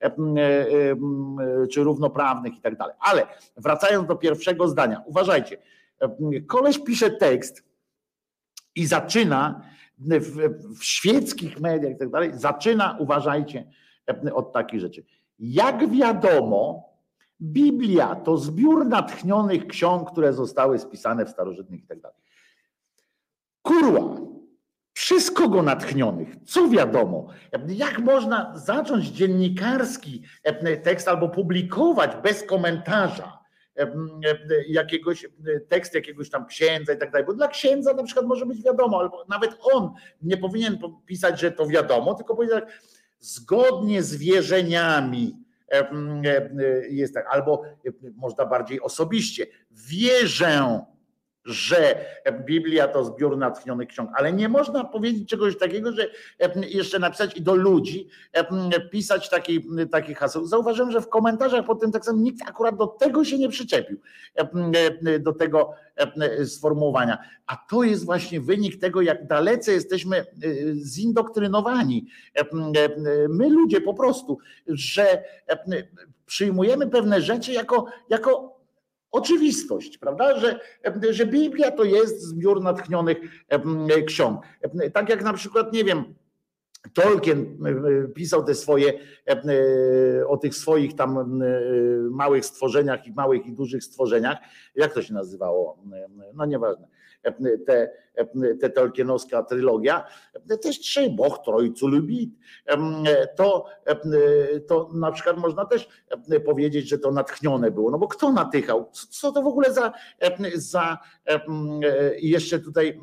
czy równoprawnych i tak dalej. Ale wracając do pierwszego zdania, uważajcie, koleś pisze tekst i zaczyna w, w świeckich mediach i tak dalej, zaczyna, uważajcie, od takich rzeczy. Jak wiadomo, Biblia to zbiór natchnionych ksiąg, które zostały spisane w starożytnych i tak dalej. Kurwa, przez kogo natchnionych? Co wiadomo? Jak można zacząć dziennikarski tekst albo publikować bez komentarza jakiegoś tekst jakiegoś tam księdza i tak dalej, bo dla księdza na przykład może być wiadomo, albo nawet on nie powinien pisać, że to wiadomo, tylko powiedzieć tak, zgodnie z wierzeniami jest tak, albo można bardziej osobiście, wierzę, że Biblia to zbiór natchnionych ksiąg, ale nie można powiedzieć czegoś takiego, że jeszcze napisać i do ludzi pisać taki, taki haseł. Zauważyłem, że w komentarzach pod tym tekstem nikt akurat do tego się nie przyczepił, do tego sformułowania. A to jest właśnie wynik tego, jak dalece jesteśmy zindoktrynowani. My ludzie po prostu, że przyjmujemy pewne rzeczy jako, jako oczywistość, prawda, że, że Biblia to jest zbiór natchnionych ksiąg. Tak jak na przykład, nie wiem, Tolkien pisał te swoje, o tych swoich tam małych stworzeniach i małych i dużych stworzeniach, jak to się nazywało, no nieważne, te, te Tolkienowska trylogia, też trzy, Boh Trojcu lubi, to, to na przykład można też powiedzieć, że to natchnione było, no bo kto natychał, co to w ogóle za, za jeszcze tutaj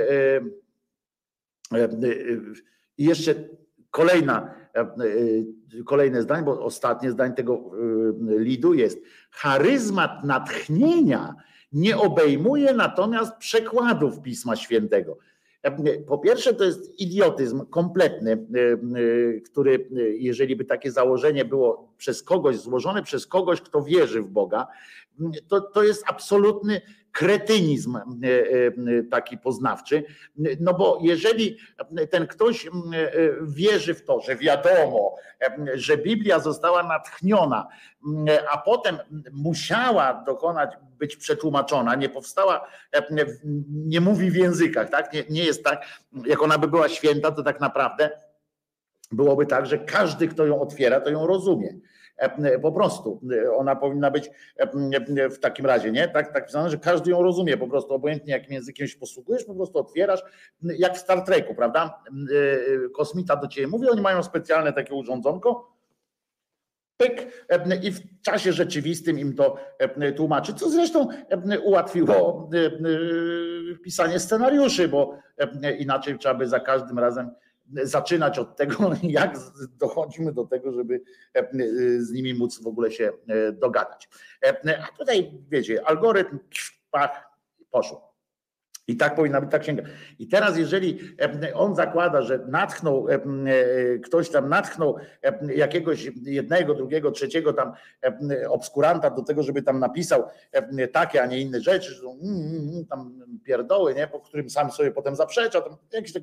i jeszcze kolejna, kolejne zdanie, bo ostatnie zdanie tego lidu jest: charyzmat natchnienia nie obejmuje natomiast przekładów Pisma Świętego. Po pierwsze, to jest idiotyzm kompletny, który, jeżeli by takie założenie było przez kogoś, złożone przez kogoś, kto wierzy w Boga, to, to jest absolutny kretynizm taki poznawczy, no bo jeżeli ten ktoś wierzy w to, że wiadomo, że Biblia została natchniona, a potem musiała dokonać, być przetłumaczona, nie powstała, nie mówi w językach, tak? Nie, nie jest tak, jak ona by była święta, to tak naprawdę byłoby tak, że każdy, kto ją otwiera, to ją rozumie. Po prostu ona powinna być w takim razie, nie? Tak, tak pisane, że każdy ją rozumie, po prostu obojętnie jakim językiem się posługujesz, po prostu otwierasz, jak w Star Treku, prawda? Kosmita do ciebie mówi, oni mają specjalne takie urządzonko, pyk, i w czasie rzeczywistym im to tłumaczy, co zresztą ułatwiło pisanie scenariuszy, bo inaczej trzeba by za każdym razem zaczynać od tego, jak dochodzimy do tego, żeby z nimi móc w ogóle się dogadać. A tutaj, wiecie, algorytm, pach, poszło. I tak powinna być ta księga. I teraz, jeżeli on zakłada, że natchnął, ktoś tam natchnął jakiegoś jednego, drugiego, trzeciego tam obskuranta do tego, żeby tam napisał takie, a nie inne rzeczy, że tam pierdoły, nie, po którym sam sobie potem zaprzecza, tam jakieś takie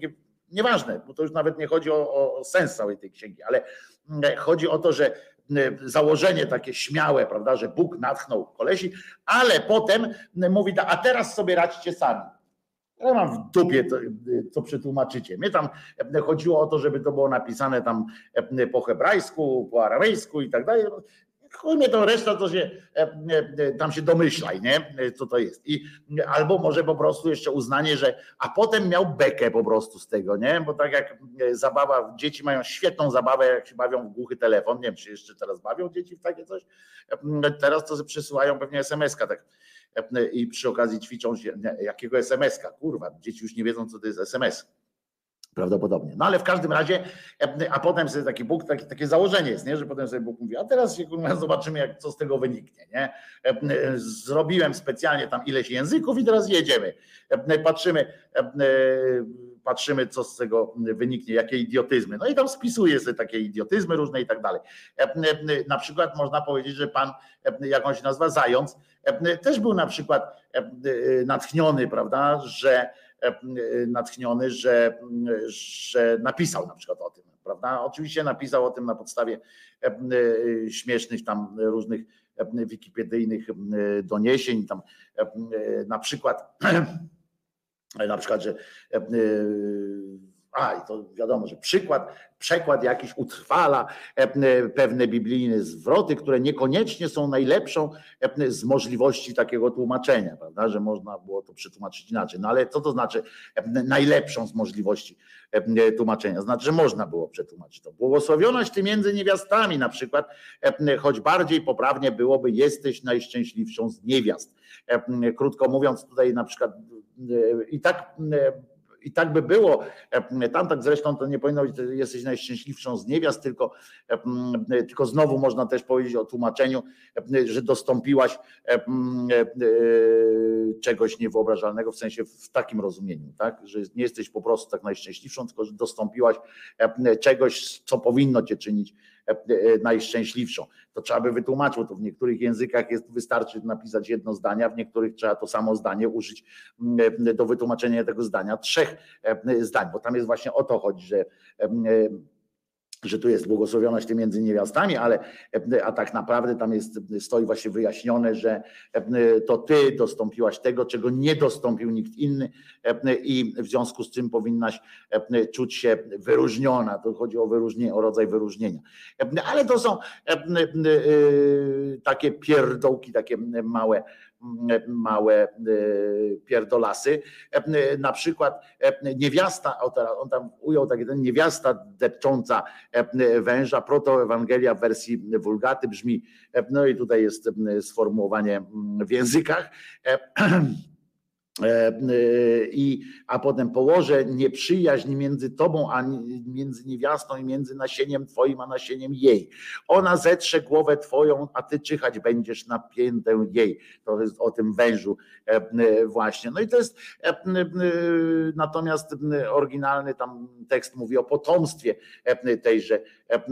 Nieważne, bo to już nawet nie chodzi o, o sens całej tej księgi, ale chodzi o to, że założenie takie śmiałe, prawda, że Bóg natchnął kolesi, ale potem mówi, a teraz sobie radźcie sami. Ja mam w dupie, to, co przetłumaczycie. Mnie tam chodziło o to, żeby to było napisane tam po hebrajsku, po aramejsku i tak dalej. Chuj mnie to reszta, to się tam się domyślaj, nie? Co to jest. I albo może po prostu jeszcze uznanie, że a potem miał bekę po prostu z tego, nie? Bo tak jak zabawa, dzieci mają świetną zabawę, jak się bawią w głuchy telefon. Nie wiem, czy jeszcze teraz bawią dzieci w takie coś. Teraz to przesyłają pewnie es em es ka tak. I przy okazji ćwiczą się, jakiego es em es ka, kurwa, dzieci już nie wiedzą, co to jest es em es. Prawdopodobnie. No ale w każdym razie, a potem sobie taki Bóg, takie, takie założenie jest, nie? Że potem sobie Bóg mówi, a teraz się zobaczymy, jak, co z tego wyniknie. Nie? Zrobiłem specjalnie tam ileś języków i teraz jedziemy. Patrzymy, patrzymy, co z tego wyniknie, jakie idiotyzmy. No i tam spisuje sobie takie idiotyzmy różne i tak dalej. Na przykład można powiedzieć, że pan, jak on się nazywa, Zając, też był na przykład natchniony, prawda, że natchniony, że, że napisał na przykład o tym, prawda? Oczywiście napisał o tym na podstawie śmiesznych tam różnych wikipedyjnych doniesień, tam na przykład na przykład, że a i to wiadomo, że przykład, przekład jakiś utrwala pewne biblijne zwroty, które niekoniecznie są najlepszą z możliwości takiego tłumaczenia, prawda, że można było to przetłumaczyć inaczej. No ale co to znaczy najlepszą z możliwości tłumaczenia? Znaczy, że można było przetłumaczyć to. Błogosławionaś ty między niewiastami na przykład, choć bardziej poprawnie byłoby jesteś najszczęśliwszą z niewiast. Krótko mówiąc, tutaj na przykład i tak I tak by było, tam tak zresztą to nie powinno być, jesteś najszczęśliwszą z niewiast, tylko, tylko znowu można też powiedzieć o tłumaczeniu, że dostąpiłaś czegoś niewyobrażalnego, w sensie w takim rozumieniu, tak? Że nie jesteś po prostu tak najszczęśliwszą, tylko że dostąpiłaś czegoś, co powinno cię czynić najszczęśliwszą. To trzeba by wytłumaczyć, to w niektórych językach jest, wystarczy napisać jedno zdanie, a w niektórych trzeba to samo zdanie użyć do wytłumaczenia tego zdania trzech zdań, bo tam jest właśnie o to chodzi, że że tu jest błogosławionaś ty między niewiastami, ale a tak naprawdę tam jest, stoi właśnie wyjaśnione, że to ty dostąpiłaś tego, czego nie dostąpił nikt inny i w związku z czym powinnaś czuć się wyróżniona. To chodzi o wyróżnienie, o rodzaj wyróżnienia. Ale to są takie pierdołki, takie małe, małe pierdolasy. Na przykład niewiasta, on tam ujął takie, niewiasta depcząca węża, protoewangelia w wersji wulgaty brzmi, no i tutaj jest sformułowanie w językach, I, a potem położę nieprzyjaźń między tobą, a między niewiastą i między nasieniem twoim, a nasieniem jej. Ona zetrze głowę twoją, a ty czyhać będziesz na piętę jej. To jest o tym wężu właśnie. No i to jest, natomiast oryginalny tam tekst mówi o potomstwie tejże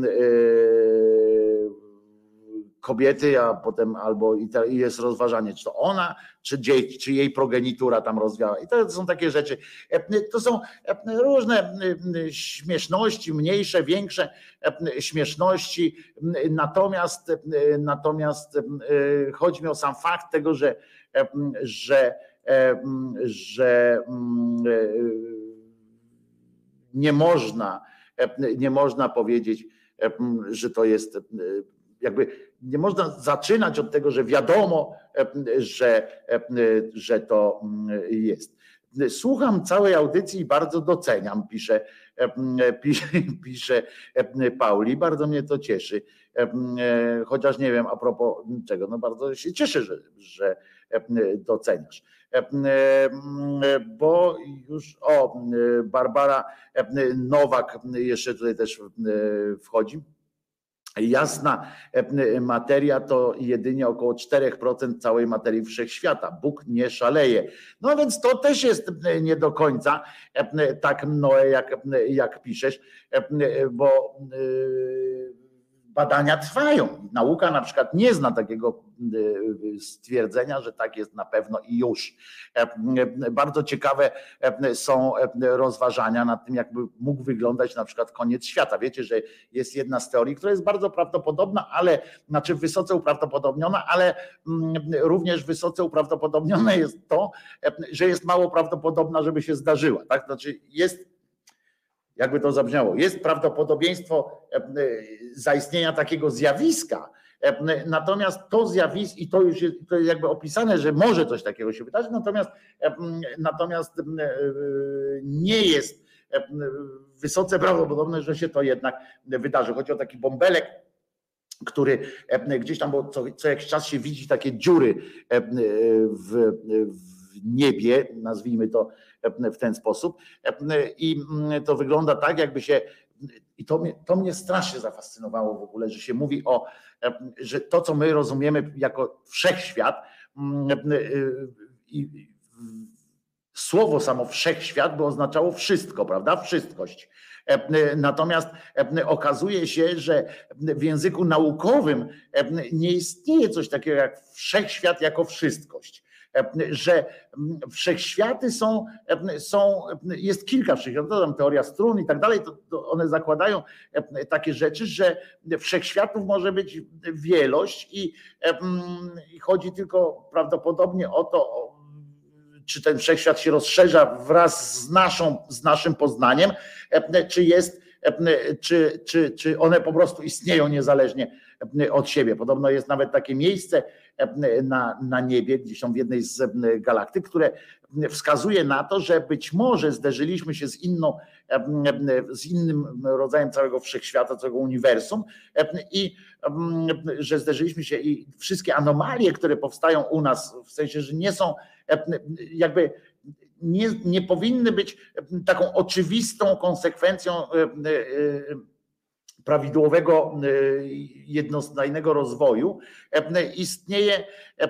kobiety, a potem albo i jest rozważanie, czy to ona, czy, dzieci, czy jej progenitura tam rozwiała. I to są takie rzeczy. To są różne śmieszności, mniejsze, większe śmieszności. Natomiast, natomiast chodzi mi o sam fakt tego, że, że, że nie można, nie można powiedzieć, że to jest jakby nie można zaczynać od tego, że wiadomo, że, że to jest. Słucham całej audycji i bardzo doceniam, pisze, pisze, pisze Pauli, bardzo mnie to cieszy. Chociaż nie wiem a propos czego, no bardzo się cieszę, że, że doceniasz. Bo już, o, Barbara Nowak jeszcze tutaj też wchodzi. Jasna materia to jedynie około cztery procent całej materii wszechświata. Bóg nie szaleje. No więc to też jest nie do końca tak Noe, jak, jak piszesz, bo badania trwają. Nauka na przykład nie zna takiego stwierdzenia, że tak jest na pewno i już. Bardzo ciekawe są rozważania nad tym, jakby mógł wyglądać na przykład koniec świata. Wiecie, że jest jedna z teorii, która jest bardzo prawdopodobna, ale znaczy wysoce uprawdopodobniona, ale również wysoce uprawdopodobnione jest to, że jest mało prawdopodobna, żeby się zdarzyła. Tak? Znaczy jest, jakby to zabrzmiało, jest prawdopodobieństwo zaistnienia takiego zjawiska, natomiast to zjawisko, i to już jest, to jest jakby opisane, że może coś takiego się wydarzyć, natomiast, natomiast nie jest wysoce prawdopodobne, że się to jednak wydarzy. Chodzi o taki bąbelek, który gdzieś tam, bo co, co jakiś czas się widzi takie dziury w, w niebie, nazwijmy to w ten sposób, i to wygląda tak, jakby się, i to mnie, to mnie strasznie zafascynowało w ogóle, że się mówi o, że to, co my rozumiemy jako wszechświat, i słowo samo wszechświat by oznaczało wszystko, prawda? Wszystkość. Natomiast okazuje się, że w języku naukowym nie istnieje coś takiego jak wszechświat jako wszystkość. Że wszechświaty są, są jest kilka wszechświatów, to tam teoria strun i tak dalej, to, to one zakładają takie rzeczy, że wszechświatów może być wielość i, i chodzi tylko prawdopodobnie o to, czy ten wszechświat się rozszerza wraz z, naszą, z naszym poznaniem, czy jest, czy, czy, czy one po prostu istnieją niezależnie od siebie. Podobno jest nawet takie miejsce na, na niebie, gdzieś tam w jednej z galaktyk, które wskazuje na to, że być może zderzyliśmy się z inną, z innym rodzajem całego wszechświata, całego uniwersum i że zderzyliśmy się i wszystkie anomalie, które powstają u nas, w sensie, że nie są jakby nie, nie powinny być taką oczywistą konsekwencją prawidłowego, jednostajnego rozwoju, istnieje,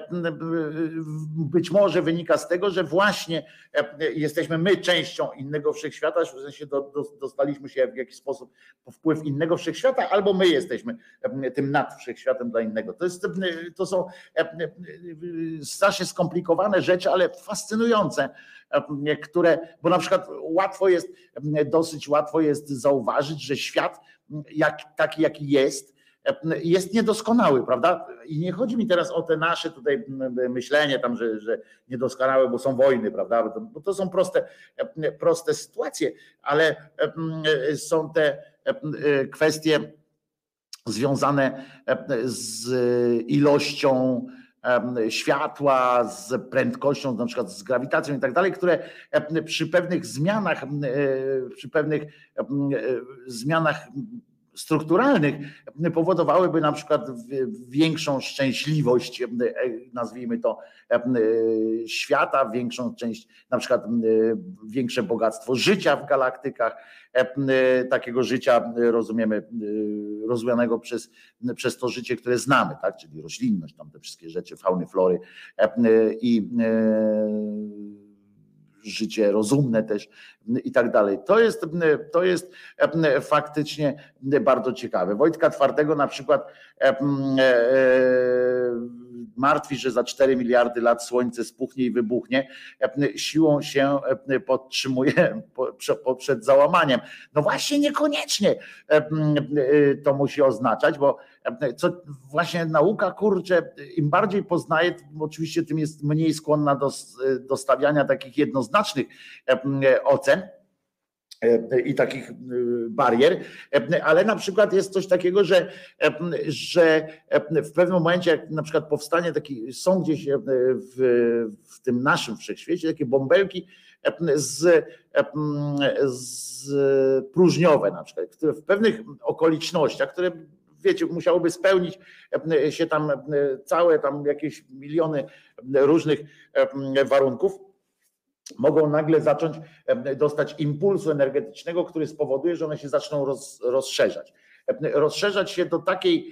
być może wynika z tego, że właśnie jesteśmy my częścią innego wszechświata, w sensie dostaliśmy się w jakiś sposób po wpływ innego wszechświata, albo my jesteśmy tym nadwszechświatem dla innego. To, jest, to są strasznie skomplikowane rzeczy, ale fascynujące, które, bo na przykład łatwo jest, dosyć łatwo jest zauważyć, że świat jak, taki jaki jest, jest niedoskonały, prawda? I nie chodzi mi teraz o te nasze tutaj myślenie tam, że, że niedoskonałe, bo są wojny, prawda? Bo to są proste, proste sytuacje, ale są te kwestie związane z ilością światła, z prędkością, na przykład z grawitacją i tak dalej, które przy pewnych zmianach, przy pewnych zmianach strukturalnych powodowałyby na przykład większą szczęśliwość, nazwijmy to, świata, większą część, na przykład większe bogactwo życia w galaktykach, takiego życia rozumiemy, rozumianego przez, przez to życie, które znamy, tak? Czyli roślinność, tam te wszystkie rzeczy, fauny, flory i życie rozumne też i tak dalej. To jest, to jest faktycznie bardzo ciekawe. Wojtka Twardego na przykład martwi, że za cztery miliardy lat Słońce spuchnie i wybuchnie, siłą się podtrzymuje przed załamaniem. No właśnie niekoniecznie to musi oznaczać, bo co właśnie nauka, kurczę, im bardziej poznaje, oczywiście tym jest mniej skłonna do, do stawiania takich jednoznacznych ocen i takich barier, ale na przykład jest coś takiego, że, że w pewnym momencie, jak na przykład powstanie taki, są gdzieś w, w tym naszym wszechświecie takie bąbelki z, z próżniowe na przykład, które w pewnych okolicznościach, które wiecie, musiałoby spełnić się tam całe tam jakieś miliony różnych warunków, mogą nagle zacząć dostać impulsu energetycznego, który spowoduje, że one się zaczną roz, rozszerzać. Rozszerzać się do takiej,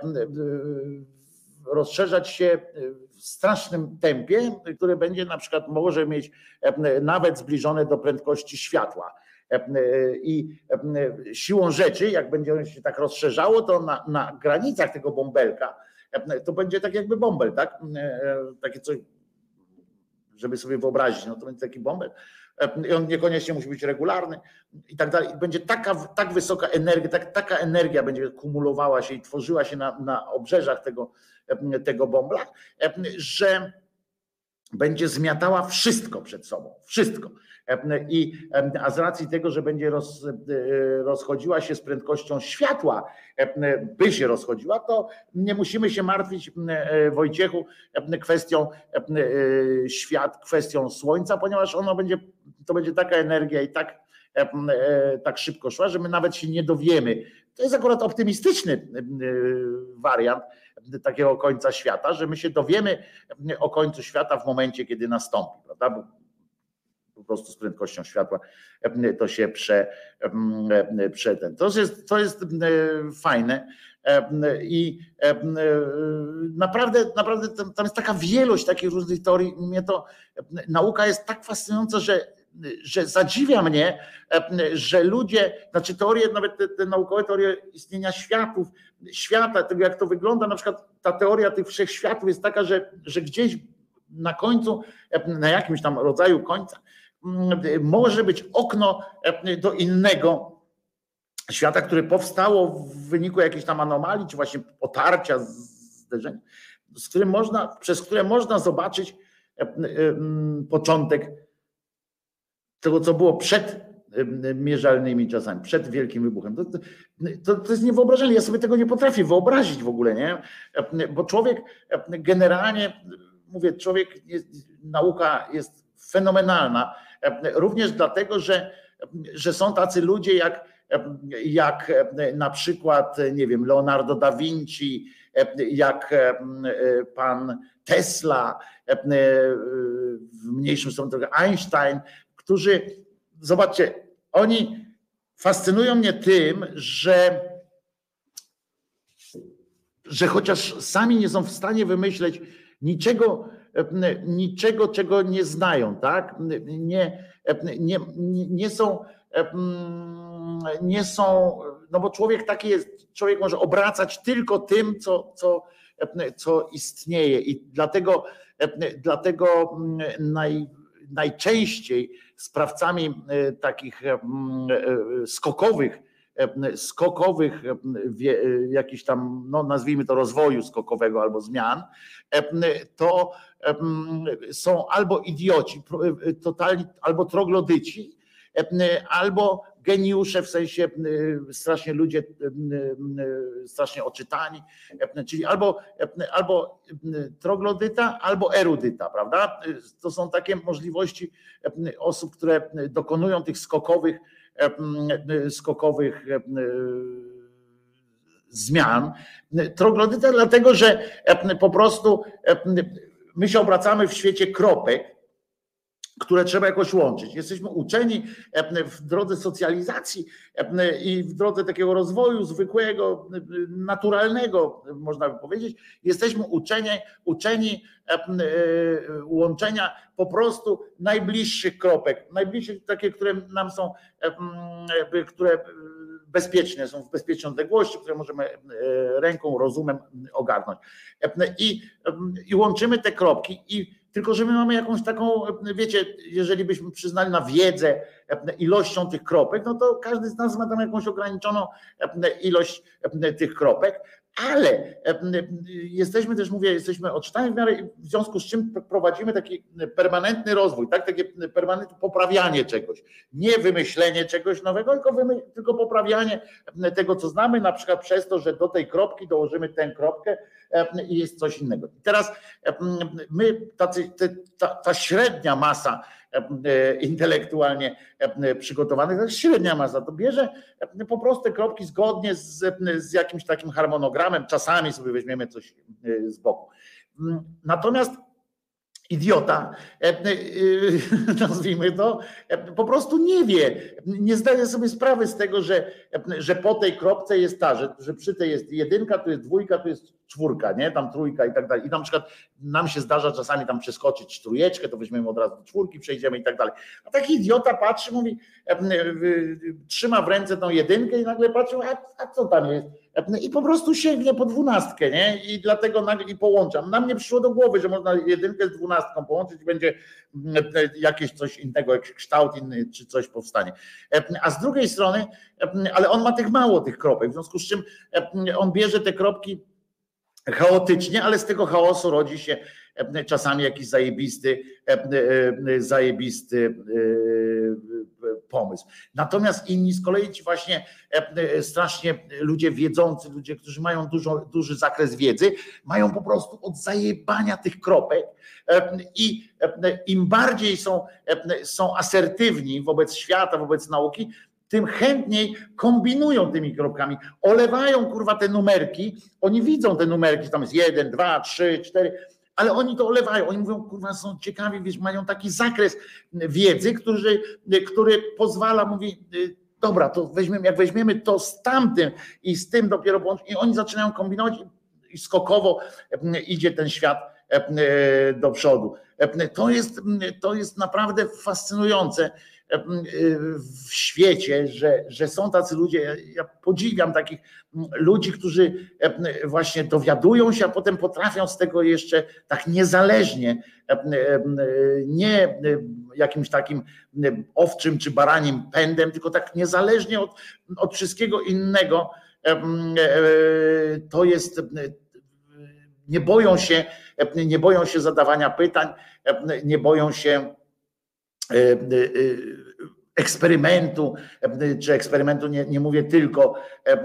rozszerzać się w strasznym tempie, które będzie na przykład może mieć nawet zbliżone do prędkości światła. I siłą rzeczy, jak będzie się tak rozszerzało, to na, na granicach tego bąbelka to będzie tak jakby bąbel, tak? Takie coś, żeby sobie wyobrazić, no to będzie taki bąbel. I on niekoniecznie musi być regularny i tak dalej. I będzie taka, tak wysoka energia, tak, taka energia będzie kumulowała się i tworzyła się na, na obrzeżach tego, tego bąbla, że będzie zmiatała wszystko przed sobą. Wszystko. I, a z racji tego, że będzie roz, rozchodziła się z prędkością światła, by się rozchodziła, to nie musimy się martwić, Wojciechu, kwestią świat, kwestią słońca, ponieważ ono będzie, to będzie taka energia i tak, tak szybko szła, że my nawet się nie dowiemy. To jest akurat optymistyczny wariant takiego końca świata, że my się dowiemy o końcu świata w momencie, kiedy nastąpi, prawda? Bo po prostu z prędkością światła to się prze, prze ten. To jest, to jest fajne i naprawdę, naprawdę tam jest taka wielość takich różnych teorii. Mnie to, nauka jest tak fascynująca, że że zadziwia mnie, że ludzie, znaczy teorie, nawet te, te naukowe teorie istnienia światów, świata, tego jak to wygląda, na przykład ta teoria tych wszechświatów jest taka, że, że gdzieś na końcu, na jakimś tam rodzaju końca, może być okno do innego świata, które powstało w wyniku jakiejś tam anomalii, czy właśnie otarcia, zderzenia, z którym można, przez które można zobaczyć początek tego, co było przed mierzalnymi czasami, przed wielkim wybuchem. To, to, to jest niewyobrażalne. Ja sobie tego nie potrafię wyobrazić w ogóle, nie? Bo człowiek generalnie, mówię, człowiek, jest, nauka jest fenomenalna, również dlatego, że, że są tacy ludzie jak, jak na przykład, nie wiem, Leonardo da Vinci, jak pan Tesla, w mniejszym stopniu trochę Einstein, którzy, zobaczcie, oni fascynują mnie tym, że, że chociaż sami nie są w stanie wymyśleć niczego, niczego, czego nie znają, tak? Nie, nie, nie są, nie są, no bo człowiek taki jest, człowiek może obracać tylko tym, co, co, co istnieje i dlatego, dlatego naj, najczęściej sprawcami takich skokowych, skokowych jakichś tam, no nazwijmy to rozwoju skokowego albo zmian, to są albo idioci, totalni, albo troglodyci, albo geniusze, w sensie strasznie ludzie strasznie oczytani, czyli albo, albo troglodyta, albo erudyta, prawda? To są takie możliwości osób, które dokonują tych skokowych, skokowych zmian. Troglodyta dlatego, że po prostu my się obracamy w świecie kropek, które trzeba jakoś łączyć. Jesteśmy uczeni w drodze socjalizacji i w drodze takiego rozwoju zwykłego, naturalnego, można by powiedzieć, jesteśmy uczeni, uczeni łączenia po prostu najbliższych kropek, najbliższych takie, które nam są, które bezpieczne, są w bezpiecznej odległości, które możemy ręką, rozumem ogarnąć. I, i łączymy te kropki i tylko, że my mamy jakąś taką, wiecie, jeżeli byśmy przyznali na wiedzę ilością tych kropek, no to każdy z nas ma tam jakąś ograniczoną ilość tych kropek, ale jesteśmy też, mówię, jesteśmy odczytani w miarę, w związku z czym prowadzimy taki permanentny rozwój, tak, takie permanentne poprawianie czegoś, nie wymyślenie czegoś nowego, tylko, wymy, tylko poprawianie tego, co znamy, na przykład przez to, że do tej kropki dołożymy tę kropkę i jest coś innego. I teraz my, tacy, ta, ta średnia masa intelektualnie przygotowanych, to jest średnia masa, to bierze po prostu te kropki zgodnie z, z jakimś takim harmonogramem, czasami sobie weźmiemy coś z boku. Natomiast idiota, nazwijmy to, po prostu nie wie, nie zdaje sobie sprawy z tego, że, że po tej kropce jest ta, że, że przy tej jest jedynka, tu jest dwójka, tu jest czwórka, nie? Tam trójka i tak dalej. I na przykład nam się zdarza czasami tam przeskoczyć trójeczkę, to weźmiemy od razu do czwórki, przejdziemy i tak dalej. A taki idiota patrzy, mówi, trzyma w ręce tą jedynkę i nagle patrzy, a, a co tam jest? I po prostu sięgnie po dwunastkę, nie? I dlatego nagle i połączam. Nam nie przyszło do głowy, że można jedynkę z dwunastką połączyć i będzie jakieś coś innego, jakiś kształt inny, czy coś powstanie. A z drugiej strony, ale on ma tych mało tych kropek, w związku z czym on bierze te kropki chaotycznie, ale z tego chaosu rodzi się czasami jakiś zajebisty, zajebisty pomysł. Natomiast inni z kolei ci właśnie strasznie ludzie wiedzący, ludzie, którzy mają dużo, duży zakres wiedzy, mają po prostu od zajebania tych kropek i im bardziej są, są asertywni wobec świata, wobec nauki, tym chętniej kombinują tymi kropkami, olewają kurwa te numerki, oni widzą te numerki, tam jest jeden, dwa, trzy, cztery, ale oni to olewają, oni mówią, kurwa, są ciekawi, wiesz, mają taki zakres wiedzy, który, który pozwala, mówi, dobra, to weźmiemy, jak weźmiemy to z tamtym i z tym dopiero połączyć, i oni zaczynają kombinować i skokowo idzie ten świat do przodu. To jest, to jest naprawdę fascynujące w świecie, że, że są tacy ludzie, ja podziwiam takich ludzi, którzy właśnie dowiadują się, a potem potrafią z tego jeszcze tak niezależnie, nie jakimś takim owczym czy baranim pędem, tylko tak niezależnie od, od wszystkiego innego, to jest, nie boją się, nie boją się zadawania pytań, nie boją się eksperymentu, czy eksperymentu nie, nie mówię tylko,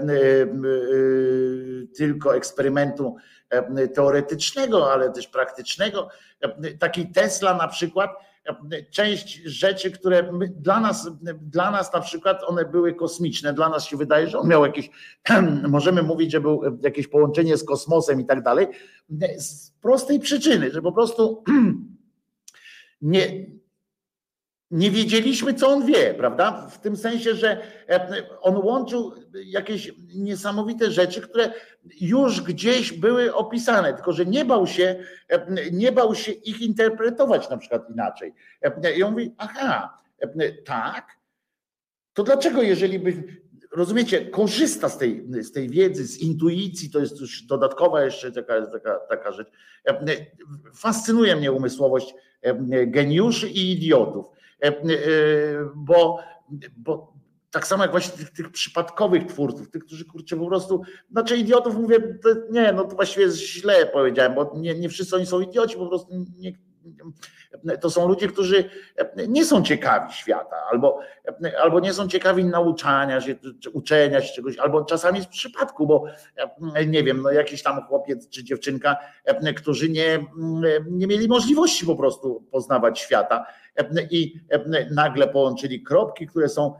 tylko eksperymentu teoretycznego, ale też praktycznego. Taki Tesla na przykład, część rzeczy, które my, dla nas, dla nas na przykład one były kosmiczne, dla nas się wydaje, że on miał jakieś, możemy mówić, że był jakieś połączenie z kosmosem i tak dalej, z prostej przyczyny, że po prostu nie Nie wiedzieliśmy, co on wie, prawda? W tym sensie, że on łączył jakieś niesamowite rzeczy, które już gdzieś były opisane, tylko że nie bał się, nie bał się ich interpretować na przykład inaczej. I on mówi, aha, tak, to dlaczego, jeżeli by, rozumiecie, korzysta z tej, z tej wiedzy, z intuicji, to jest już dodatkowa jeszcze taka, taka, taka rzecz. Fascynuje mnie umysłowość geniuszy i idiotów. Bo, bo tak samo jak właśnie tych, tych przypadkowych twórców, tych, którzy kurczę po prostu, znaczy idiotów mówię, to nie, no to właściwie źle powiedziałem, bo nie, nie wszyscy oni są idioci, po prostu nie, to są ludzie, którzy nie są ciekawi świata, albo, albo nie są ciekawi nauczania się, czy uczenia się czegoś, albo czasami z przypadku, bo nie wiem, no jakiś tam chłopiec czy dziewczynka, którzy nie, nie mieli możliwości po prostu poznawać świata i nagle połączyli kropki, które są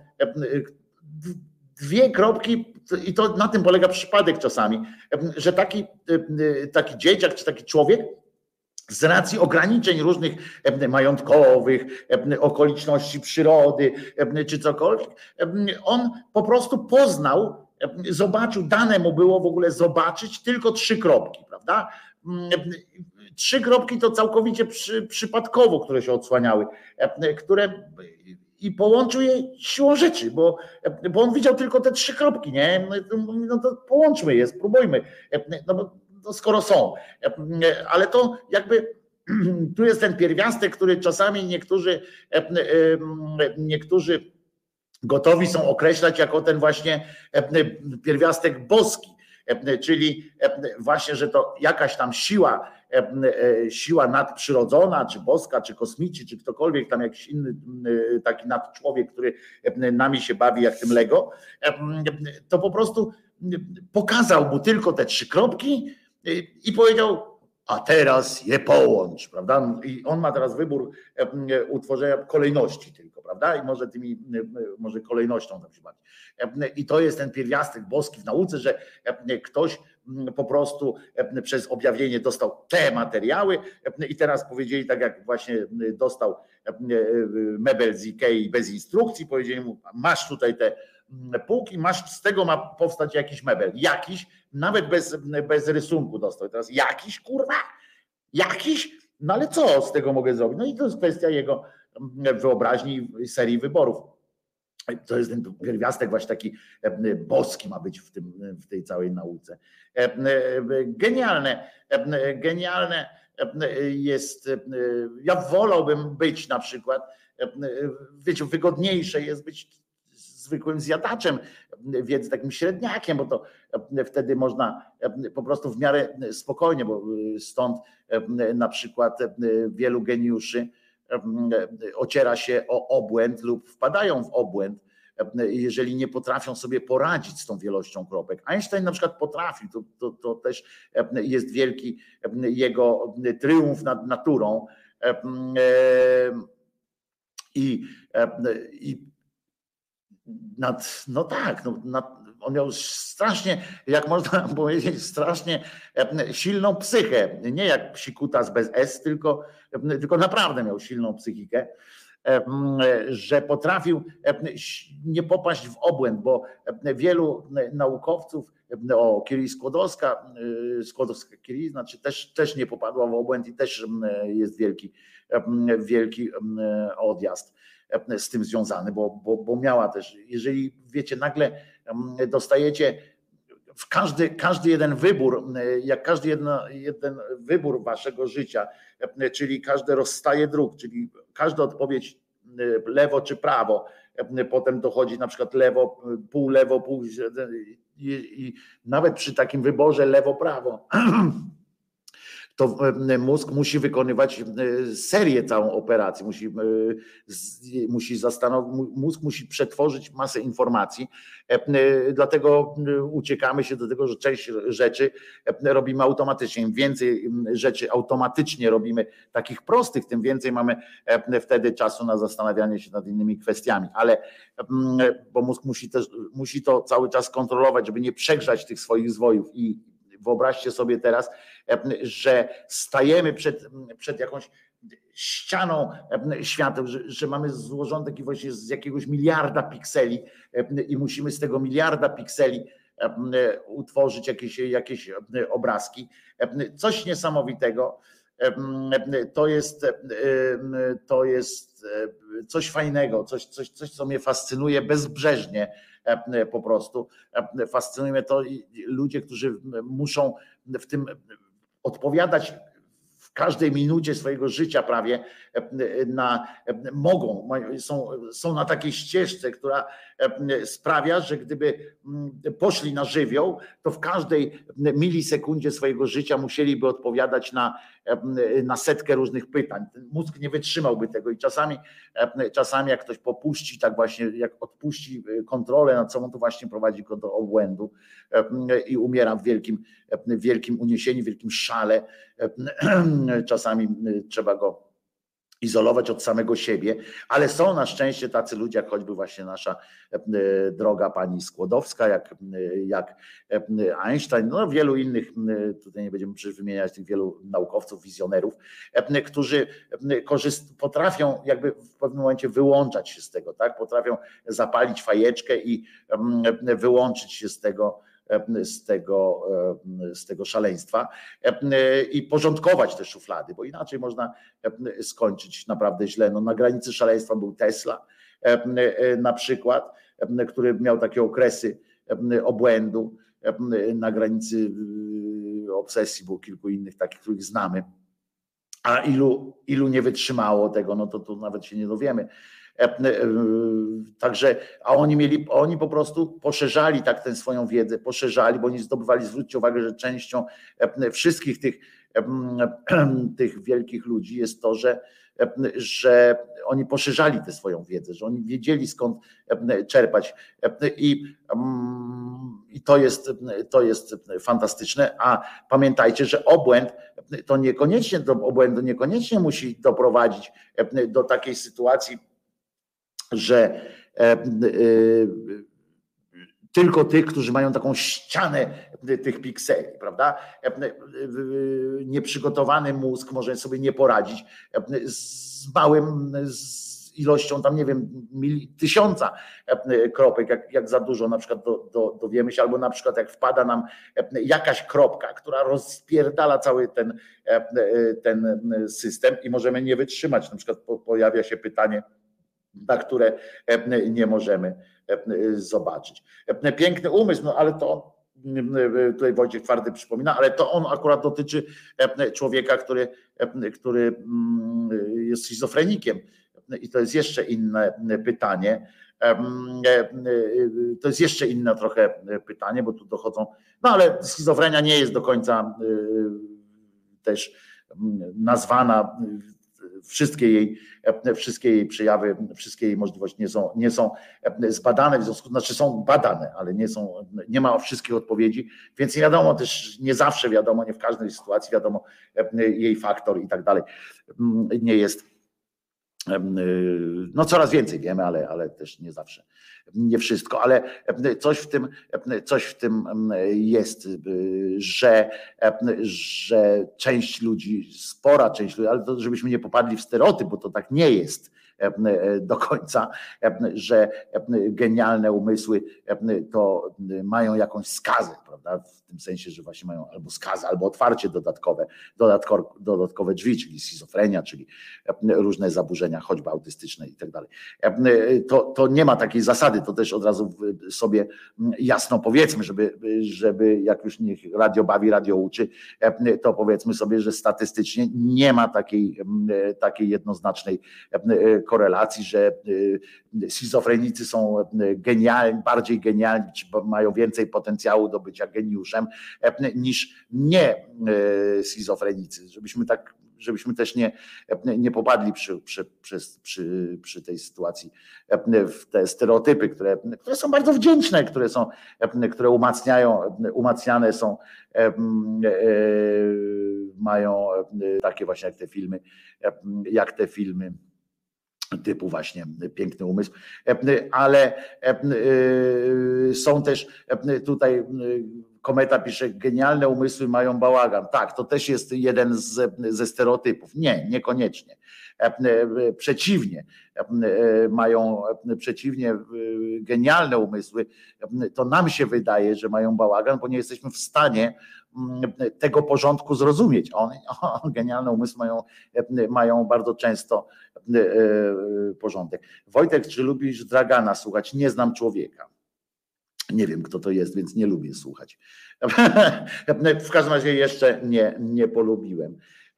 dwie kropki, i to na tym polega przypadek czasami, że taki, taki dzieciak czy taki człowiek z racji ograniczeń różnych majątkowych, okoliczności przyrody czy cokolwiek, on po prostu poznał, zobaczył, dane mu było w ogóle zobaczyć tylko trzy kropki, prawda? Trzy kropki to całkowicie przy, przypadkowo, które się odsłaniały, które i połączył je siłą rzeczy, bo, bo on widział tylko te trzy kropki, nie? No to połączmy je, spróbujmy, no bo no skoro są, ale to jakby tu jest ten pierwiastek, który czasami niektórzy, niektórzy gotowi są określać jako ten właśnie pierwiastek boski, czyli właśnie, że to jakaś tam siła, siła nadprzyrodzona, czy boska, czy kosmici, czy ktokolwiek tam jakiś inny taki nadczłowiek, który nami się bawi jak tym Lego, to po prostu pokazał mu tylko te trzy kropki i powiedział, a teraz je połącz, prawda? I on ma teraz wybór utworzenia kolejności tylko, prawda? I może tymi, może kolejnością tam się bawi. I to jest ten pierwiastek boski w nauce, że ktoś po prostu przez objawienie dostał te materiały i teraz powiedzieli, tak jak właśnie dostał mebel z Ikei bez instrukcji, powiedzieli mu, masz tutaj te półki, masz, z tego ma powstać jakiś mebel, jakiś, nawet bez, bez rysunku dostał. Teraz jakiś, kurwa, jakiś, no ale co z tego mogę zrobić? No i to jest kwestia jego wyobraźni i serii wyborów. To jest ten pierwiastek właśnie taki boski ma być w, tym, w tej całej nauce. Genialne, genialne jest, ja wolałbym być na przykład, wiecie, wygodniejsze jest być zwykłym zjadaczem wiedzy, takim średniakiem, bo to wtedy można po prostu w miarę spokojnie, bo stąd na przykład wielu geniuszy ociera się o obłęd lub wpadają w obłęd, jeżeli nie potrafią sobie poradzić z tą wielością kropek. Einstein na przykład potrafił, to, to, to też jest wielki jego triumf nad naturą i, i nad, no tak, no, nad, on miał strasznie, jak można powiedzieć, strasznie silną psychę, nie jak psikutas bez S, tylko, tylko naprawdę miał silną psychikę, że potrafił nie popaść w obłęd, bo wielu naukowców, o Curie Skłodowska, Skłodowska Curie, znaczy też, też nie popadła w obłęd i też jest wielki, wielki odjazd z tym związany, bo, bo, bo miała też, jeżeli wiecie, nagle dostajecie w każdy, każdy jeden wybór, jak każdy jedna, jeden wybór waszego życia, czyli każde rozstaje dróg, czyli każda odpowiedź lewo czy prawo, potem dochodzi na przykład lewo, pół lewo, pół i, i nawet przy takim wyborze lewo-prawo, to mózg musi wykonywać serię całą operacji, musi, musi zastanowić, mózg musi przetworzyć masę informacji, dlatego uciekamy się do tego, że część rzeczy robimy automatycznie. Im więcej rzeczy automatycznie robimy, takich prostych, tym więcej mamy wtedy czasu na zastanawianie się nad innymi kwestiami, ale bo mózg musi też, musi to cały czas kontrolować, żeby nie przegrzać tych swoich zwojów. I wyobraźcie sobie teraz, że stajemy przed, przed jakąś ścianą świateł, że, że mamy złożony taki właśnie z jakiegoś miliarda pikseli i musimy z tego miliarda pikseli utworzyć jakieś, jakieś obrazki. Coś niesamowitego. To jest, to jest coś fajnego, coś, coś, coś, co mnie fascynuje bezbrzeżnie. Po prostu fascynuje mnie to ludzie, którzy muszą w tym odpowiadać w każdej minucie swojego życia prawie na, mogą, są, są na takiej ścieżce, która sprawia, że gdyby poszli na żywioł, to w każdej milisekundzie swojego życia musieliby odpowiadać na, na setkę różnych pytań. Ten mózg nie wytrzymałby tego i czasami, czasami jak ktoś popuści, tak właśnie jak odpuści kontrolę nad sobą, to właśnie prowadzi go do obłędu i umiera w wielkim, wielkim uniesieniu, wielkim szale. Czasami trzeba go izolować od samego siebie, ale są na szczęście tacy ludzie, jak choćby właśnie nasza droga pani Skłodowska, jak, jak Einstein, no wielu innych, tutaj nie będziemy przecież wymieniać tych wielu naukowców, wizjonerów, którzy korzyst, potrafią jakby w pewnym momencie wyłączać się z tego, tak? Potrafią zapalić fajeczkę i wyłączyć się z tego, z tego, z tego szaleństwa i porządkować te szuflady, bo inaczej można skończyć naprawdę źle. No, na granicy szaleństwa był Tesla na przykład, który miał takie okresy obłędu, na granicy obsesji było kilku innych takich, których znamy, a ilu, ilu nie wytrzymało tego, no to, to nawet się nie dowiemy. Także, a oni mieli, oni po prostu poszerzali tak tę swoją wiedzę, poszerzali, bo oni zdobywali, zwróćcie uwagę, że częścią wszystkich tych, tych wielkich ludzi jest to, że, że oni poszerzali tę swoją wiedzę, że oni wiedzieli skąd czerpać i, i to jest, to jest fantastyczne, a pamiętajcie, że obłęd to niekoniecznie, do obłędu niekoniecznie musi doprowadzić do takiej sytuacji, że e, e, tylko tych, którzy mają taką ścianę tych pikseli, prawda? E, e, nieprzygotowany mózg może sobie nie poradzić z małym z ilością tam, nie wiem, mil, tysiąca kropek, jak, jak za dużo na przykład do, do, dowiemy się, albo na przykład jak wpada nam jakaś kropka, która rozpierdala cały ten, ten system i możemy nie wytrzymać. Na przykład pojawia się pytanie, na które nie możemy zobaczyć. Piękny umysł, no ale to tutaj Wojciech Twardy przypomina, ale to on akurat dotyczy człowieka, który, który jest schizofrenikiem. I to jest jeszcze inne pytanie. To jest jeszcze inne trochę pytanie, bo tu dochodzą, no ale schizofrenia nie jest do końca też nazwana. Wszystkie jej, wszystkie jej przejawy, wszystkie jej możliwości nie są, nie są zbadane, w związku, znaczy są badane, ale nie są, nie ma wszystkich odpowiedzi, więc nie wiadomo też, nie zawsze wiadomo, nie w każdej sytuacji wiadomo jej faktor i tak dalej. Nie jest, no coraz więcej wiemy, ale, ale też nie zawsze, nie wszystko, ale coś w tym, coś w tym jest, że, że część ludzi, spora część ludzi, ale to żebyśmy nie popadli w stereotyp, bo to tak nie jest do końca, że genialne umysły to mają jakąś skazę, prawda? W tym sensie, że właśnie mają albo skazę, albo otwarcie dodatkowe, dodatkowe, dodatkowe drzwi, czyli schizofrenia, czyli różne zaburzenia, choćby autystyczne i tak dalej. To, to nie ma takiej zasady, to też od razu sobie jasno powiedzmy, żeby, żeby jak już niech radio bawi, radio uczy, to powiedzmy sobie, że statystycznie nie ma takiej, takiej jednoznacznej korelacji, że schizofrenicy są genialni, bardziej genialni, czy mają więcej potencjału do bycia geniuszem niż nie schizofrenicy, żebyśmy tak, żebyśmy też nie, nie popadli przy, przy, przy, przy, przy tej sytuacji w te stereotypy, które, które są bardzo wdzięczne, które są, które umacniają, umacniane są, mają takie właśnie jak te filmy, jak te filmy typu właśnie Piękny umysł, ale są też tutaj, Kometa pisze, genialne umysły mają bałagan. Tak, to też jest jeden z, ze stereotypów. Nie, niekoniecznie. Przeciwnie, mają przeciwnie genialne umysły, to nam się wydaje, że mają bałagan, bo nie jesteśmy w stanie tego porządku zrozumieć. One, genialne umysły mają, mają bardzo często porządek. Wojtek, czy lubisz Dragana słuchać? Nie znam człowieka. Nie wiem, kto to jest, więc nie lubię słuchać. W każdym razie jeszcze nie, nie polubiłem.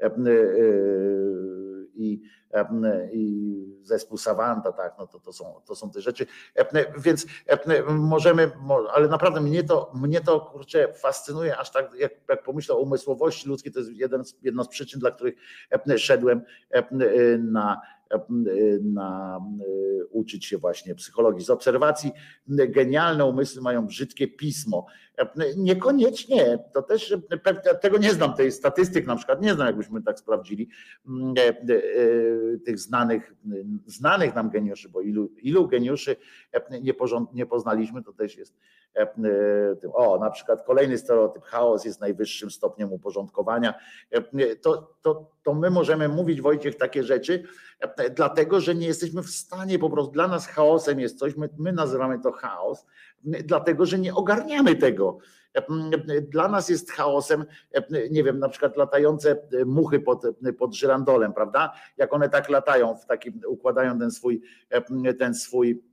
I, i zespół Savanta, tak, no to, to, są, to są te rzeczy. Więc możemy, ale naprawdę mnie to, mnie to kurczę, fascynuje, aż tak, jak, jak pomyślę o umysłowości ludzkiej, to jest jeden z, jedna z przyczyn, dla których szedłem na na uczyć się właśnie psychologii. Z obserwacji genialne umysły mają brzydkie pismo. Niekoniecznie, to też tego nie znam, tej statystyk na przykład nie znam, jakbyśmy tak sprawdzili tych znanych, znanych nam geniuszy, bo ilu, ilu geniuszy nie, porząd, nie poznaliśmy, to też jest o, na przykład kolejny stereotyp, chaos jest najwyższym stopniem uporządkowania. To, to, to my możemy mówić, Wojciech, takie rzeczy, dlatego, że nie jesteśmy w stanie, po prostu dla nas chaosem jest coś, my, my nazywamy to chaos, dlatego, że nie ogarniamy tego. Dla nas jest chaosem, nie wiem, na przykład latające muchy pod, pod żyrandolem, prawda? Jak one tak latają, w takim, układają ten swój, ten swój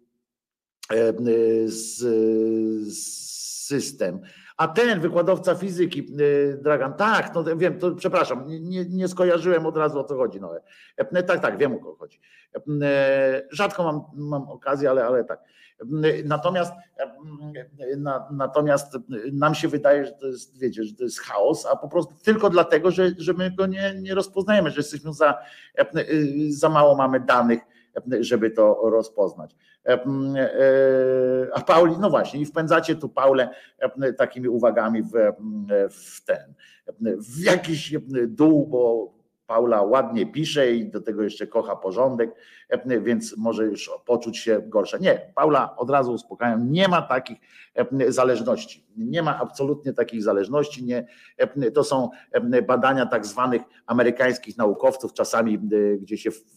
system. A ten wykładowca fizyki, Dragan, tak, no wiem, to przepraszam, nie, nie skojarzyłem od razu, o co chodzi. No. Tak, tak, wiem, o co chodzi. Rzadko mam, mam okazję, ale, ale tak. Natomiast, na, natomiast nam się wydaje, że to jest, wiecie, że to jest chaos, a po prostu tylko dlatego, że, że my go nie, nie rozpoznajemy, że jesteśmy za, za mało mamy danych, żeby to rozpoznać. A Pauli, no właśnie, i wpędzacie tu Paulę takimi uwagami w, w ten, w jakiś dół, bo Paula ładnie pisze i do tego jeszcze kocha porządek, więc może już poczuć się gorsza. Nie, Paula, od razu uspokajam, nie ma takich zależności. Nie ma absolutnie takich zależności. Nie, to są badania tak zwanych amerykańskich naukowców, czasami gdzie się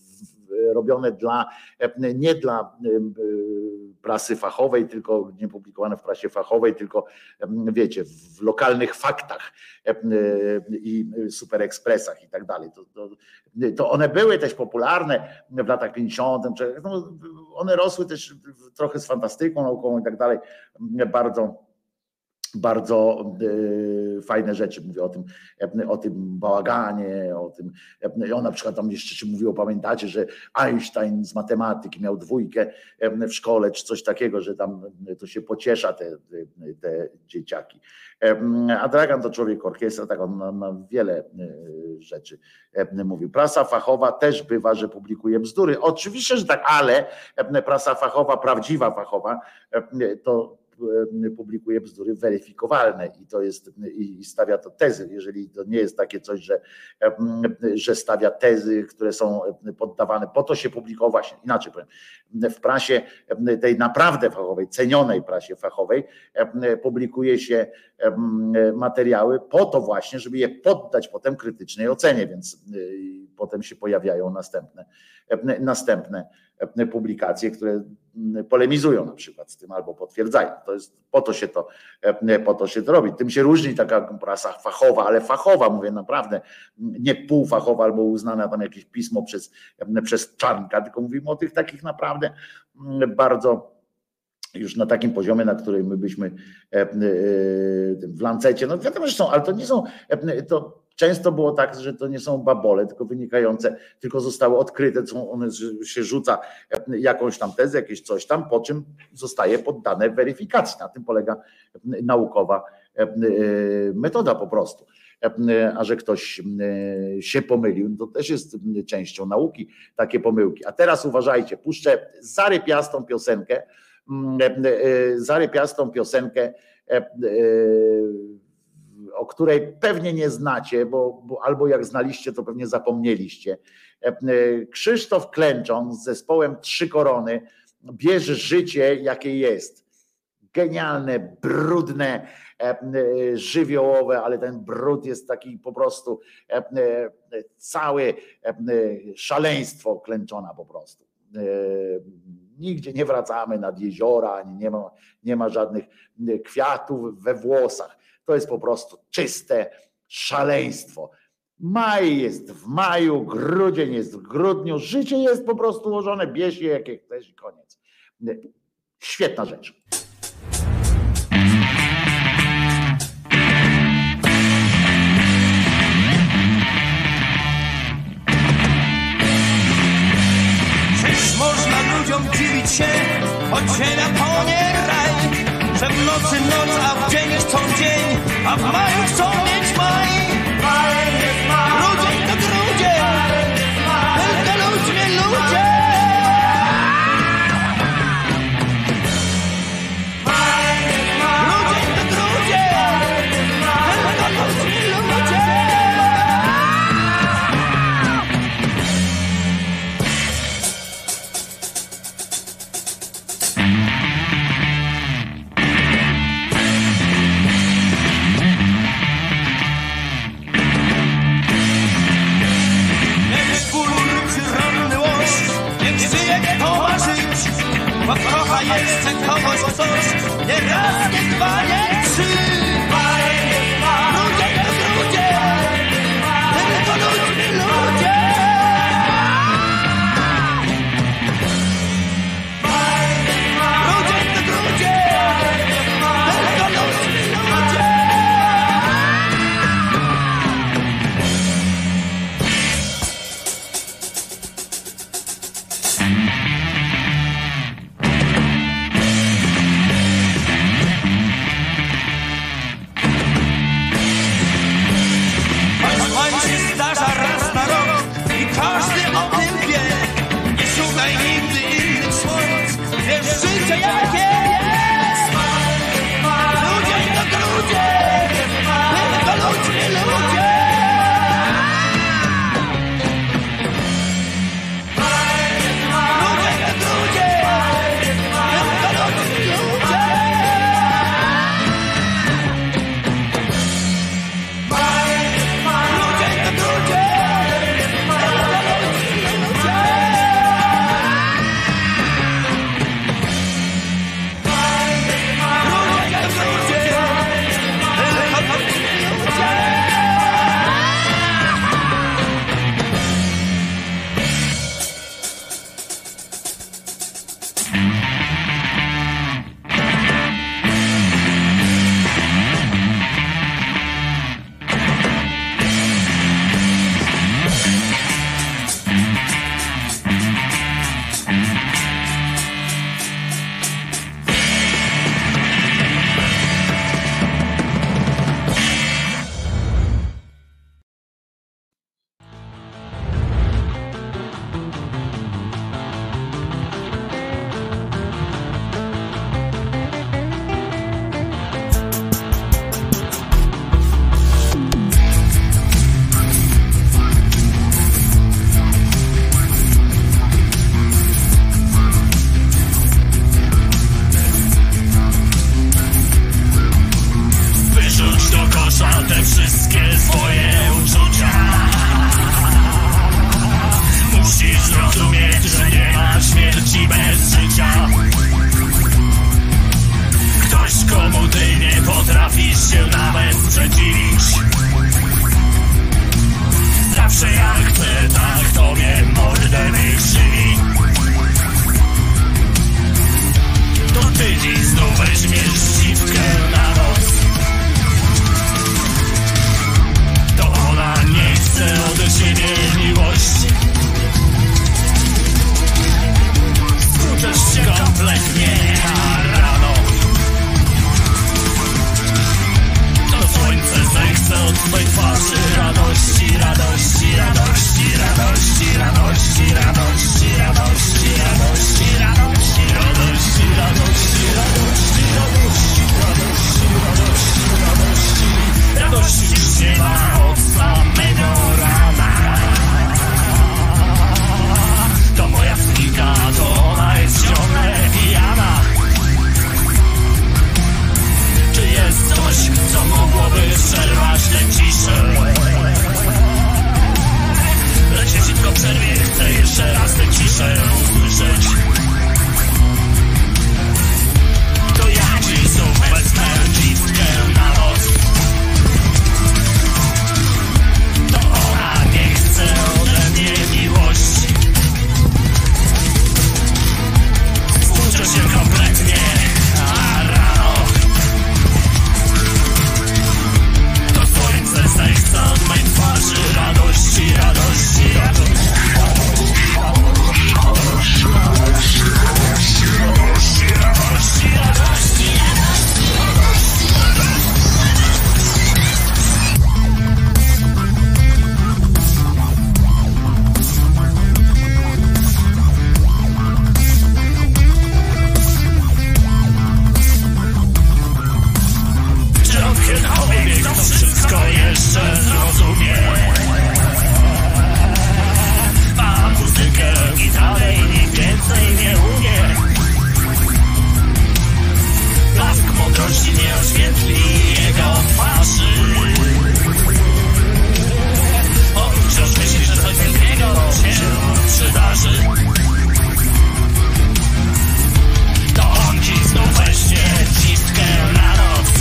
robione dla, nie dla prasy fachowej, tylko nie publikowane w prasie fachowej, tylko wiecie, w lokalnych faktach i super ekspresach i tak dalej. To, to, to one były też popularne w latach pięćdziesiątych. No, one rosły też trochę z fantastyką naukową i tak dalej. Bardzo Bardzo y, fajne rzeczy, mówię o tym, o tym bałaganie, o tym, on na przykład tam jeszcze mówiło, pamiętacie, że Einstein z matematyki miał dwójkę w szkole, czy coś takiego, że tam to się pociesza te, te dzieciaki. A Dragan to człowiek orkiestra, tak on na, na wiele rzeczy mówił. Prasa fachowa też bywa, że publikuje bzdury. Oczywiście, że tak, ale prasa fachowa, prawdziwa fachowa, to publikuje bzdury weryfikowalne i to jest i stawia to tezy, jeżeli to nie jest takie coś, że, że stawia tezy, które są poddawane, po to się publikować, właśnie inaczej powiem, w prasie tej naprawdę fachowej, cenionej prasie fachowej publikuje się materiały po to właśnie, żeby je poddać potem krytycznej ocenie, więc potem się pojawiają następne następne publikacje, które polemizują na przykład z tym albo potwierdzają. To jest, po to się to, po to się to robi. Tym się różni taka prasa fachowa, ale fachowa, mówię naprawdę, nie półfachowa albo uznana tam jakieś pismo przez, przez Czarnka, tylko mówimy o tych takich naprawdę bardzo już na takim poziomie, na którym my byśmy w Lancecie, no wiadomo, że są, ale to nie są, to często było tak, że to nie są babole, tylko wynikające, tylko zostały odkryte, są one się rzuca jakąś tam tezę, jakieś coś tam, po czym zostaje poddane weryfikacji. Na tym polega naukowa metoda po prostu. A że ktoś się pomylił, to też jest częścią nauki, takie pomyłki. A teraz uważajcie, puszczę zarypiastą piosenkę, zarypiastą piosenkę, o której pewnie nie znacie, bo, bo albo jak znaliście, to pewnie zapomnieliście. Krzysztof Klęczon z zespołem Trzy Korony, Bierz życie, jakie jest. Genialne, brudne, żywiołowe, ale ten brud jest taki po prostu całe szaleństwo Klęczona po prostu. Nigdzie nie wracamy nad jeziora, ani nie ma, nie ma żadnych kwiatów we włosach. To jest po prostu czyste szaleństwo. Maj jest w maju, grudzień jest w grudniu, życie jest po prostu ułożone, bierz je jakie chcesz i koniec. Świetna rzecz. Czyż można ludziom dziwić się, choć się na to nie raj, że w nocy noc, a w dzień chcą dzień, a w maju chcą mieć maj. Grudzień to grudzień, tylko ludźmi ludzie. Grudzień to grudzień, tylko ludźmi ludzie. potrafisz się nawet sprzeciwić. Zawsze jak chcę, tak tobie mordę wykrzywi. To ty dziś znów weźmiesz dziwkę na noc. To ona nie chce od ciebie miłości. Skuczesz się kompletnie, a rano to słońce zechce od twej twarzy radości, radości, radości, radości, radości, radości, radości, radości, radości, radości, radości, radości, radości, radości, radości, radości, radości się ma od samego rana. To moja psychika, to ona jest ciągle pijana. Czy jest coś, co mogłoby przerwać tę ciszę? Lecz jeśli tylko przerwie, chcę jeszcze raz tę ciszę usłyszeć. To ja dziś znów wezmę dziwkę na noc. To ona nie chce ode mnie miłości. Spłuczę się kompletnie, a rano to słońce zechce od mej twarzy radości, radości, radości, radości, radości, radości, radości, radości, radości, Wciąż człowiek to wszystko jeszcze zrozumie. Ma muzykę, gitarę i nic więcej nie umie. Blask mądrości nie oświetli jego twarzy. On wciąż myśli, że coś wielkiego się przydarzy. To on ci znów weźmie dziwkę na noc.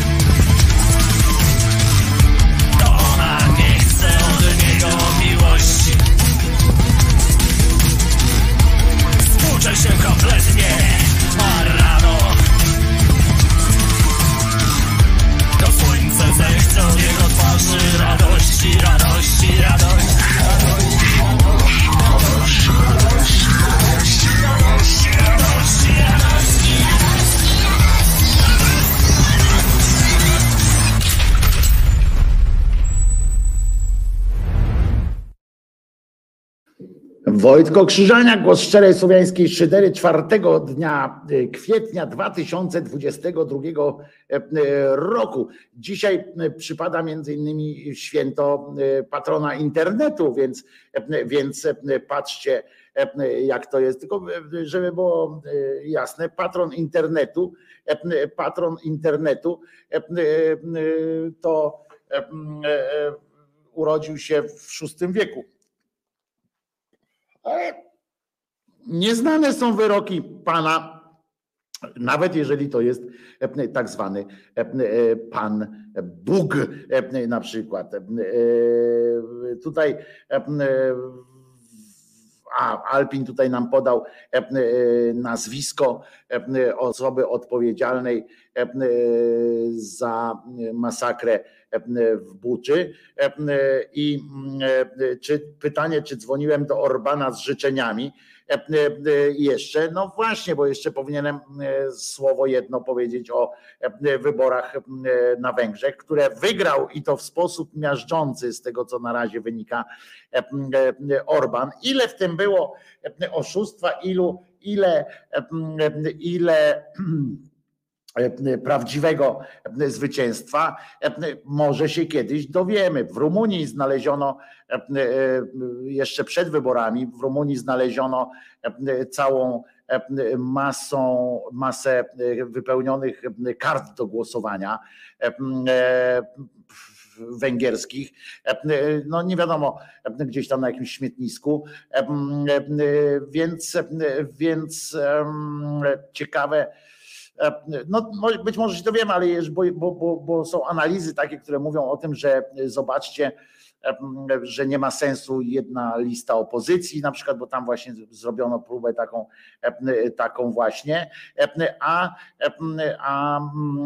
To ona nie chce od niego miłości. Spłuczę się kompletnie, a rano to słońce zechce od jego twarzy radości, radości, radości, radości, radości, radości, radości, radości, radości, radości. Wojtko Krzyżaniak, głos szczerej słowiańskiej szydery, czwartego dnia kwietnia dwa tysiące dwudziestego drugiego roku. Dzisiaj przypada między innymi święto patrona internetu, więc, więc patrzcie, jak to jest. Tylko żeby było jasne, patron internetu, patron internetu to urodził się w szóstym wieku. Ale nieznane są wyroki Pana, nawet jeżeli to jest tak zwany Pan Bóg na przykład. Tutaj a Alpin tutaj nam podał nazwisko osoby odpowiedzialnej za masakrę w Buczy i czy pytanie, czy dzwoniłem do Orbana z życzeniami jeszcze, no właśnie, bo jeszcze powinienem słowo jedno powiedzieć o wyborach na Węgrzech, które wygrał i to w sposób miażdżący, z tego co na razie wynika, Orban. Ile w tym było oszustwa, ilu, ile, ile prawdziwego zwycięstwa, może się kiedyś dowiemy. W Rumunii znaleziono, jeszcze przed wyborami, w Rumunii znaleziono całą masą, masę wypełnionych kart do głosowania węgierskich, no nie wiadomo, gdzieś tam na jakimś śmietnisku, więc, więc ciekawe, no być może się to wiemy, ale bo, bo, bo są analizy takie, które mówią o tym, że zobaczcie, że nie ma sensu jedna lista opozycji, na przykład, bo tam właśnie zrobiono próbę taką, taką właśnie, a, a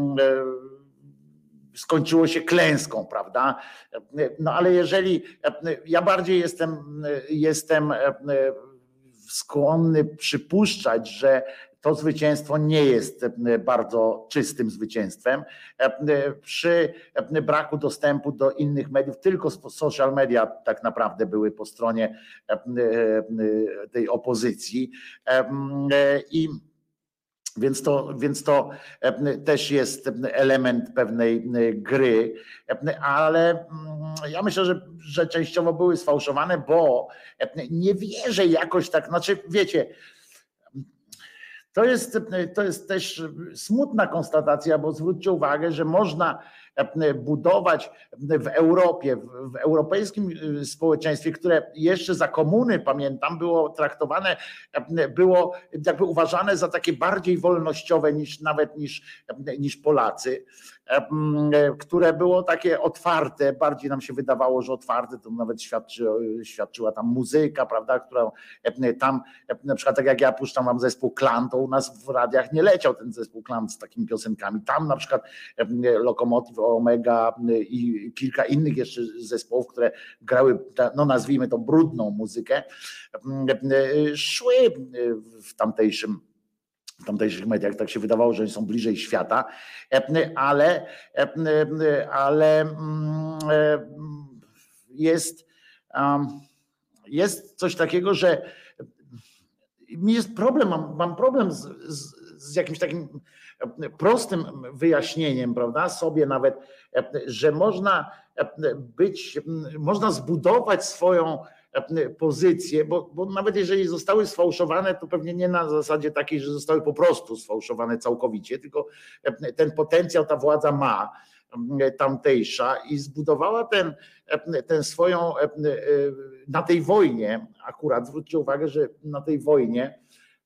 skończyło się klęską, prawda? No ale jeżeli ja bardziej jestem, jestem skłonny przypuszczać, że to zwycięstwo nie jest bardzo czystym zwycięstwem. Przy braku dostępu do innych mediów, tylko social media tak naprawdę były po stronie tej opozycji. I Więc to, więc to też jest element pewnej gry, ale ja myślę, że, że częściowo były sfałszowane, bo nie wierzę jakoś tak, znaczy wiecie, to jest, to jest też smutna konstatacja, bo zwróćcie uwagę, że można budować w Europie, w europejskim społeczeństwie, które jeszcze za komuny, pamiętam, było traktowane, było jakby uważane za takie bardziej wolnościowe niż nawet niż, niż Polacy, które było takie otwarte, bardziej nam się wydawało, że otwarte, to nawet świadczy, świadczyła tam muzyka, prawda, która tam, na przykład tak jak ja puszczam wam zespół Klan, to u nas w radiach nie leciał ten zespół Klan z takimi piosenkami, tam na przykład Lokomotiv, Omega i kilka innych jeszcze zespołów, które grały, no nazwijmy to brudną muzykę, szły w tamtejszym w tamtejszych mediach, tak się wydawało, że oni są bliżej świata, ale, ale jest, jest coś takiego, że mi jest problem, mam, mam problem z, z, z jakimś takim prostym wyjaśnieniem, prawda, sobie nawet, że można być, można zbudować swoją pozycje, bo, bo nawet jeżeli zostały sfałszowane, to pewnie nie na zasadzie takiej, że zostały po prostu sfałszowane całkowicie, tylko ten potencjał ta władza ma, tamtejsza, i zbudowała ten, ten swoją, na tej wojnie, akurat zwróćcie uwagę, że na tej wojnie,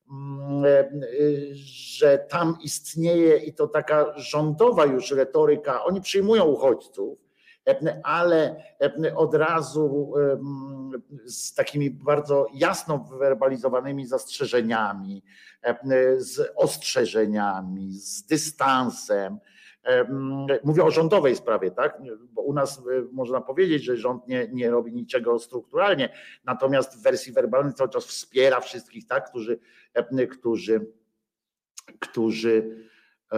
że tam istnieje i to taka rządowa już retoryka, oni przyjmują uchodźców, ale od razu z takimi bardzo jasno wywerbalizowanymi zastrzeżeniami, z ostrzeżeniami, z dystansem. Mówię o rządowej sprawie, tak? Bo u nas można powiedzieć, że rząd nie, nie robi niczego strukturalnie, natomiast w wersji werbalnej cały czas wspiera wszystkich, tak? którzy, którzy, którzy e,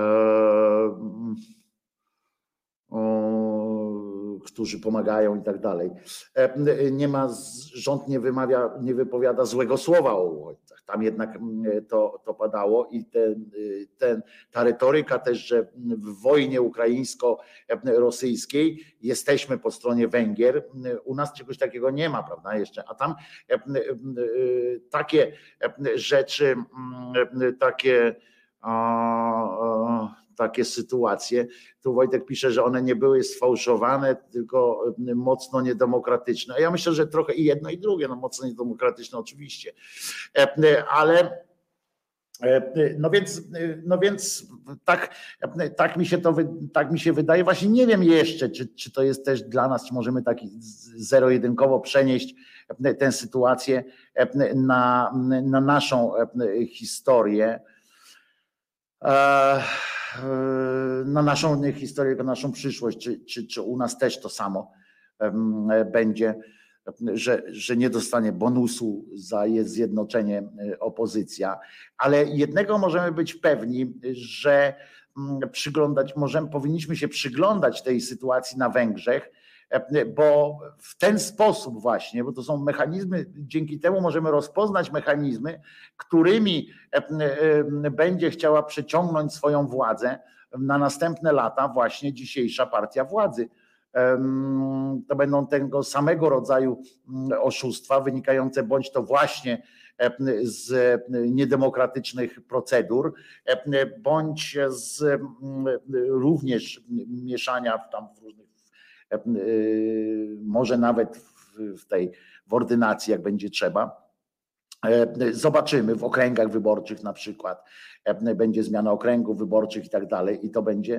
o, którzy pomagają i tak dalej. Nie ma, rząd nie wymawia, nie wypowiada złego słowa o uchodźcach. Tam jednak to, to padało i ten, ten, ta retoryka też, że w wojnie ukraińsko-rosyjskiej jesteśmy po stronie Węgier, u nas czegoś takiego nie ma, prawda, jeszcze, a tam takie rzeczy, takie takie sytuacje. Tu Wojtek pisze, że one nie były sfałszowane, tylko mocno niedemokratyczne. A ja myślę, że trochę i jedno i drugie, no mocno niedemokratyczne oczywiście. Ale no więc, no więc tak, tak mi się to tak mi się wydaje. Właśnie nie wiem jeszcze, czy, czy to jest też dla nas, czy możemy tak zero-jedynkowo przenieść tę sytuację na, na naszą historię. Na naszą historię, na naszą przyszłość, czy, czy, czy u nas też to samo będzie, że, że nie dostanie bonusu za jest zjednoczenie opozycja, ale jednego możemy być pewni, że przyglądać, możemy, powinniśmy się przyglądać tej sytuacji na Węgrzech, bo w ten sposób właśnie, bo to są mechanizmy, dzięki temu możemy rozpoznać mechanizmy, którymi będzie chciała przeciągnąć swoją władzę na następne lata właśnie dzisiejsza partia władzy. To będą tego samego rodzaju oszustwa wynikające bądź to właśnie z niedemokratycznych procedur, bądź z również mieszania w tam w różnych, może nawet w tej w ordynacji, jak będzie trzeba, Zobaczymy w okręgach wyborczych na przykład, będzie zmiana okręgów wyborczych i tak dalej i to będzie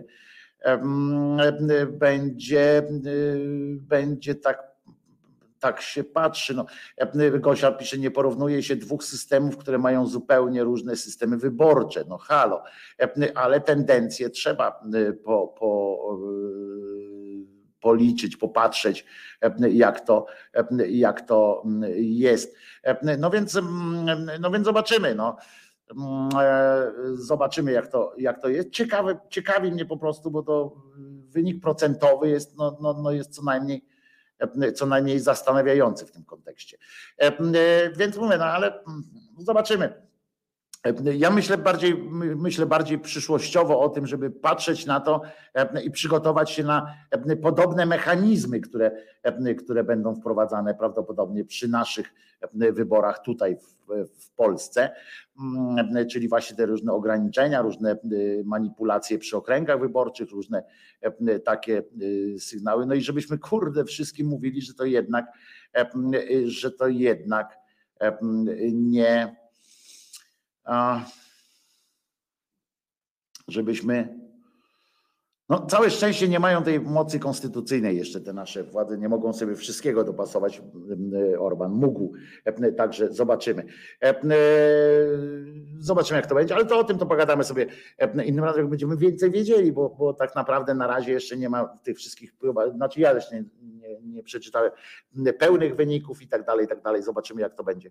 będzie będzie tak tak się patrzy. No, Gosia pisze, nie porównuje się dwóch systemów, które mają zupełnie różne systemy wyborcze. No halo, ale tendencje trzeba po, po, policzyć, popatrzeć, jak to, jak to jest. No więc, no więc zobaczymy. No. Zobaczymy, jak to, jak to jest. Ciekawe, ciekawi mnie po prostu, bo to wynik procentowy jest, no, no, no jest co najmniej co najmniej zastanawiający w tym kontekście. Więc mówię, no ale zobaczymy. Ja myślę bardziej, myślę bardziej przyszłościowo o tym, żeby patrzeć na to i przygotować się na podobne mechanizmy, które, które będą wprowadzane prawdopodobnie przy naszych wyborach tutaj w, w Polsce, czyli właśnie te różne ograniczenia, różne manipulacje przy okręgach wyborczych, różne takie sygnały. No i żebyśmy kurde wszystkim mówili, że to jednak, że to jednak nie żebyśmy, no całe szczęście nie mają tej mocy konstytucyjnej jeszcze te nasze władze, nie mogą sobie wszystkiego dopasować. Orban mógł, także zobaczymy. Zobaczymy, jak to będzie, ale to o tym to pogadamy sobie innym razem, jak będziemy więcej wiedzieli, bo, bo tak naprawdę na razie jeszcze nie ma tych wszystkich, znaczy ja jeszcze nie, nie, nie przeczytałem pełnych wyników i tak dalej, i tak dalej. Zobaczymy, jak to będzie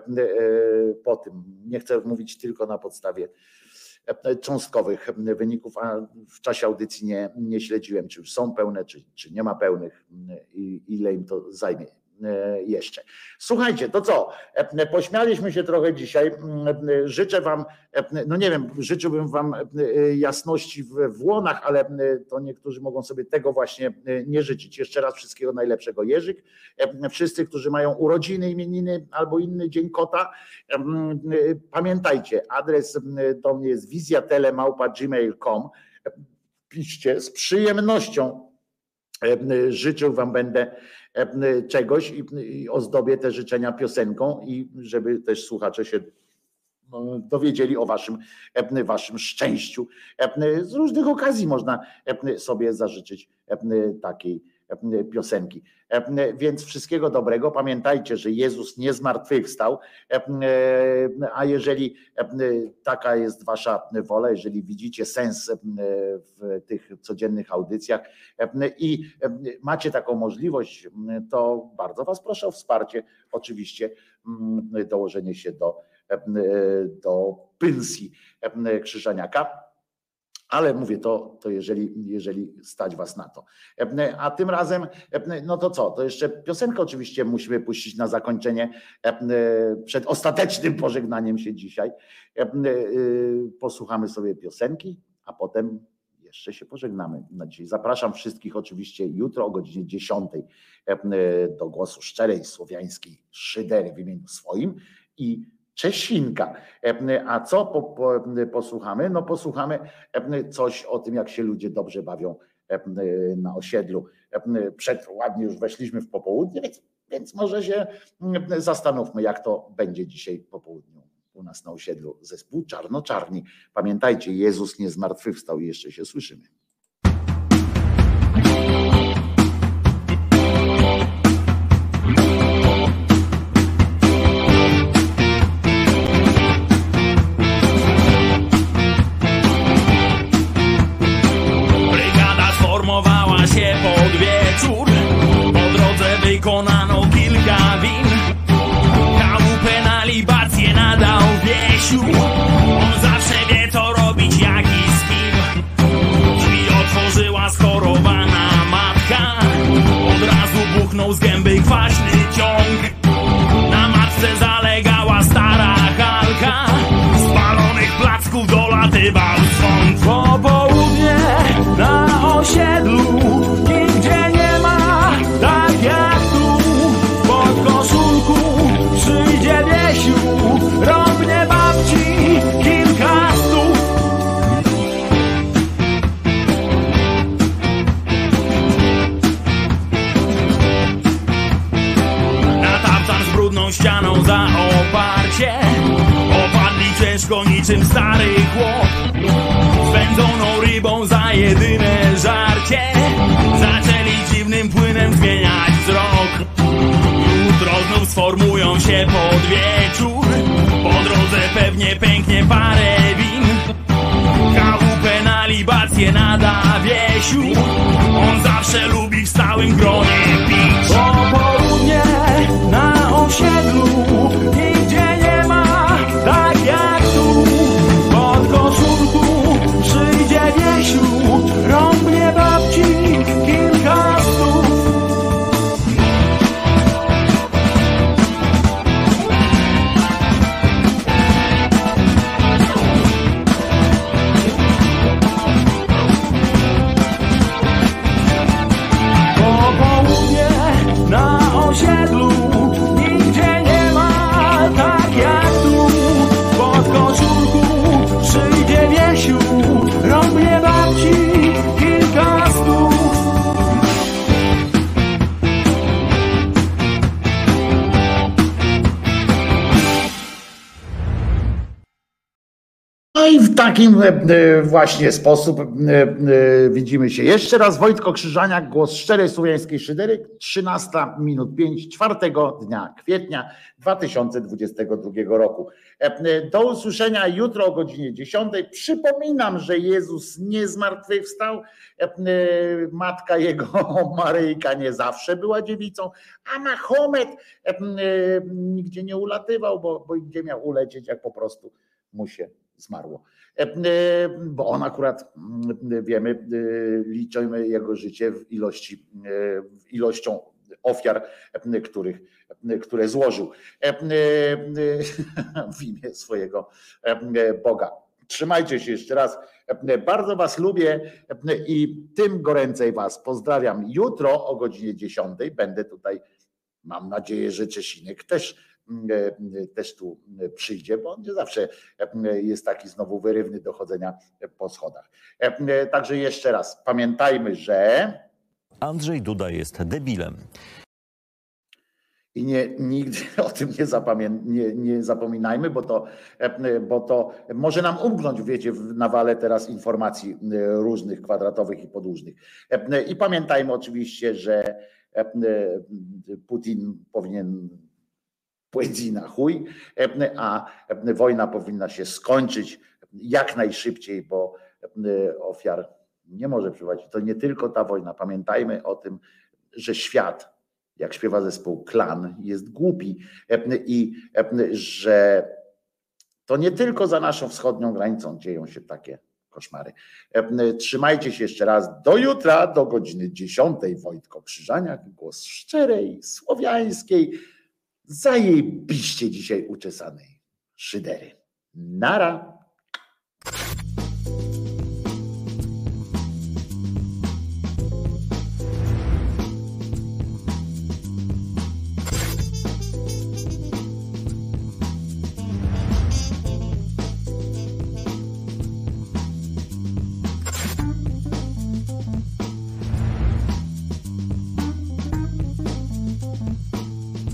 po tym. Nie chcę mówić tylko na podstawie cząstkowych wyników, a w czasie audycji nie, nie śledziłem, czy już są pełne, czy, czy nie ma pełnych i ile im to zajmie jeszcze. Słuchajcie, to co? Pośmialiśmy się trochę dzisiaj. Życzę wam, no nie wiem, życzyłbym wam jasności w łonach, ale to niektórzy mogą sobie tego właśnie nie życzyć. Jeszcze raz wszystkiego najlepszego. Jerzyk. Wszyscy, którzy mają urodziny, imieniny albo inny dzień kota, pamiętajcie, adres do mnie jest wizjatele małpa gmail kropka com. Piszcie, z przyjemnością życzył wam będę czegoś i, i ozdobię te życzenia piosenką i żeby też słuchacze się dowiedzieli o waszym, waszym szczęściu. Z różnych okazji można sobie zażyczyć takiej piosenki. Więc wszystkiego dobrego. Pamiętajcie, że Jezus nie zmartwychwstał, a jeżeli taka jest wasza wola, jeżeli widzicie sens w tych codziennych audycjach i macie taką możliwość, to bardzo was proszę o wsparcie, oczywiście dołożenie się do, do pensji Krzyżaniaka. Ale mówię to, to jeżeli, jeżeli stać was na to. A tym razem, no to co? To jeszcze piosenkę oczywiście musimy puścić na zakończenie przed ostatecznym pożegnaniem się dzisiaj. Posłuchamy sobie piosenki, a potem jeszcze się pożegnamy na dzisiaj. Zapraszam wszystkich oczywiście jutro o godzinie dziesiątej do głosu szczerej słowiańskiej szydery w imieniu swoim i Czesinka. A co po, po, posłuchamy? No posłuchamy coś o tym, jak się ludzie dobrze bawią na osiedlu. Przed, ładnie już weszliśmy w popołudnie, więc, więc może się zastanówmy, jak to będzie dzisiaj po południu u nas na osiedlu. Zespół Czarno-Czarni. Pamiętajcie, Jezus nie zmartwychwstał i jeszcze się słyszymy. Pod wieczór, po drodze wykonano kilka win. Chałupę na libację nadał Wiesiu. On zawsze wie, co robić, jak i z kim. Drzwi otworzyła schorowana matka. Od razu buchnął z gęby kwaśny ciąg. Na matce zalegała stara Halka. Z palonych placków dolatywał swąd. Popołudnie na osiedlu, nigdzie nie ma tak jak tu. Pod koszulku przyjdzie Wiesiu, robnie babci kilka stów. ciężko niczym stary chłop. Spędzoną rybą za jedyne żarcie zaczęli dziwnym płynem zmieniać wzrok. Jutro znów sformują się pod wieczór, po drodze pewnie pęknie parę win. Chałupę na libację nada Wiesiu, on zawsze lubi w stałym gronie pić. Popołudnie na osiedlu nigdzie nie ma tak jak tu. Pod koszulku przyjdzie Wiesiu, rąbnie babci kilka stów. Na osiedlu nigdzie nie ma tak jak tu. Pod koszulku przyjdzie Wiesiu, rąbnie babci kilka stów. No i w takim właśnie sposób widzimy się jeszcze raz. Wojtko Krzyżaniak, głos szczerej słowiańskiej szydery, trzynaста minut pięć, czwartego dnia kwietnia dwa tysiące dwudziestego drugiego roku. Do usłyszenia jutro o godzinie dziesiątej. Przypominam, że Jezus nie zmartwychwstał, matka jego Maryjka nie zawsze była dziewicą, a Mahomet nigdzie nie ulatywał, bo, bo gdzie miał ulecieć, jak po prostu mu się zmarło. Bo on akurat, wiemy, liczymy jego życie w ilości, w ilością ofiar, których, które złożył w imię swojego Boga. Trzymajcie się jeszcze raz. Bardzo was lubię i tym goręcej was pozdrawiam. Jutro o godzinie dziesiątej będę tutaj, mam nadzieję, że Czesinek też też tu przyjdzie, bo on nie zawsze jest taki znowu wyrywny do chodzenia po schodach. Także jeszcze raz pamiętajmy, że Andrzej Duda jest debilem. I nie, nigdy o tym nie, zapamię- nie, nie zapominajmy, bo to, bo to może nam umknąć, wiecie, w nawale teraz informacji różnych, kwadratowych i podłużnych. I pamiętajmy oczywiście, że Putin powinien płynąć na chuj, a wojna powinna się skończyć jak najszybciej, bo ofiar nie może przybywać. To nie tylko ta wojna. Pamiętajmy o tym, że świat, jak śpiewa zespół Klan, jest głupi i że to nie tylko za naszą wschodnią granicą dzieją się takie koszmary. Trzymajcie się jeszcze raz. Do jutra, do godziny dziesiątej. Wojtko Krzyżaniak, głos szczerej, słowiańskiej, zajebiście dzisiaj uczesanej szydery. Nara.